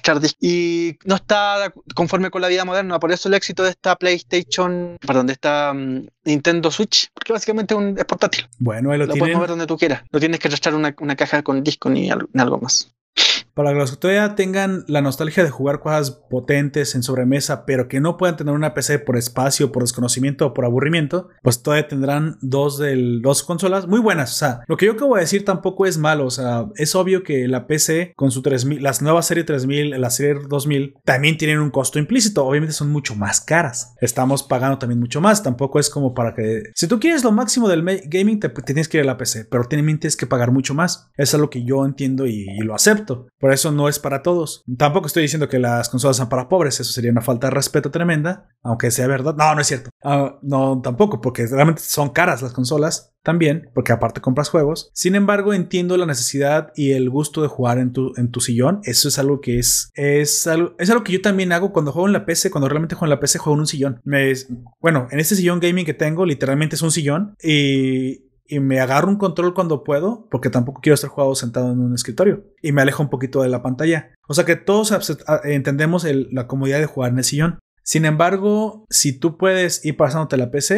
y no está conforme con la vida moderna. Por eso el éxito de esta de esta Nintendo Switch, porque básicamente es portátil. Bueno, ahí lo puedes mover donde tú quieras. No tienes que arrastrar una caja con disco ni algo más. Para los que todavía tengan la nostalgia de jugar cosas potentes en sobremesa, pero que no puedan tener una PC por espacio, por desconocimiento o por aburrimiento, pues todavía tendrán dos consolas muy buenas. O sea, lo que yo acabo de decir tampoco es malo. O sea, es obvio que la PC con su 3000, las nuevas serie 3000, la serie 2000, también tienen un costo implícito. Obviamente son mucho más caras. Estamos pagando también mucho más. Tampoco es como para que... Si tú quieres lo máximo del gaming, te tienes que ir a la PC, pero tienes que pagar mucho más. Eso es lo que yo entiendo y lo acepto. Por eso no es para todos. Tampoco estoy diciendo que las consolas son para pobres. Eso sería una falta de respeto tremenda, aunque sea verdad. No es cierto. No, tampoco, porque realmente son caras las consolas también, porque aparte compras juegos. Sin embargo, entiendo la necesidad y el gusto de jugar en tu sillón. Eso es algo que es algo que yo también hago cuando juego en la PC. Cuando realmente juego en la PC, juego en un sillón. Bueno, en este sillón gaming que tengo, literalmente es un sillón y me agarro un control cuando puedo, porque tampoco quiero estar jugando sentado en un escritorio, y me alejo un poquito de la pantalla. O sea que todos entendemos la comodidad de jugar en el sillón. Sin embargo, si tú puedes ir pasándote la PC,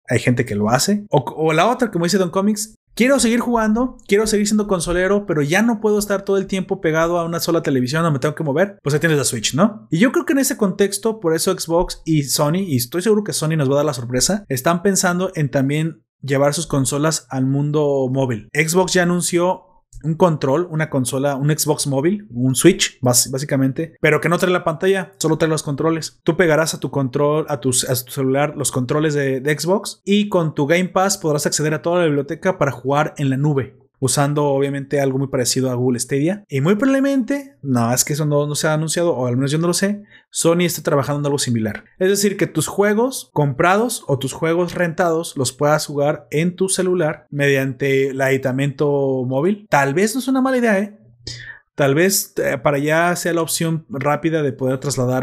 Hay gente que lo hace. O la otra, como dice Don Comics, quiero seguir jugando, quiero seguir siendo consolero, pero ya no puedo estar todo el tiempo pegado a una sola televisión, no me tengo que mover. Pues ahí tienes la Switch, ¿no? Y yo creo que en ese contexto, por eso Xbox y Sony, y estoy seguro que Sony nos va a dar la sorpresa, están pensando en también llevar sus consolas al mundo móvil. Xbox ya anunció un control, una consola, un Xbox móvil, un Switch, básicamente, pero que no trae la pantalla, solo trae los controles. Tú pegarás a tu control, a tu celular, los controles de Xbox, y con tu Game Pass podrás acceder a toda la biblioteca para jugar en la nube, usando obviamente algo muy parecido a Google Stadia. Y muy probablemente, no, es que eso no se ha anunciado, o al menos yo no lo sé, Sony está trabajando en algo similar. Es decir, que tus juegos comprados o tus juegos rentados los puedas jugar en tu celular mediante el aditamento móvil. Tal vez no es una mala idea, Tal vez para allá sea la opción rápida de poder trasladar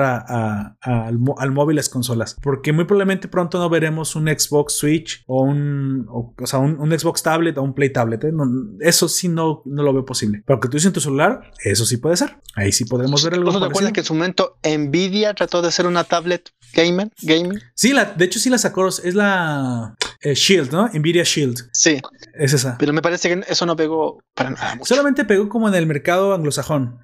al móvil las consolas. Porque muy probablemente pronto no veremos un Xbox Switch o un Xbox Tablet o un Play Tablet. No, eso sí no lo veo posible. Pero que tú uses en tu celular, eso sí puede ser. Ahí sí podremos ver algo parecido. ¿Te acuerdas que en su momento Nvidia trató de hacer una tablet gaming? Sí, de hecho sí la sacó. Es la Shield, ¿no? Nvidia Shield. Sí. Es esa. Pero me parece que eso no pegó para nada mucho. Solamente pegó como en el mercado anglosajón.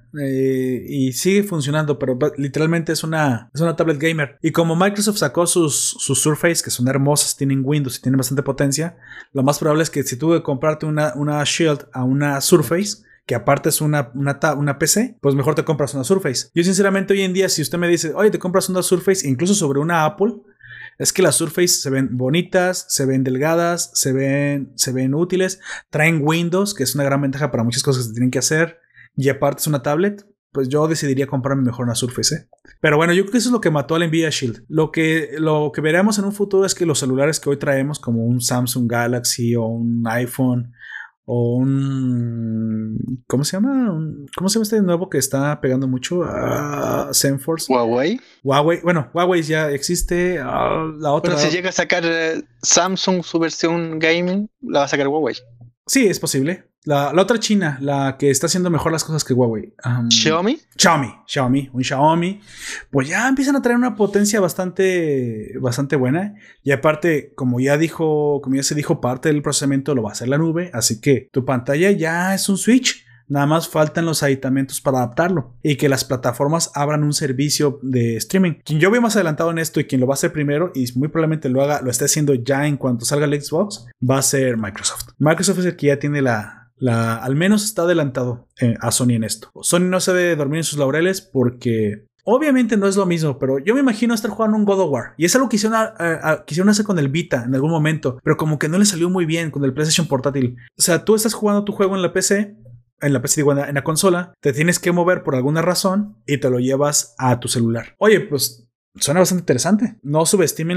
Y sigue funcionando, pero literalmente es una tablet gamer. Y como Microsoft sacó sus Surface, que son hermosas, tienen Windows y tienen bastante potencia, lo más probable es que si tuve que comprarte una Shield a una Surface, que aparte es una PC, pues mejor te compras una Surface. Yo sinceramente hoy en día, si usted me dice, oye, te compras una Surface, incluso sobre una Apple, es que las Surface se ven bonitas, se ven delgadas, se ven útiles, traen Windows, que es una gran ventaja para muchas cosas que se tienen que hacer, y aparte es una tablet. Pues yo decidiría comprarme mejor una Surface, Pero bueno, yo creo que eso es lo que mató a la Nvidia Shield. Lo que veremos en un futuro es que los celulares que hoy traemos, como un Samsung Galaxy o un iPhone o un... ¿Cómo se llama? ¿Cómo se llama este nuevo que está pegando mucho? Zenforce. Huawei. Bueno, Huawei ya existe. La otra... Bueno, si llega a sacar Samsung su versión gaming, la va a sacar Huawei. Sí, es posible. La otra china, la que está haciendo mejor las cosas que Huawei. ¿Xiaomi? Un Xiaomi. Pues ya empiezan a traer una potencia bastante buena. Y aparte, como ya se dijo, parte del procesamiento lo va a hacer la nube. Así que tu pantalla ya es un Switch. Nada más faltan los aditamentos para adaptarlo y que las plataformas abran un servicio de streaming. Quien yo veo más adelantado en esto y quien lo va a hacer primero y muy probablemente lo esté haciendo ya en cuanto salga el Xbox, va a ser Microsoft. Microsoft es el que ya tiene al menos está adelantado a Sony en esto. Sony no se debe dormir en sus laureles porque obviamente no es lo mismo, pero yo me imagino estar jugando un God of War. Y es algo que quisieron hacer con el Vita en algún momento, pero como que no le salió muy bien con el PlayStation portátil. O sea, tú estás jugando tu juego en la PC, en la consola, te tienes que mover por alguna razón y te lo llevas a tu celular. Oye, pues suena bastante interesante. No subestimen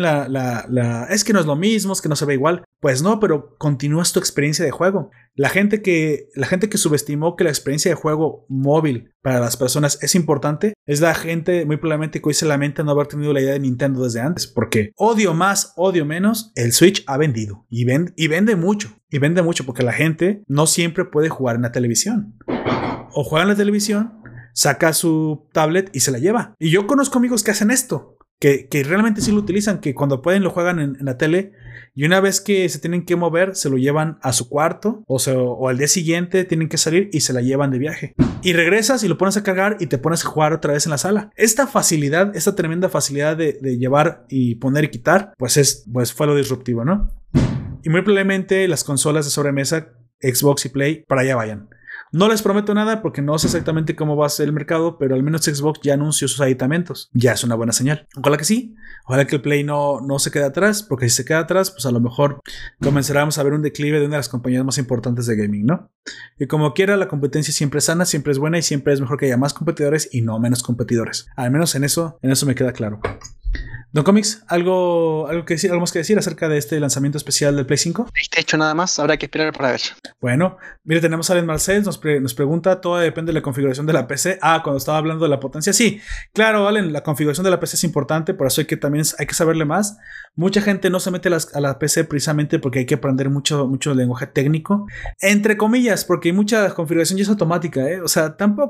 es que no es lo mismo, es que no se ve igual. Pues no, pero continúas tu experiencia de juego. La gente que subestimó que la experiencia de juego móvil para las personas es importante, es la gente muy probablemente que hoy se lamenta no haber tenido la idea de Nintendo desde antes. Porque odio más, odio menos, el Switch ha vendido. Y vende mucho. Y vende mucho porque la gente no siempre puede jugar en la televisión. O juega en la televisión, saca su tablet y se la lleva. Y yo conozco amigos que hacen esto, que realmente sí lo utilizan, que cuando pueden lo juegan en la tele y una vez que se tienen que mover se lo llevan a su cuarto o al día siguiente tienen que salir y se la llevan de viaje. Y regresas y lo pones a cargar y te pones a jugar otra vez en la sala. Esta tremenda facilidad de llevar y poner y quitar, pues fue lo disruptivo, ¿no? Y muy probablemente las consolas de sobremesa, Xbox y Play, para allá vayan. No les prometo nada porque no sé exactamente cómo va a ser el mercado, pero al menos Xbox ya anunció sus aditamentos. Ya es una buena señal. Ojalá que sí. Ojalá que el Play no se quede atrás, porque si se queda atrás, pues a lo mejor comenzaremos a ver un declive de una de las compañías más importantes de gaming, ¿no? Y como quiera, la competencia siempre es sana, siempre es buena y siempre es mejor que haya más competidores y no menos competidores. Al menos en eso me queda claro. Don Comics, ¿algo más que decir acerca de este lanzamiento especial del Play 5? De hecho, nada más, habrá que esperar para ver. Bueno, mire, tenemos a Alen Marcel, nos pregunta, todo depende de la configuración de la PC. Cuando estaba hablando de la potencia, sí, claro, Alen, la configuración de la PC es importante, por eso hay que saberle más. Mucha gente no se mete a la PC precisamente porque hay que aprender mucho lenguaje técnico, entre comillas, porque mucha configuración ya es automática, O sea, tampoco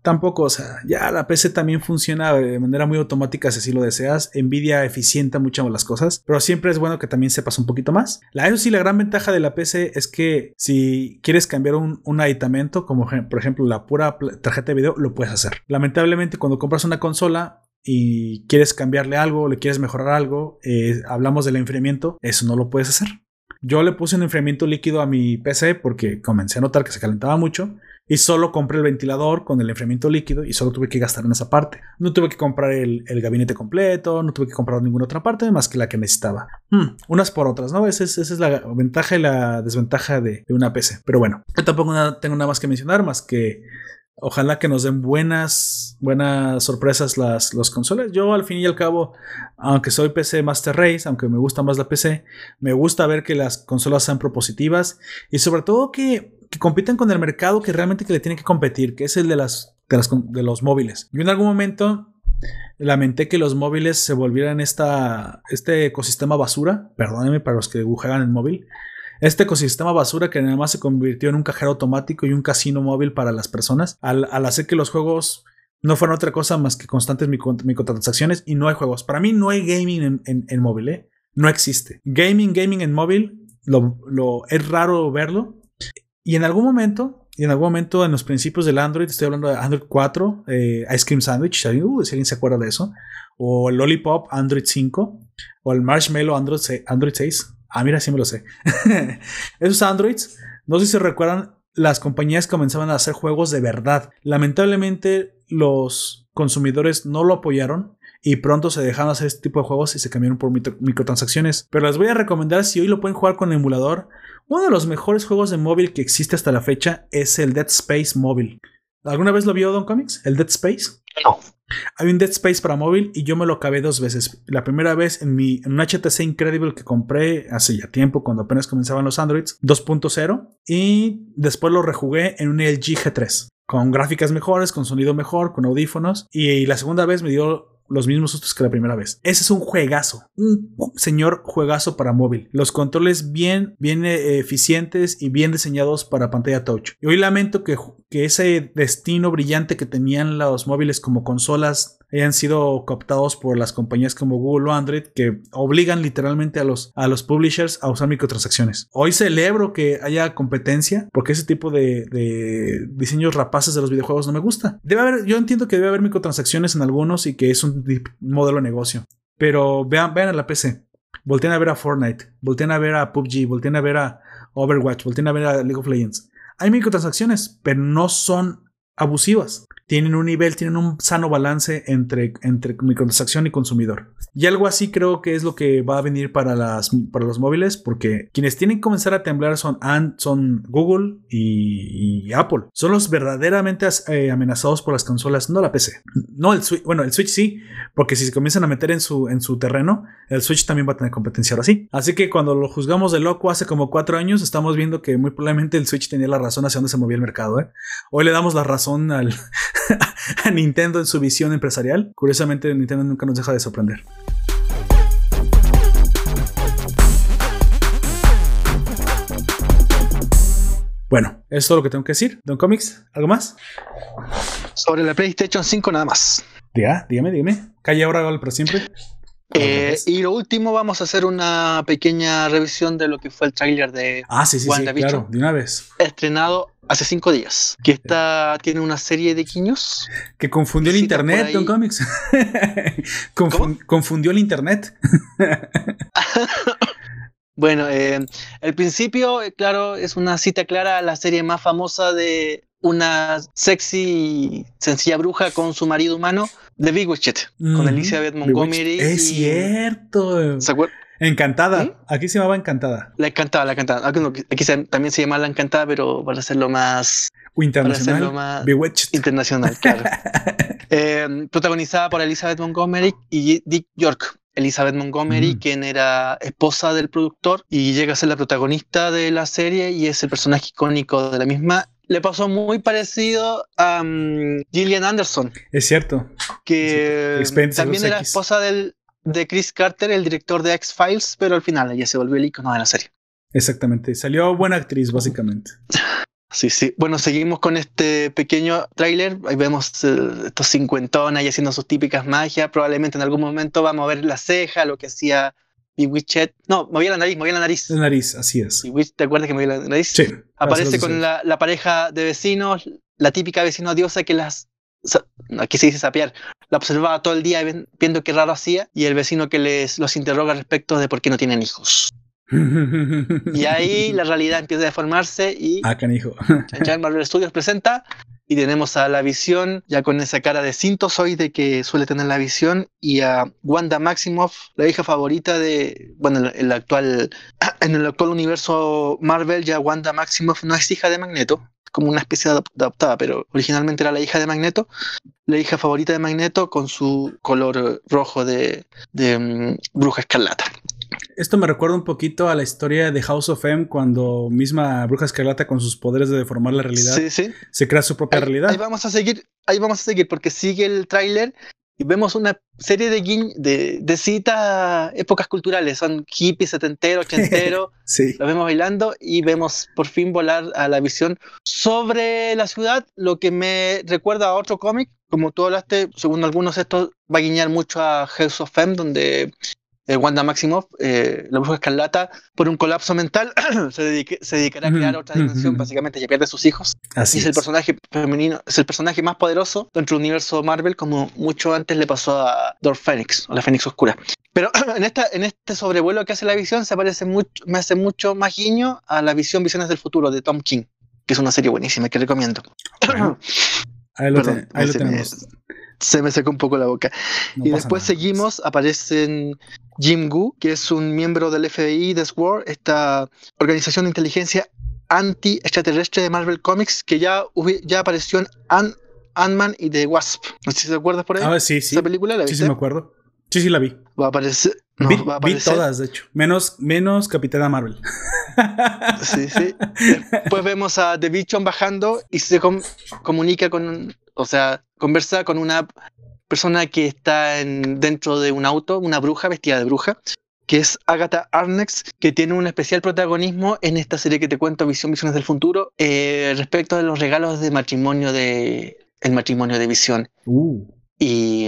tampoco, o sea, ya la PC también funciona de manera muy automática si así lo deseas. Nvidia eficienta mucho las cosas, pero siempre es bueno que también sepas un poquito más. Eso sí, la gran ventaja de la PC es que si quieres cambiar un aditamento, como por ejemplo la pura tarjeta de video, lo puedes hacer. Lamentablemente, cuando compras una consola y quieres cambiarle algo, le quieres mejorar algo, hablamos del enfriamiento, eso no lo puedes hacer. Yo le puse un enfriamiento líquido a mi PC porque comencé a notar que se calentaba mucho y solo compré el ventilador con el enfriamiento líquido y solo tuve que gastar en esa parte. No tuve que comprar el gabinete completo, no tuve que comprar ninguna otra parte más que la que necesitaba. Unas por otras, ¿no? Esa es la ventaja y la desventaja de una PC. Pero bueno, yo tampoco tengo nada más que mencionar, más que ojalá que nos den buenas sorpresas las consolas. Yo al fin y al cabo, aunque soy PC Master Race, aunque me gusta más la PC, me gusta ver que las consolas sean propositivas y sobre todo que compitan con el mercado que realmente que le tiene que competir, que es el de los móviles. Yo en algún momento lamenté que los móviles se volvieran este ecosistema basura, perdónenme para los que juegan en móvil, este ecosistema basura que nada más se convirtió en un cajero automático y un casino móvil para las personas, al hacer que los juegos no fueran otra cosa más que constantes microtransacciones y no hay juegos. Para mí no hay gaming en móvil, no existe. Gaming en móvil, es raro verlo. Y en algún momento, en los principios del Android, estoy hablando de Android 4, Ice Cream Sandwich, si alguien se acuerda de eso, o el Lollipop Android 5, o el Marshmallow Android 6. Mira, sí me lo sé. Esos Androids, no sé si recuerdan, las compañías comenzaban a hacer juegos de verdad. Lamentablemente, los consumidores no lo apoyaron y pronto se dejaron hacer este tipo de juegos y se cambiaron por microtransacciones. Pero les voy a recomendar, si hoy lo pueden jugar con el emulador, uno de los mejores juegos de móvil que existe hasta la fecha es el Dead Space móvil. ¿Alguna vez lo vio Don Comics? ¿El Dead Space? No. Hay un Dead Space para móvil y yo me lo acabé 2 veces. La primera vez en un HTC Incredible que compré hace ya tiempo, cuando apenas comenzaban los Androids 2.0, y después lo rejugué en un LG G3 con gráficas mejores, con sonido mejor, con audífonos, y la segunda vez me dio los mismos sustos que la primera vez. Ese es un juegazo, un señor juegazo para móvil. Los controles bien eficientes y bien diseñados para pantalla touch. Y hoy lamento que ese destino brillante que tenían los móviles como consolas hayan sido cooptados por las compañías como Google o Android, que obligan literalmente a los publishers a usar microtransacciones. Hoy celebro que haya competencia, porque ese tipo de diseños rapaces de los videojuegos no me gusta. Yo entiendo que debe haber microtransacciones en algunos y que es un modelo de negocio, pero vean a la PC, volteen a ver a Fortnite, volteen a ver a PUBG, volteen a ver a Overwatch, volteen a ver a League of Legends. Hay microtransacciones, pero no son abusivas. Tienen un sano balance entre microtransacción y consumidor. Y algo así creo que es lo que va a venir para los móviles, porque quienes tienen que comenzar a temblar son Google y Apple. Son los verdaderamente amenazados por las consolas, no la PC. No el Switch. Bueno, el Switch sí, porque si se comienzan a meter en su terreno, el Switch también va a tener competencia ahora sí. Así que cuando lo juzgamos de loco hace como 4 años, estamos viendo que muy probablemente el Switch tenía la razón hacia dónde se movía el mercado. Hoy le damos la razón a Nintendo en su visión empresarial. Curiosamente, Nintendo nunca nos deja de sorprender. Bueno, eso es todo lo que tengo que decir. Don Comics, ¿algo más? Sobre la PlayStation 5 nada más. Dígame. Calle ahora, gol para siempre. Y lo último, vamos a hacer una pequeña revisión de lo que fue el tráiler de sí, claro, de una vez. Estrenado hace 5 días. Que tiene una serie de guiños. Que confundió el internet, Don Comics. Confundió el internet. Bueno, el principio, claro, es una cita clara a la serie más famosa de una sexy, sencilla bruja con su marido humano, The Bewitched, con Elizabeth Montgomery. Es cierto. ¿Se acuerdan? Encantada. ¿Sí? Aquí se llamaba Encantada. La Encantada. Aquí también se llama La Encantada, pero para hacerlo más internacional. Bewitched. Internacional, claro. Protagonizada por Elizabeth Montgomery y Dick York. Elizabeth Montgomery, quien era esposa del productor y llega a ser la protagonista de la serie y es el personaje icónico de la misma. Le pasó muy parecido a Gillian Anderson. Es cierto. Que también era esposa de Chris Carter, el director de X-Files, pero al final ella se volvió el icono de la serie. Exactamente. Salió buena actriz, básicamente. Sí, sí. Bueno, seguimos con este pequeño tráiler. Ahí vemos estos cincuentonas y haciendo sus típicas magias. Probablemente en algún momento vamos a ver la ceja, lo que hacía Bewitched. No, movía la nariz, movía la nariz. La nariz, así es. ¿Te acuerdas que movía la nariz? Sí. Aparece con la pareja de vecinos, la típica vecina odiosa que aquí se dice sapear, la observaba todo el día viendo qué raro hacía, y el vecino que los interroga respecto de por qué no tienen hijos. Y ahí la realidad empieza a deformarse y canijo. Marvel Studios presenta y tenemos a la Visión ya con esa cara de sintozoide que suele tener la Visión, y a Wanda Maximoff, la hija favorita de, bueno, en el actual universo Marvel ya Wanda Maximoff no es hija de Magneto, como una especie de adoptada, pero originalmente era la hija de Magneto, la hija favorita de Magneto con su color rojo de Bruja Escarlata. Esto me recuerda un poquito a la historia de House of M, cuando misma Bruja Escarlata, con sus poderes de deformar la realidad, se crea su propia realidad. Ahí vamos a seguir porque sigue el tráiler y vemos una serie de citas a épocas culturales. Son hippies, setenteros, ochenteros. Sí. Los vemos bailando y vemos por fin volar a la Visión sobre la ciudad, lo que me recuerda a otro cómic. Como tú hablaste, según algunos, esto va a guiñar mucho a House of M, donde Wanda Maximoff, la Bruja Escarlata, por un colapso mental, se dedicará a crear otra dimensión. Básicamente ya pierde sus hijos. Así es el personaje femenino, es el personaje más poderoso dentro del universo Marvel, como mucho antes le pasó a Dark Phoenix, o la Fénix Oscura. Pero en este sobrevuelo que hace la Visión, me hace mucho más guiño a la Visiones del Futuro de Tom King, que es una serie buenísima que recomiendo. Ahí lo tenemos. Se me secó un poco la boca. Y después seguimos, aparecen Jim Gu, que es un miembro del FBI de SWORD, esta organización de inteligencia anti-extraterrestre de Marvel Comics, que ya apareció en Ant-Man y The Wasp. No sé si te acuerdas por ahí. Sí. ¿Esa película la viste? Sí, me acuerdo. Sí, la vi. Va a aparecer. Vi todas, de hecho. Menos Capitana Marvel. Sí. Después vemos a The Vision bajando y se comunica conversa con una persona que está dentro de un auto, una bruja vestida de bruja, que es Agatha Harkness, que tiene un especial protagonismo en esta serie que te cuento, Visiones del Futuro, respecto de los regalos de matrimonio el matrimonio de Visión. Y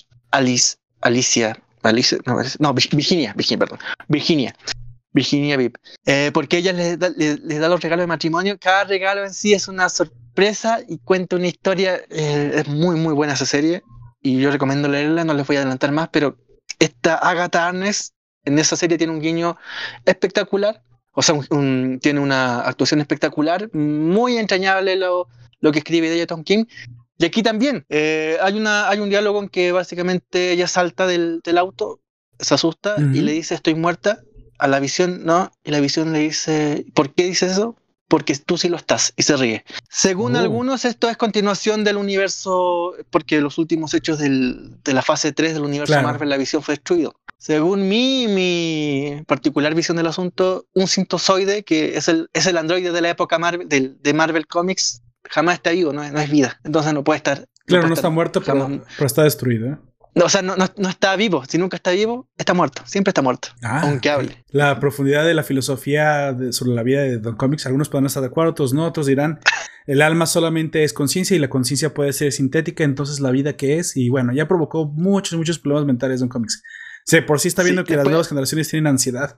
Virginia Vip. Porque ella les da los regalos de matrimonio. Cada regalo en sí es una sorpresa y cuenta una historia. Es muy, muy buena esa serie. Y yo recomiendo leerla, no les voy a adelantar más, pero esta Agatha Harkness en esa serie tiene un guiño espectacular. O sea, tiene una actuación espectacular, muy entrañable lo que escribe de ella Tom King. Y aquí también hay un diálogo en que básicamente ella salta del auto, se asusta y le dice estoy muerta. A la Visión no, y la Visión le dice ¿por qué dices eso? Porque tú sí lo estás, y se ríe. Según algunos, esto es continuación del universo, porque los últimos hechos de la fase 3 del universo Marvel, la Visión fue destruido. Según mi particular visión del asunto, un sintozoide, que es el androide de la época Marvel, de Marvel Comics, jamás está vivo, no es vida, entonces no puede estar. Claro, no está muerto, pero está destruido, ¿eh? O sea, no está vivo. Si nunca está vivo, está muerto. Siempre está muerto. Aunque hable. La profundidad de la filosofía sobre la vida de Don Comics, algunos pueden estar de acuerdo, otros no, otros dirán el alma solamente es conciencia y la conciencia puede ser sintética, entonces la vida que es, y bueno, ya provocó muchos problemas mentales Don Comics. Sí, por sí está viendo que las nuevas generaciones tienen ansiedad.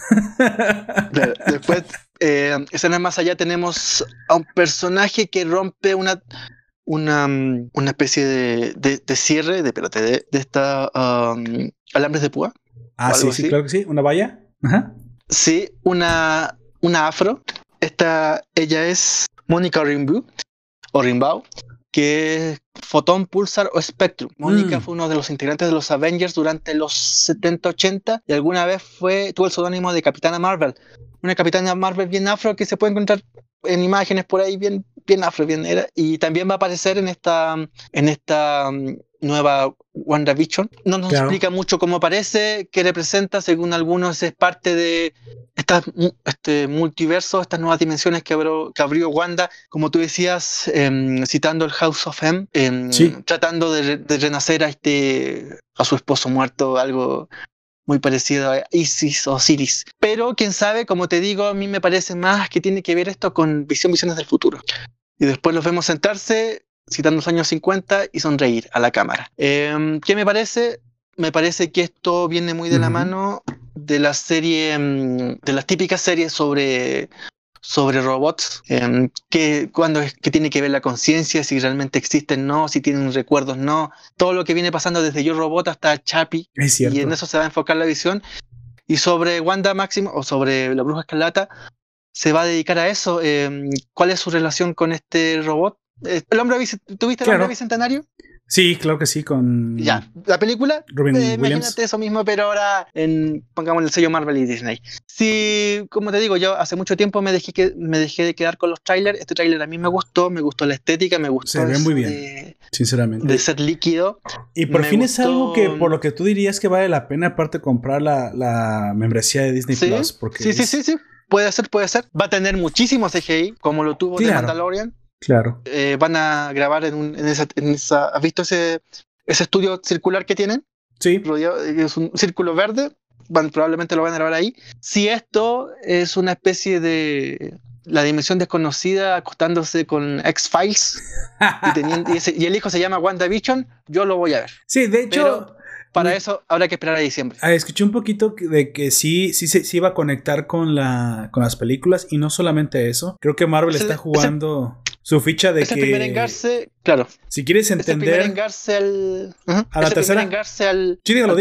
Después, escenas más allá, tenemos a un personaje que rompe una especie de cierre de esta alambres de púa. Sí, claro que sí. ¿Una valla? Ajá. Sí, una afro. Ella es Mónica Rimbaud, que es Fotón, Pulsar o Spectrum. Mónica fue uno de los integrantes de los Avengers durante los 70-80 y alguna vez tuvo el seudónimo de Capitana Marvel. Una Capitana Marvel bien afro que se puede encontrar en imágenes por ahí bien afro, y también va a aparecer en esta nueva WandaVision. No nos explica mucho cómo aparece, qué representa. Según algunos es parte de este multiverso, estas nuevas dimensiones que abrió Wanda, como tú decías, citando el House of M, tratando de renacer a su esposo muerto, algo muy parecido a Isis o Osiris. Pero quién sabe, como te digo, a mí me parece más que tiene que ver esto con visiones del futuro. Y después los vemos sentarse, citando los años 50 y sonreír a la cámara. ¿Qué me parece? Me parece que esto viene muy de la mano de la serie, de las típicas series sobre robots, que tiene que ver la conciencia, si realmente existen no, si tienen recuerdos no, todo lo que viene pasando desde Yo Robot hasta Chappie, y en eso se va a enfocar la visión. Y sobre Wanda Maximoff o sobre la Bruja Escarlata se va a dedicar a eso. ¿Cuál es su relación con este robot? ¿Tuviste el Hombre Bicentenario? Sí, claro que sí, con... Ya, la película, Robin Williams. Imagínate eso mismo, pero ahora pongamos el sello Marvel y Disney. Sí, como te digo, yo hace mucho tiempo me dejé de quedar con los trailers. Este trailer a mí me gustó la estética, me gustó. Se ve muy bien, sinceramente. De ser líquido. Y por fin es algo que, por lo que tú dirías que vale la pena, aparte comprar la membresía de Disney Plus. Porque sí. Puede ser. Va a tener muchísimo CGI, como lo tuvo The Mandalorian. Claro. Van a grabar en esa. ¿Has visto ese estudio circular que tienen? Sí. Es un círculo verde. Probablemente lo van a grabar ahí. Si esto es una especie de la dimensión desconocida acostándose con X-Files y el hijo se llama WandaVision, yo lo voy a ver. Sí, de hecho. Pero para eso habrá que esperar a diciembre. Escuché un poquito de que sí iba a conectar con las películas, y no solamente eso. Creo que Marvel está jugando su ficha de que... el primer engarce, claro. Si quieres entender... Es el primer engarce a la tercera... engarce al... Sí, dígalo.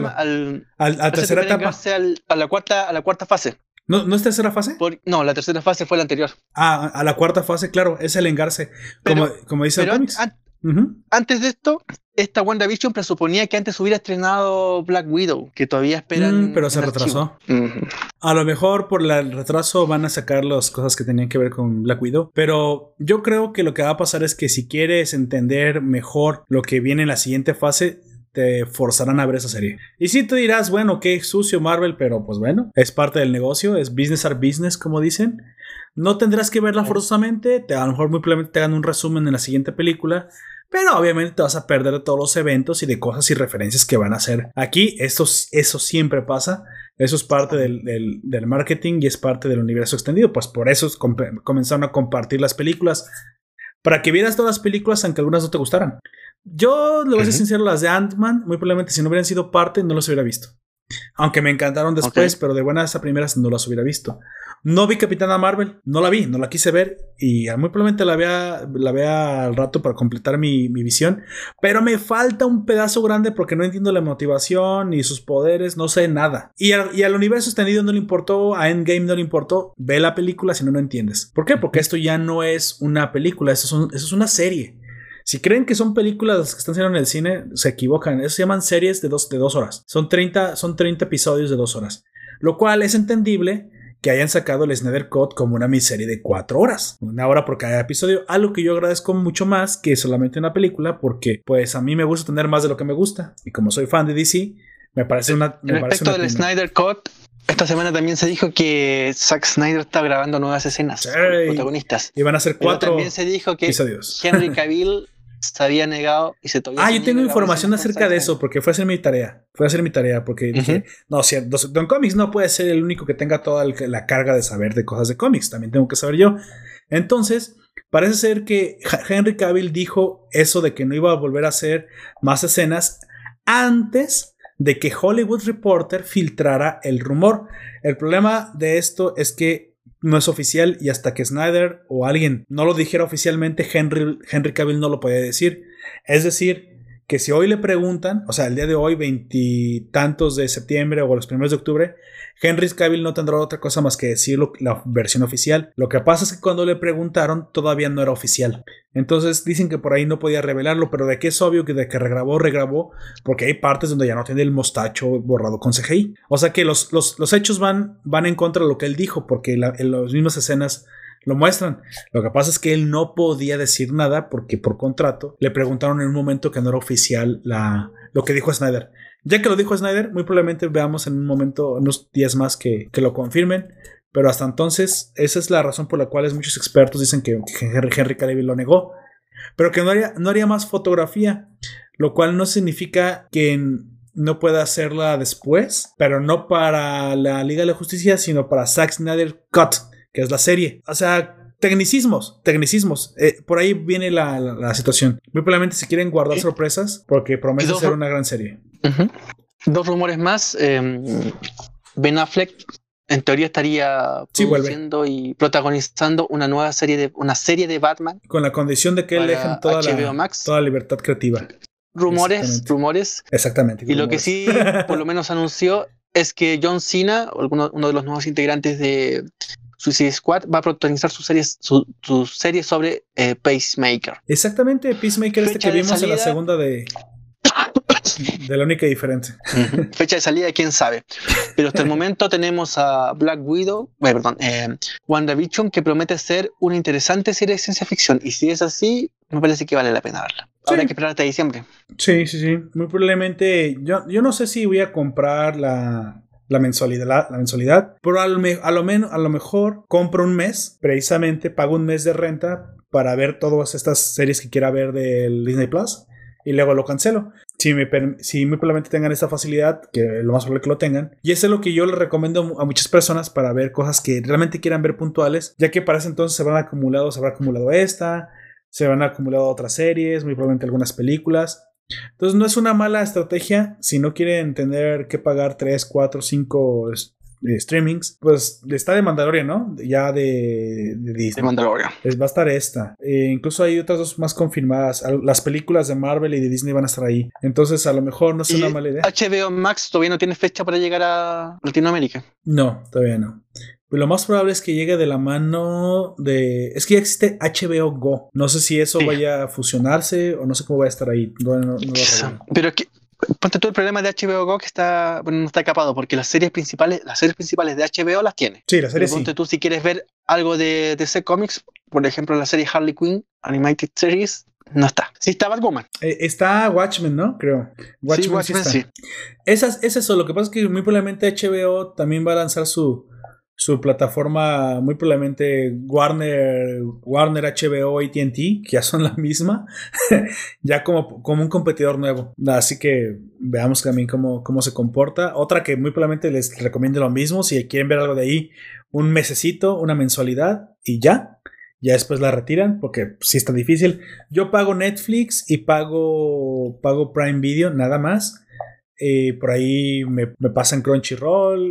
Al tercera etapa. Engarce a la cuarta fase. ¿No es tercera fase? No, la tercera fase fue la anterior. A la cuarta fase, claro, es el engarce. Como dice el cómics. Antes de esto, esta WandaVision presuponía que antes hubiera estrenado Black Widow, que todavía esperan. Pero se retrasó. A lo mejor por el retraso van a sacar las cosas que tenían que ver con Black Widow. Pero yo creo que lo que va a pasar es que si quieres entender mejor lo que viene en la siguiente fase, te forzarán a ver esa serie. Y sí, tú dirás, bueno, qué sucio Marvel, pero pues bueno, es parte del negocio, es business are business, como dicen. No tendrás que verla forzosamente, a lo mejor muy probablemente te hagan un resumen en la siguiente película, pero obviamente te vas a perder de todos los eventos y de cosas y referencias que van a hacer aquí. Eso siempre pasa. Eso es parte del marketing y es parte del universo extendido. Pues por eso comenzaron a compartir las películas, para que vieras todas las películas, aunque algunas no te gustaran. Yo, le voy a ser sincero, las de Ant-Man, muy probablemente si no hubieran sido parte, no las hubiera visto. Aunque me encantaron después, pero de buenas a primeras no las hubiera visto. No vi Capitana Marvel, no la quise ver, y muy probablemente la vea al rato para completar mi visión, pero me falta un pedazo grande porque no entiendo la motivación ni sus poderes, no sé nada. Y al universo extendido no le importó, a Endgame no le importó. Ve la película si no entiendes. ¿Por qué? Porque esto ya no es una película, eso es una serie. Si creen que son películas que están saliendo en el cine, se equivocan. Eso se llaman series de 2 horas. Son 30 episodios de 2 horas. Lo cual es entendible que hayan sacado el Snyder Cut como una miniserie de 4 horas. 1 hora por cada episodio. Algo que yo agradezco mucho más que solamente una película, porque pues a mí me gusta tener más de lo que me gusta. Y como soy fan de DC, me parece una... Respecto del Snyder Cut, esta semana también se dijo que Zack Snyder está grabando nuevas escenas protagonistas. Y van a ser 4 también se dijo que episodios. Henry Cavill se había negado y se todavía. Yo tengo información acerca de eso porque fue a hacer mi tarea. Porque dije, no, si Don Comics no puede ser el único que tenga toda la carga de saber de cosas de cómics. También tengo que saber yo. Entonces, parece ser que Henry Cavill dijo eso de que no iba a volver a hacer más escenas antes de que Hollywood Reporter filtrara el rumor. El problema de esto es que no es oficial, y hasta que Snyder o alguien no lo dijera oficialmente, Henry Cavill no lo podía decir. Es decir, que si hoy le preguntan, o sea, el día de hoy, 20 tantos de septiembre o los primeros de octubre, Henry Cavill no tendrá otra cosa más que decir la versión oficial. Lo que pasa es que cuando le preguntaron todavía no era oficial. Entonces dicen que por ahí no podía revelarlo, pero de que es obvio que de que regrabó, porque hay partes donde ya no tiene el mostacho borrado con CGI. O sea que los hechos van en contra de lo que él dijo, porque en las mismas escenas lo muestran. Lo que pasa es que él no podía decir nada porque por contrato le preguntaron en un momento que no era oficial lo que dijo Snyder. Ya que lo dijo Snyder, muy probablemente veamos en un momento, unos días más que lo confirmen. Pero hasta entonces, esa es la razón por la cual muchos expertos dicen que Henry Cavill lo negó. Pero que no haría más fotografía. Lo cual no significa que no puede hacerla después, pero no para la Liga de la Justicia, sino para Zack Snyder Cut, que es la serie. O sea, tecnicismos. Por ahí viene la situación. Muy probablemente se quieren guardar sorpresas porque promete ser una gran serie. Dos rumores más. Ben Affleck en teoría estaría produciendo y protagonizando una serie de Batman. Con la condición de que él dejen toda la libertad creativa. Rumores. Exactamente. Y lo que sí, por lo menos anunció, es que John Cena, uno de los nuevos integrantes de Suicide Squad, va a protagonizar su serie sobre Peacemaker. Exactamente, Peacemaker que vimos en la segunda de la única y diferente. Fecha de salida, quién sabe. Pero hasta el momento tenemos a Black Widow, WandaVision, que promete ser una interesante serie de ciencia ficción. Y si es así, me parece que vale la pena verla. Habrá que esperar hasta diciembre. Sí. Muy probablemente. Yo no sé si voy a comprar la mensualidad, pero a lo mejor compro un mes, precisamente pago un mes de renta para ver todas estas series que quiera ver del Disney Plus y luego lo cancelo. Si muy probablemente tengan esta facilidad, que lo más probable que lo tengan. Y eso es lo que yo les recomiendo a muchas personas para ver cosas que realmente quieran ver puntuales, ya que para ese entonces se habrá acumulado se van acumulado otras series, muy probablemente algunas películas. Entonces no es una mala estrategia si no quieren tener que pagar 3, 4, 5 streamings. Pues está de Mandalorian, ¿no? Ya de Disney. De Mandalorian. Va a estar esta. Incluso hay otras dos más confirmadas. Las películas de Marvel y de Disney van a estar ahí. Entonces a lo mejor no es una mala idea. HBO Max todavía no tiene fecha para llegar a Latinoamérica. No, todavía no. Pero lo más probable es que llegue de la mano de... Es que ya existe HBO Go. No sé si eso vaya a fusionarse o no sé cómo va a estar ahí. No pero que... Ponte tú el problema de HBO Go que no está capado porque las series principales de HBO las tiene. Sí, las series ponte tú si quieres ver algo de DC Comics, por ejemplo la serie Harley Quinn Animated Series, no está. Sí está Batwoman. Está Watchmen, ¿no? Creo. Watchmen sí. Es eso. Lo que pasa es que muy probablemente HBO también va a lanzar su plataforma, muy probablemente Warner, HBO, AT&T, que ya son la misma, ya como un competidor nuevo. Así que veamos también cómo se comporta. Otra que muy probablemente les recomiendo lo mismo, si quieren ver algo de ahí, un mesecito, una mensualidad y ya después la retiran, porque sí está difícil. Yo pago Netflix y pago Prime Video, nada más. Por ahí me pasan Crunchyroll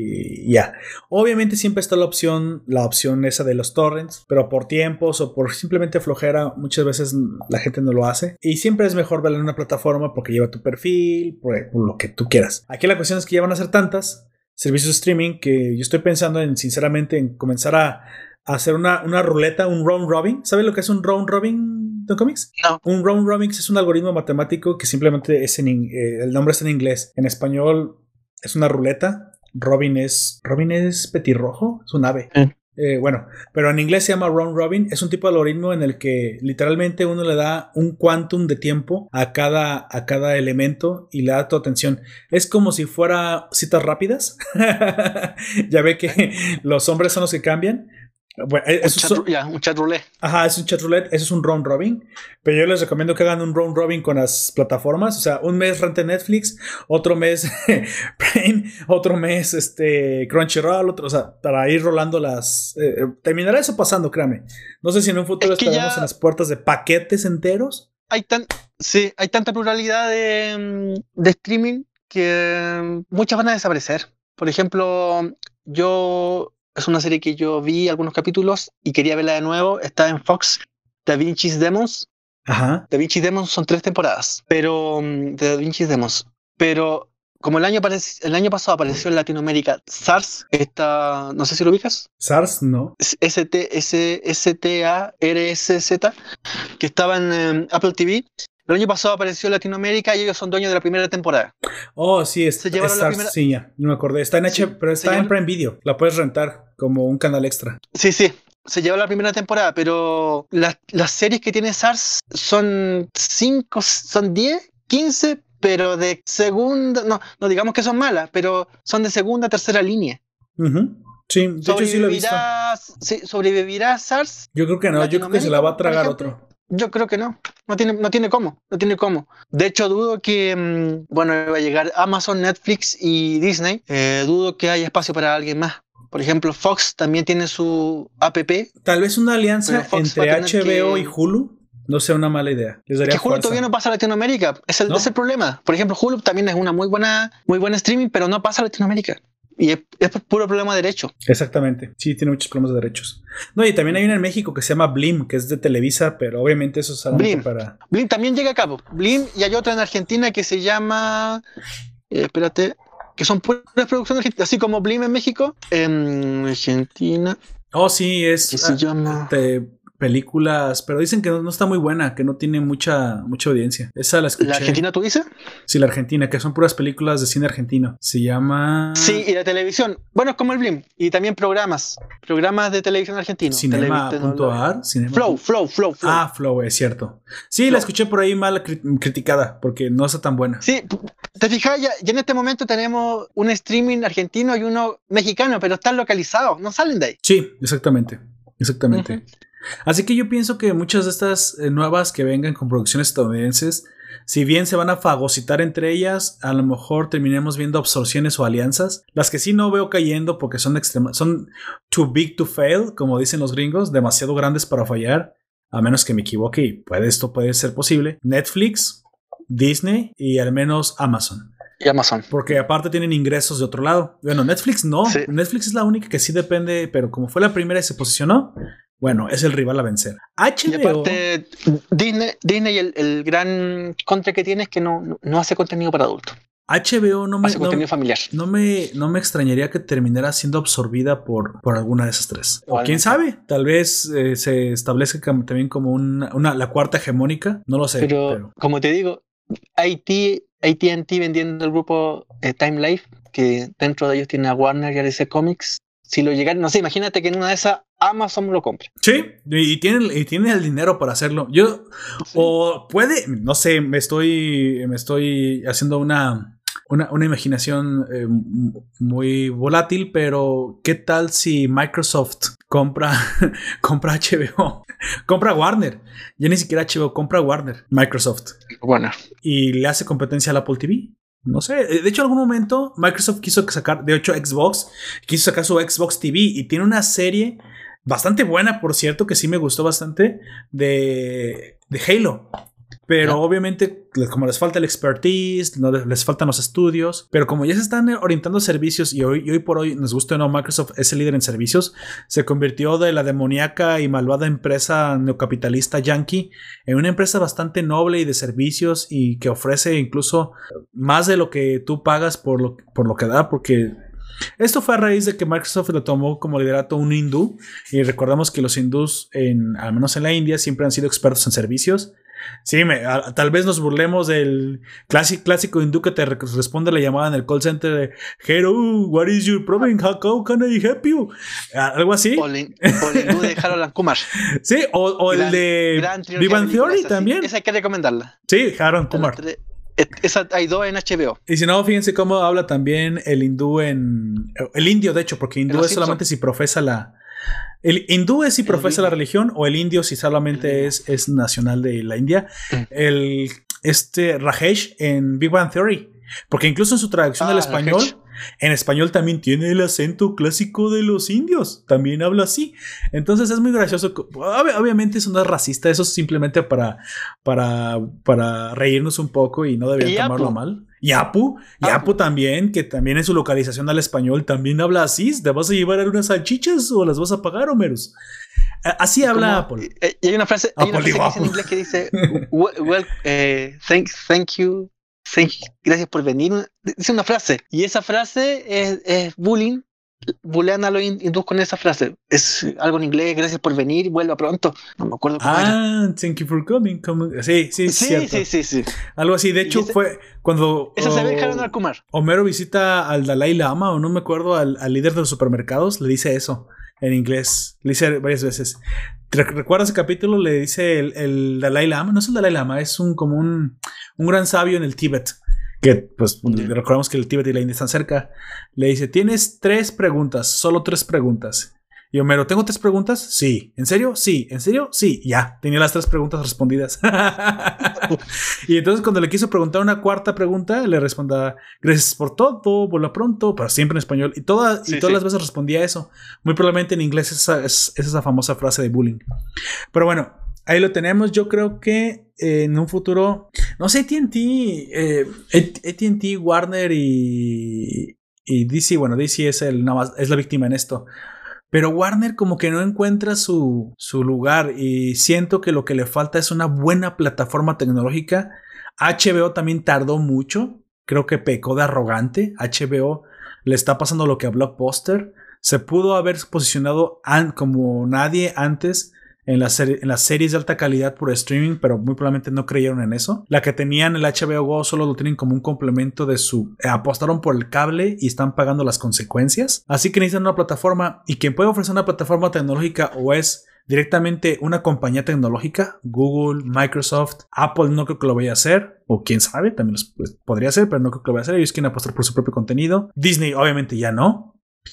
y ya. Obviamente siempre está la opción esa de los torrents, pero por tiempos o por simplemente flojera muchas veces la gente no lo hace, y siempre es mejor verlo en una plataforma porque lleva tu perfil, por lo que tú quieras. Aquí la cuestión es que ya van a ser tantas servicios de streaming que yo estoy pensando sinceramente en comenzar a hacer una ruleta, un round robin. ¿Sabes lo que es un round robin de cómics? No. Un round robin es un algoritmo matemático que simplemente el nombre está en inglés. En español es una ruleta. Robin es petirrojo, es un ave. Bueno, pero en inglés se llama round robin. Es un tipo de algoritmo en el que literalmente uno le da un quantum de tiempo a cada elemento y le da tu atención. Es como si fuera citas rápidas. Ya ve que los hombres son los que cambian. Bueno, un chat roulette. Ajá, es un chat roulette. Eso es un round robin. Pero yo les recomiendo que hagan un round robin con las plataformas. O sea, un mes rente Netflix, otro mes Prime, otro mes Crunchyroll, o sea, para ir rolando las... terminará eso pasando, créame. No sé si en un futuro estaremos en las puertas de paquetes enteros. Hay tanta pluralidad de streaming que muchas van a desaparecer. Por ejemplo, es una serie que yo vi algunos capítulos y quería verla de nuevo. Está en Fox, Da Vinci's Demons. Ajá. Da Vinci's Demons son 3 temporadas, pero de Da Vinci's Demons. Pero como el año pasado apareció en Latinoamérica SARS, no sé si lo ubicas. SARS, no. STARSZ, que estaba en Apple TV. El año pasado apareció en Latinoamérica y ellos son dueños de la primera temporada. Oh, sí, sí, ya, no me acordé. Está en pero está en Prime Video. La puedes rentar como un canal extra. Sí. Se lleva la primera temporada, pero las series que tiene SARS son 5, son 10, 15, pero de segunda, no digamos que son malas, pero son de segunda, tercera línea. Sí, de hecho sí lo he visto. ¿Sobrevivirá SARS? Yo creo que no, yo creo que se la va a tragar otro. Yo creo que no. no tiene cómo. De hecho, dudo que, bueno, va a llegar Amazon, Netflix y Disney. Dudo que haya espacio para alguien más. Por ejemplo, Fox también tiene su app. Tal vez una alianza entre HBO y Hulu no sea una mala idea. Les daría que Hulu fuerza. Todavía no pasa a Latinoamérica. Es el problema. Por ejemplo, Hulu también es una muy buena streaming, pero no pasa a Latinoamérica. Y es puro problema de derecho. Exactamente. Sí, tiene muchos problemas de derechos. No, y también hay una en México que se llama Blim, que es de Televisa, pero obviamente eso es solamente para... Blim también llega a cabo. Blim, y hay otra en Argentina que se llama... espérate... que son puras producciones argentinas, así como Blim en México, en Argentina. Oh, sí, es... ¿Qué se llama? Películas, pero dicen que no está muy buena, que no tiene mucha audiencia. Esa la escuché. ¿La Argentina tú dices? Sí, la Argentina, que son puras películas de cine argentino. Se llama... Sí, y de televisión. Bueno, es como el Blim. Y también programas de televisión argentino. Cinema.ar. Flow. Ah, Flow, es cierto. Sí, Flow. La escuché por ahí mal criticada, porque no está tan buena. Sí, te fijas, ya en este momento tenemos un streaming argentino y uno mexicano, pero están localizados, no salen de ahí. Sí, exactamente. Uh-huh. Así que yo pienso que muchas de estas nuevas que vengan con producciones estadounidenses, si bien se van a fagocitar entre ellas, a lo mejor terminemos viendo absorciones o alianzas. Las que sí no veo cayendo porque son too big to fail, como dicen los gringos, demasiado grandes para fallar, a menos que me equivoque y esto puede ser posible. Netflix, Disney y al menos Amazon. Y Amazon. Porque aparte tienen ingresos de otro lado. Bueno, Netflix no. Sí. Netflix es la única que sí depende, pero como fue la primera y se posicionó, bueno, es el rival a vencer. HBO... Y aparte, Disney el gran contra que tiene es que no hace contenido para adultos. HBO hace contenido familiar. No me extrañaría que terminara siendo absorbida por alguna de esas tres. O quién sabe, tal vez se establezca también como la cuarta hegemónica. No lo sé. Pero como te digo, AT&T vendiendo el grupo Time Life, que dentro de ellos tiene a Warner y a DC Comics. Si lo llegaran, no sé, imagínate que en una de esas Amazon lo compre. Sí, y tiene el dinero para hacerlo. Sí. O puede, no sé, me estoy haciendo una imaginación muy volátil, pero ¿qué tal si Microsoft compra HBO? Compra Warner. Ya ni siquiera HBO, compra Warner, Microsoft. Bueno. Y le hace competencia al Apple TV. No sé, de hecho en algún momento Microsoft quiso sacar, de hecho Xbox quiso sacar su Xbox TV y tiene una serie bastante buena, por cierto, que sí me gustó bastante, de Halo. Pero obviamente, como les falta el expertise, les faltan los estudios, pero como ya se están orientando a servicios y hoy por hoy, nos gusta o no, Microsoft es el líder en servicios, se convirtió de la demoníaca y malvada empresa neocapitalista yankee en una empresa bastante noble y de servicios y que ofrece incluso más de lo que tú pagas por lo que da, porque... Esto fue a raíz de que Microsoft lo tomó como liderato un hindú y recordamos que los hindús, al menos en la India, siempre han sido expertos en servicios. Sí, tal vez nos burlemos del clásico hindú que te responde la llamada en el call center de Hello, what is your problem? How can I help you? Algo así. O el hindú de Harold Kumar. Sí, o el de Big Bang Theory también. Esa hay que recomendarla. Sí, Harold Kumar. Hay dos en HBO. Y si no, fíjense cómo habla también el hindú el indio, de hecho, porque hindú es solamente si profesa el hindú es si profesa la religión, o el indio si solamente es nacional de la India. Rajesh en Big Bang Theory. Porque incluso en su traducción al español, en español también tiene el acento clásico de los indios. También habla así. Entonces es muy gracioso. Obviamente eso no es racista. Eso es simplemente para reírnos un poco y no deberían tomarlo mal. Y Apu también, que también en su localización al español también habla así. ¿Te vas a llevar unas salchichas o las vas a pagar, Homerus? Así habla Apple. Y hay una frase que dice en inglés que dice thank you. Gracias por venir. Dice una frase. Y esa frase es bullying. Bulean a los hindús con esa frase. Es algo en inglés. Gracias por venir. Vuelva pronto. No me acuerdo cómo era. Thank you for coming. Sí. Sí. Algo así. De hecho, fue cuando. Eso se ve en Harold Kumar. Homero visita al Dalai Lama, o no me acuerdo, al líder de los supermercados. Le dice eso en inglés. Le dice varias veces. ¿Recuerdas ese capítulo? Le dice el Dalai Lama. No es el Dalai Lama, es como un gran sabio en el Tíbet. Que pues recordamos que el Tíbet y la India están cerca. Le dice, tienes 3 preguntas, solo 3 preguntas. Y Homero, ¿tengo 3 preguntas? Sí. ¿En serio? Sí. ¿En serio? Sí. Ya, tenía las 3 preguntas respondidas. Y entonces cuando le quiso preguntar una 4ª pregunta, le respondía, gracias por todo, vuela pronto, pero siempre en español. Y todas las veces respondía eso. Muy probablemente en inglés es esa famosa frase de bullying. Pero bueno, ahí lo tenemos. Yo creo que en un futuro, no sé, AT&T, Warner y DC, bueno, DC es la víctima en esto. Pero Warner como que no encuentra su lugar y siento que lo que le falta es una buena plataforma tecnológica. HBO también tardó mucho. Creo que pecó de arrogante. HBO le está pasando lo que a Blockbuster. Se pudo haber posicionado como nadie antes en las series de alta calidad por streaming, pero muy probablemente no creyeron en eso. La que tenían el HBO Go solo lo tienen como un complemento de apostaron por el cable y están pagando las consecuencias. Así que necesitan una plataforma, y quien puede ofrecer una plataforma tecnológica o es directamente una compañía tecnológica, Google, Microsoft, Apple no creo que lo vaya a hacer, o quién sabe, también podría ser, pero no creo que lo vaya a hacer. Ellos quieren apostar por su propio contenido. Disney obviamente ya no.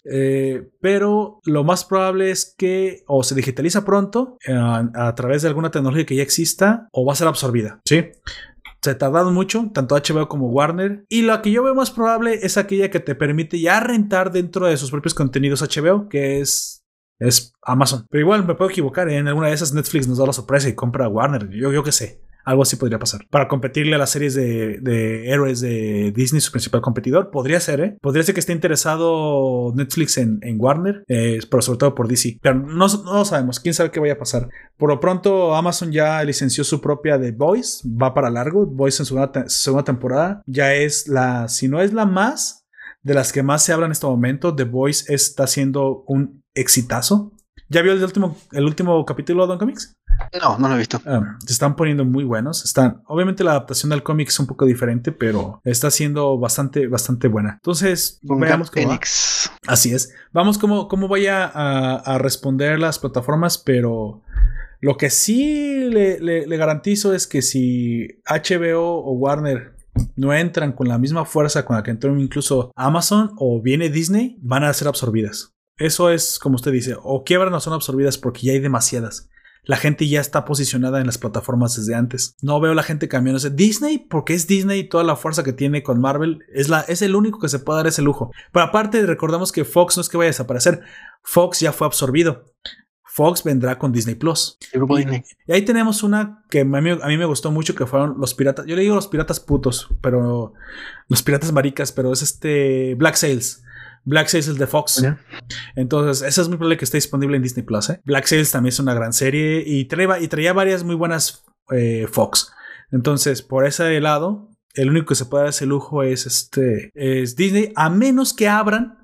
Pero lo más probable es que o se digitaliza pronto a través de alguna tecnología que ya exista, o va a ser absorbida, ¿sí? Se tardaron mucho, tanto HBO como Warner, y la que yo veo más probable es aquella que te permite ya rentar dentro de sus propios contenidos HBO, que es Amazon. Pero igual me puedo equivocar, en alguna de esas Netflix nos da la sorpresa y compra a Warner, yo qué sé. Algo así podría pasar. Para competirle a las series de héroes de Disney, su principal competidor. Podría ser, Podría ser que esté interesado Netflix en Warner, pero sobre todo por DC. Pero no lo sabemos. Quién sabe qué vaya a pasar. Por lo pronto, Amazon ya licenció su propia The Voice. Va para largo. Voice en su segunda temporada. Ya es si no es la más de las que más se habla en este momento, The Voice está siendo un exitazo. ¿Ya vio el último capítulo de Don Comics? No lo he visto. Se están poniendo muy buenos. Obviamente la adaptación del cómic es un poco diferente, pero está siendo bastante, bastante buena. Entonces, veamos cómo va. Así es. Vamos cómo vaya a responder las plataformas, pero lo que sí le garantizo es que si HBO o Warner no entran con la misma fuerza con la que entró incluso Amazon o viene Disney, van a ser absorbidas. Eso es como usted dice, o quiebran o son absorbidas porque ya hay demasiadas. La gente ya está posicionada en las plataformas desde antes. No veo la gente cambiándose. Disney, porque es Disney y toda la fuerza que tiene con Marvel, es el único que se puede dar ese lujo. Pero aparte, recordamos que Fox no es que vaya a desaparecer. Fox ya fue absorbido. Fox vendrá con Disney Plus. Y ahí tenemos una que a mí me gustó mucho, que fueron los piratas. Yo le digo los piratas putos, pero los piratas maricas, pero es Black Sails. Black Sails es de Fox. ¿Ya? Entonces, esa es muy probable que esté disponible en Disney Plus. Black Sails también es una gran serie y traía varias muy buenas Fox. Entonces, por ese lado, el único que se puede dar ese lujo es Disney, a menos que abran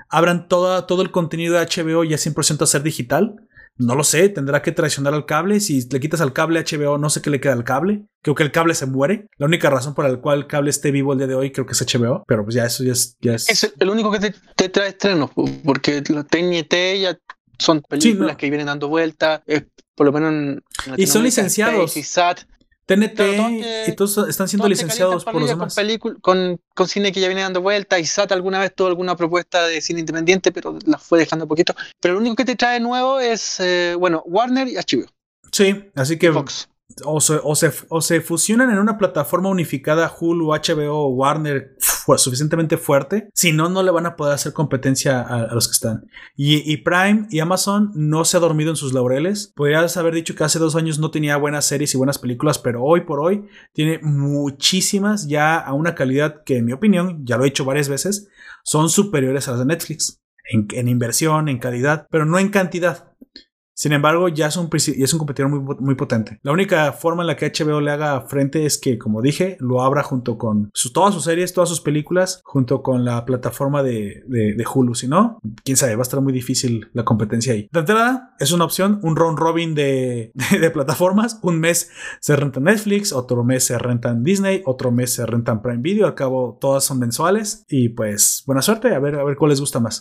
todo el contenido de HBO ya 100% a ser digital. No lo sé, tendrá que traicionar al cable. Si le quitas al cable HBO, no sé qué le queda al cable. Creo que el cable se muere. La única razón por la cual el cable esté vivo el día de hoy creo que es HBO. Pero pues ya eso ya es... Es el único que te trae estrenos, porque los TNT ya son películas que vienen dando vueltas. Por lo menos en y son licenciados. Y SAT. TNT y todos están siendo licenciados por los demás. Con cine que ya viene dando vuelta, y SAT alguna vez tuvo alguna propuesta de cine independiente, pero la fue dejando poquito. Pero lo único que te trae nuevo es, Warner y HBO. Sí, así que Fox. O se fusionan en una plataforma unificada, Hulu, HBO o Warner suficientemente fuerte. Si no, no le van a poder hacer competencia a los que están. Y Prime y Amazon no se ha dormido en sus laureles. Podrías haber dicho que hace 2 años no tenía buenas series y buenas películas, pero hoy por hoy tiene muchísimas, ya a una calidad que, en mi opinión, ya lo he dicho varias veces, son superiores a las de Netflix. En inversión, en calidad, pero no en cantidad. Sin embargo, ya es un competidor muy, muy potente. La única forma en la que HBO le haga frente es que, como dije, lo abra junto con todas sus series, todas sus películas, junto con la plataforma de Hulu. Si no, quién sabe, va a estar muy difícil la competencia ahí. De entrada, es una opción, un round robin de plataformas. Un mes se rentan Netflix, otro mes se rentan Disney, otro mes se rentan Prime Video. Al cabo, todas son mensuales. Y pues, buena suerte, a ver cuál les gusta más.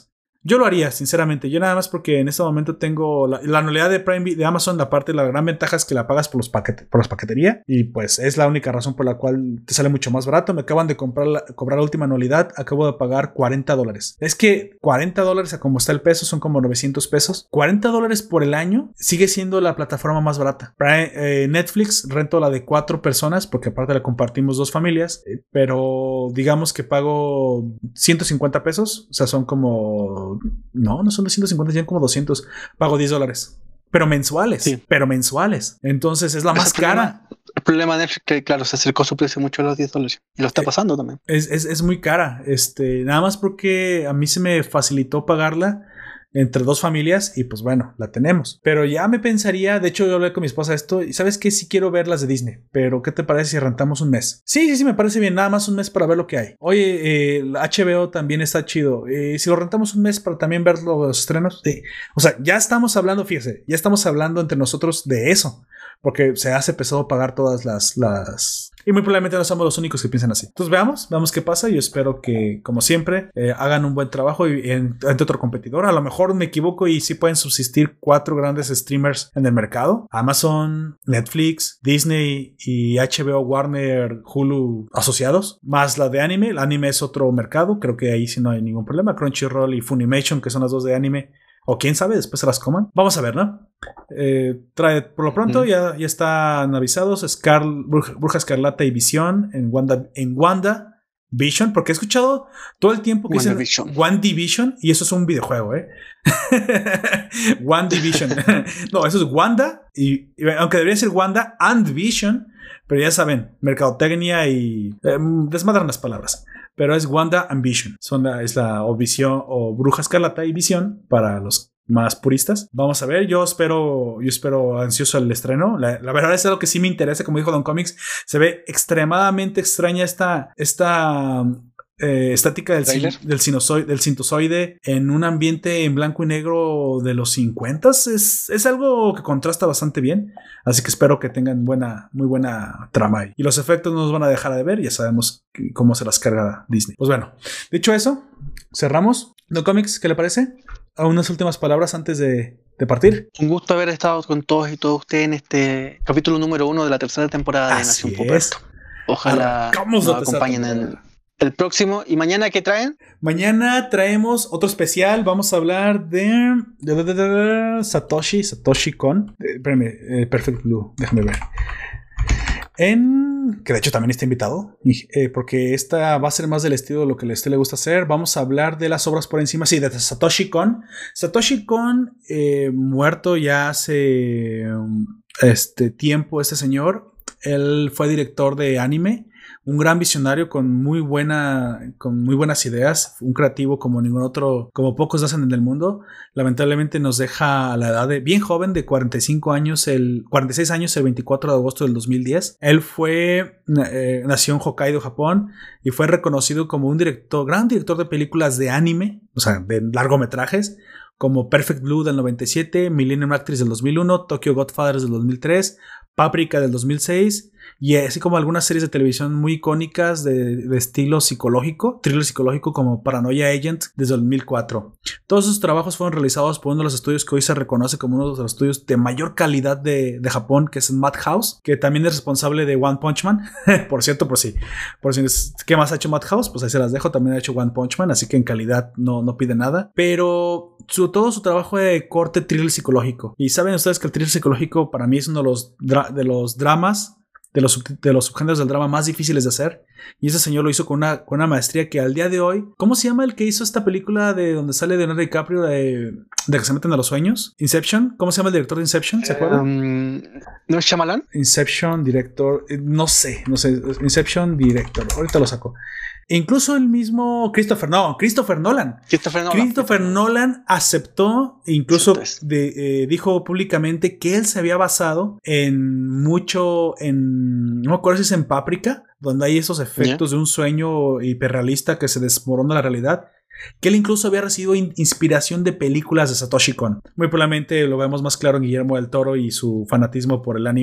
Yo lo haría, sinceramente. Yo nada más porque en este momento tengo la anualidad de Prime de Amazon. La gran ventaja es que la pagas por las paquetería. Y pues es la única razón por la cual te sale mucho más barato. Me acaban de cobrar la última anualidad. Acabo de pagar $40. Es que $40 a como está el peso son como $900. $40 por el año sigue siendo la plataforma más barata. Netflix rento la de 4 personas porque aparte la compartimos 2 familias. Pero digamos que pago $150. O sea, son como... No son de 150, son como 200. Pago $10. Pero mensuales. Sí. Pero mensuales. Entonces es la más cara. El problema de Netflix es que, claro, se acercó su precio mucho a los $10. Y lo está pasando también. Es muy cara. Nada más porque a mí se me facilitó pagarla entre 2 familias y pues bueno, la tenemos. Pero ya me pensaría, de hecho yo hablé con mi esposa esto y ¿sabes qué? Sí quiero ver las de Disney, pero ¿qué te parece si rentamos un mes? Sí, me parece bien, nada más un mes para ver lo que hay. Oye, HBO también está chido. Si lo rentamos un mes para también ver los estrenos. Sí. O sea, ya estamos hablando, fíjese, ya estamos hablando entre nosotros de eso. Porque se hace pesado pagar todas las... Y muy probablemente no somos los únicos que piensan así. Entonces veamos qué pasa. Yo espero que, como siempre, hagan un buen trabajo y entre otro competidor. A lo mejor me equivoco y sí pueden subsistir 4 grandes streamers en el mercado. Amazon, Netflix, Disney y HBO, Warner, Hulu asociados. Más la de anime. El anime es otro mercado. Creo que ahí sí no hay ningún problema. Crunchyroll y Funimation, que son las 2 de anime. O quién sabe, después se las coman. Vamos a ver, ¿no? Por lo pronto ya están avisados Bruja Escarlata y Visión en Wanda Vision, porque he escuchado todo el tiempo que dicen WandaVision y eso es un videojuego, WandaVision. No, eso es Wanda y aunque debería ser Wanda and Vision, pero ya saben, mercadotecnia y desmadran las palabras. Pero es Wanda and Vision. Es la o Visión o Bruja Escarlata y Visión para los más puristas. Vamos a ver, yo espero ansioso el estreno. La verdad es algo que sí me interesa, como dijo Don Comics. Se ve extremadamente extraña esta estática del sintozoide en un ambiente en blanco y negro de los 50. Es algo que contrasta bastante bien, así que espero que tengan muy buena trama ahí. Y los efectos no nos van a dejar de ver, ya sabemos cómo se las carga Disney. Pues bueno, dicho eso, cerramos. No Comics, ¿qué le parece? ¿A unas últimas palabras antes de partir? Un gusto haber estado con todos y todos ustedes en este capítulo número 1 de la 3ª temporada de Nación Puperto. Ojalá nos acompañen en el próximo. ¿Y mañana qué traen? Mañana traemos otro especial. Vamos a hablar de Satoshi Kon. Espérame, Perfect Blue. Déjame ver. Que de hecho también está invitado, porque esta va a ser más del estilo de lo que a usted le gusta hacer. Vamos a hablar de las obras por encima, sí, de Satoshi Kon. Satoshi Kon, muerto ya hace tiempo este señor. Él fue director de anime, un gran visionario con muy buenas ideas, un creativo como ningún otro, como pocos hacen en el mundo. Lamentablemente nos deja a la edad de bien joven, de 46 años el 24 de agosto del 2010. Él nació en Hokkaido, Japón, y fue reconocido como un gran director de películas de anime, o sea, de largometrajes, como Perfect Blue del 97, Millennium Actress del 2001, Tokyo Godfathers del 2003, Paprika del 2006, y así como algunas series de televisión muy icónicas de estilo psicológico, thriller psicológico como Paranoia Agent desde el 2004. Todos sus trabajos fueron realizados por uno de los estudios que hoy se reconoce como uno de los estudios de mayor calidad de Japón, que es Madhouse, que también es responsable de One Punch Man. Por cierto, ¿qué más ha hecho Madhouse? Pues ahí se las dejo, también ha hecho One Punch Man, así que en calidad no pide nada, pero todo su trabajo de corte thriller psicológico. Y saben ustedes que el thriller psicológico para mí es uno de los dramas, de los subgéneros del drama más difíciles de hacer, y ese señor lo hizo con una maestría que al día de hoy... ¿Cómo se llama el que hizo esta película de donde sale Leonardo DiCaprio de que se meten a los sueños? Inception. ¿Cómo se llama el director de Inception? ¿Se acuerdan? ¿No es Shyamalan? Inception, director... No sé. Inception, director. Ahorita lo saco. E incluso el mismo Christopher Nolan. Christopher Nolan aceptó, incluso dijo públicamente que él se había basado no me acuerdo si es en Paprika, donde hay esos efectos de un sueño hiperrealista que se desmorona la realidad, que él incluso había recibido inspiración de películas de Satoshi Kon. Muy probablemente lo vemos más claro en Guillermo del Toro y su fanatismo por el anime,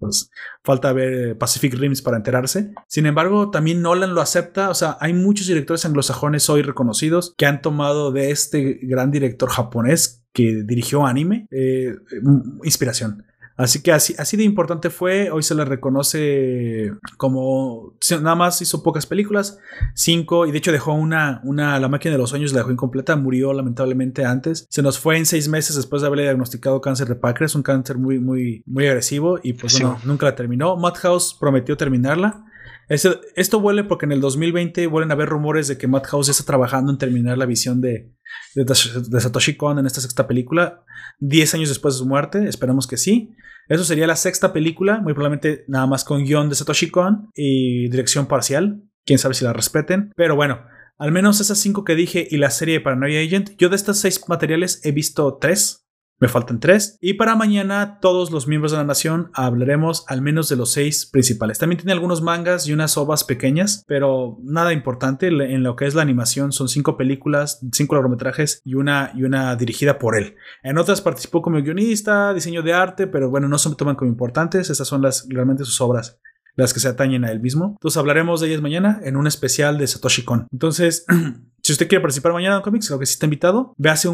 pues falta ver Pacific Rims para enterarse. Sin embargo, también Nolan lo acepta. O sea, hay muchos directores anglosajones hoy reconocidos que han tomado de este gran director japonés que dirigió anime inspiración. Así que así de importante fue. Hoy se le reconoce como nada más hizo pocas películas, 5, y de hecho dejó La máquina de los sueños, la dejó incompleta, murió lamentablemente antes. Se nos fue en 6 meses después de haberle diagnosticado cáncer de páncreas, un cáncer muy, muy, muy agresivo, y pues bueno, nunca la terminó. Madhouse prometió terminarla. Esto vuelve porque en el 2020 vuelven a haber rumores de que Madhouse está trabajando en terminar la visión de Satoshi Kon en esta 6ª película, 10 años después de su muerte. Esperamos que sí. Eso sería la 6ª película, muy probablemente nada más con guión de Satoshi Kon y dirección parcial. Quién sabe si la respeten. Pero bueno, al menos esas 5 que dije y la serie de Paranoia Agent. Yo de estas 6 materiales he visto 3. Me faltan 3. Y para mañana todos los miembros de la nación hablaremos al menos de los 6 principales. También tiene algunos mangas y unas ovas pequeñas, pero nada importante. En lo que es la animación son 5 películas, 5 largometrajes y una dirigida por él. En otras participó como guionista, diseño de arte, pero bueno, no se toman como importantes. Esas son realmente sus obras, las que se atañen a él mismo. Entonces hablaremos de ellas mañana en un especial de Satoshi Kon. Entonces, si usted quiere participar mañana en Comics, creo que sí está invitado. Véase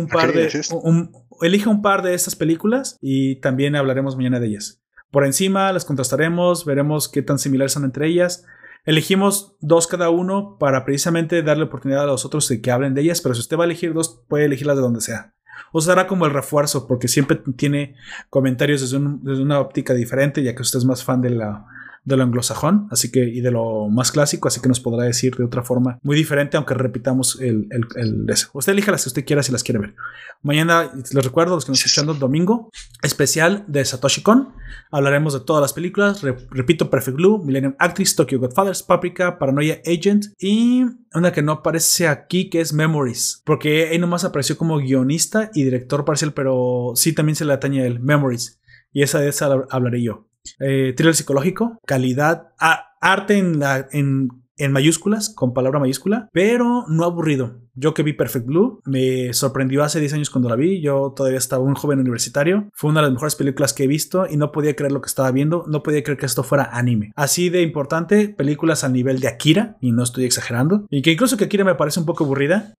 elige un par de estas películas y también hablaremos mañana de ellas. Por encima las contrastaremos, veremos qué tan similares son entre ellas. Elegimos 2 cada uno para precisamente darle oportunidad a los otros de que hablen de ellas, pero si usted va a elegir 2, puede elegirlas de donde sea. O sea, hará como el refuerzo, porque siempre tiene comentarios desde una óptica diferente, ya que usted es más fan de lo anglosajón, así que, y de lo más clásico, así que nos podrá decir de otra forma muy diferente, aunque repitamos el eso. Usted elija las que usted quiera si las quiere ver. Mañana, les recuerdo, los que nos están escuchando, domingo, especial de Satoshi Kon. Hablaremos de todas las películas. Repito, Perfect Blue, Millennium Actress, Tokyo Godfathers, Paprika, Paranoia Agent y una que no aparece aquí, que es Memories, porque ahí nomás apareció como guionista y director parcial, pero sí también se le atañe el Memories, y esa hablaré yo. Thriller psicológico, calidad, arte en mayúsculas, con palabra mayúscula, pero no aburrido. Yo que vi Perfect Blue, me sorprendió hace 10 años cuando la vi. Yo todavía estaba un joven universitario. Fue una de las mejores películas que he visto y no podía creer lo que estaba viendo. No podía creer que esto fuera anime. Así de importante, películas al nivel de Akira, y no estoy exagerando. Y que incluso que Akira me parece un poco aburrida.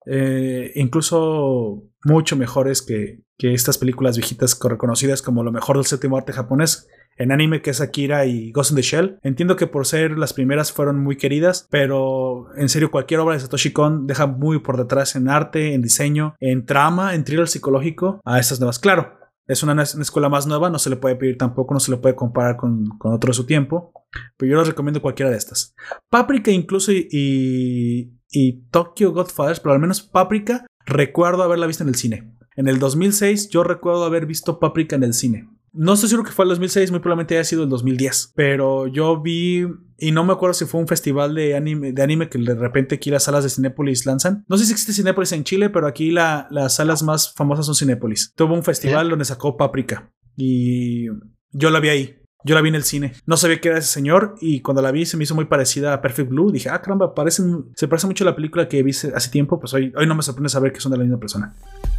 Incluso mucho mejores que estas películas viejitas reconocidas como lo mejor del séptimo arte japonés en anime, que es Akira y Ghost in the Shell. Entiendo que por ser las primeras fueron muy queridas, pero en serio cualquier obra de Satoshi Kon deja muy por detrás en arte, en diseño, en trama, en thriller psicológico a estas nuevas. Claro, es una escuela más nueva, no se le puede pedir tampoco, no se le puede comparar con otro de su tiempo, pero yo les recomiendo cualquiera de estas. Paprika incluso y Tokyo Godfathers, pero al menos Paprika recuerdo haberla visto en el cine. En el 2006 yo recuerdo haber visto Paprika en el cine. No estoy seguro que fue el 2006, muy probablemente haya sido el 2010. Pero yo vi, y no me acuerdo si fue un festival de anime que de repente aquí las salas de Cinépolis lanzan. No sé si existe Cinépolis en Chile, pero aquí las salas más famosas son Cinépolis. Tuvo un festival donde sacó Paprika y yo la vi ahí. Yo la vi en el cine. No sabía que era ese señor y cuando la vi se me hizo muy parecida a Perfect Blue. Dije, caramba, se parece mucho a la película que vi hace tiempo. Pues hoy no me sorprende saber que son de la misma persona.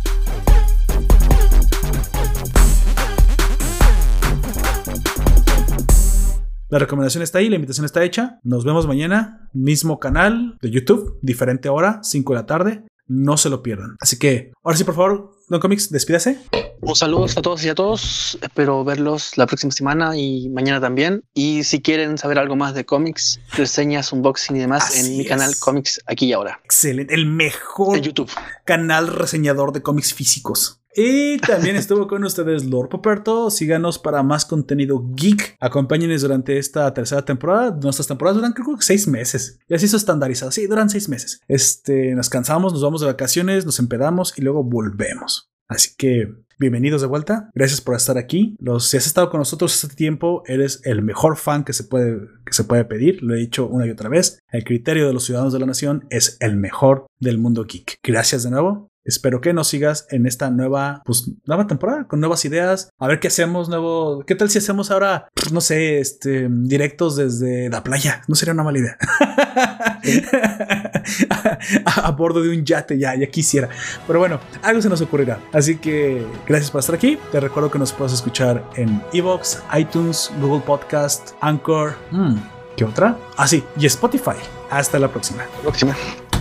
La recomendación está ahí, la invitación está hecha. Nos vemos mañana, mismo canal de YouTube, diferente hora, 5 de la tarde. No se lo pierdan. Así que, ahora sí, por favor, Don Comics, despídase. Un saludo a todos y a todos. Espero verlos la próxima semana y mañana también. Y si quieren saber algo más de cómics, reseñas, unboxing y demás, así en mi canal Comics Aquí y Ahora. Excelente. El mejor en YouTube. Canal reseñador de cómics físicos. Y también estuvo con ustedes Lord Poperto. Síganos para más contenido geek. Acompáñenos durante esta tercera temporada. Nuestras temporadas duran creo que 6 meses. Y así se estandarizado. Sí, duran 6 meses. Nos cansamos, nos vamos de vacaciones, nos empedamos y luego volvemos. Así que bienvenidos de vuelta. Gracias por estar aquí. Si has estado con nosotros este tiempo, eres el mejor fan que se puede pedir. Lo he dicho una y otra vez. El criterio de los ciudadanos de la nación es el mejor del mundo geek. Gracias de nuevo. Espero que nos sigas en esta nueva temporada con nuevas ideas. A ver qué hacemos nuevo. ¿Qué tal si hacemos ahora, no sé, directos desde la playa? No sería una mala idea. a bordo de un yate, ya quisiera. Pero bueno, algo se nos ocurrirá. Así que gracias por estar aquí. Te recuerdo que nos puedes escuchar en iVoox, iTunes, Google Podcast, Anchor, ¿qué otra? Y Spotify. Hasta la próxima.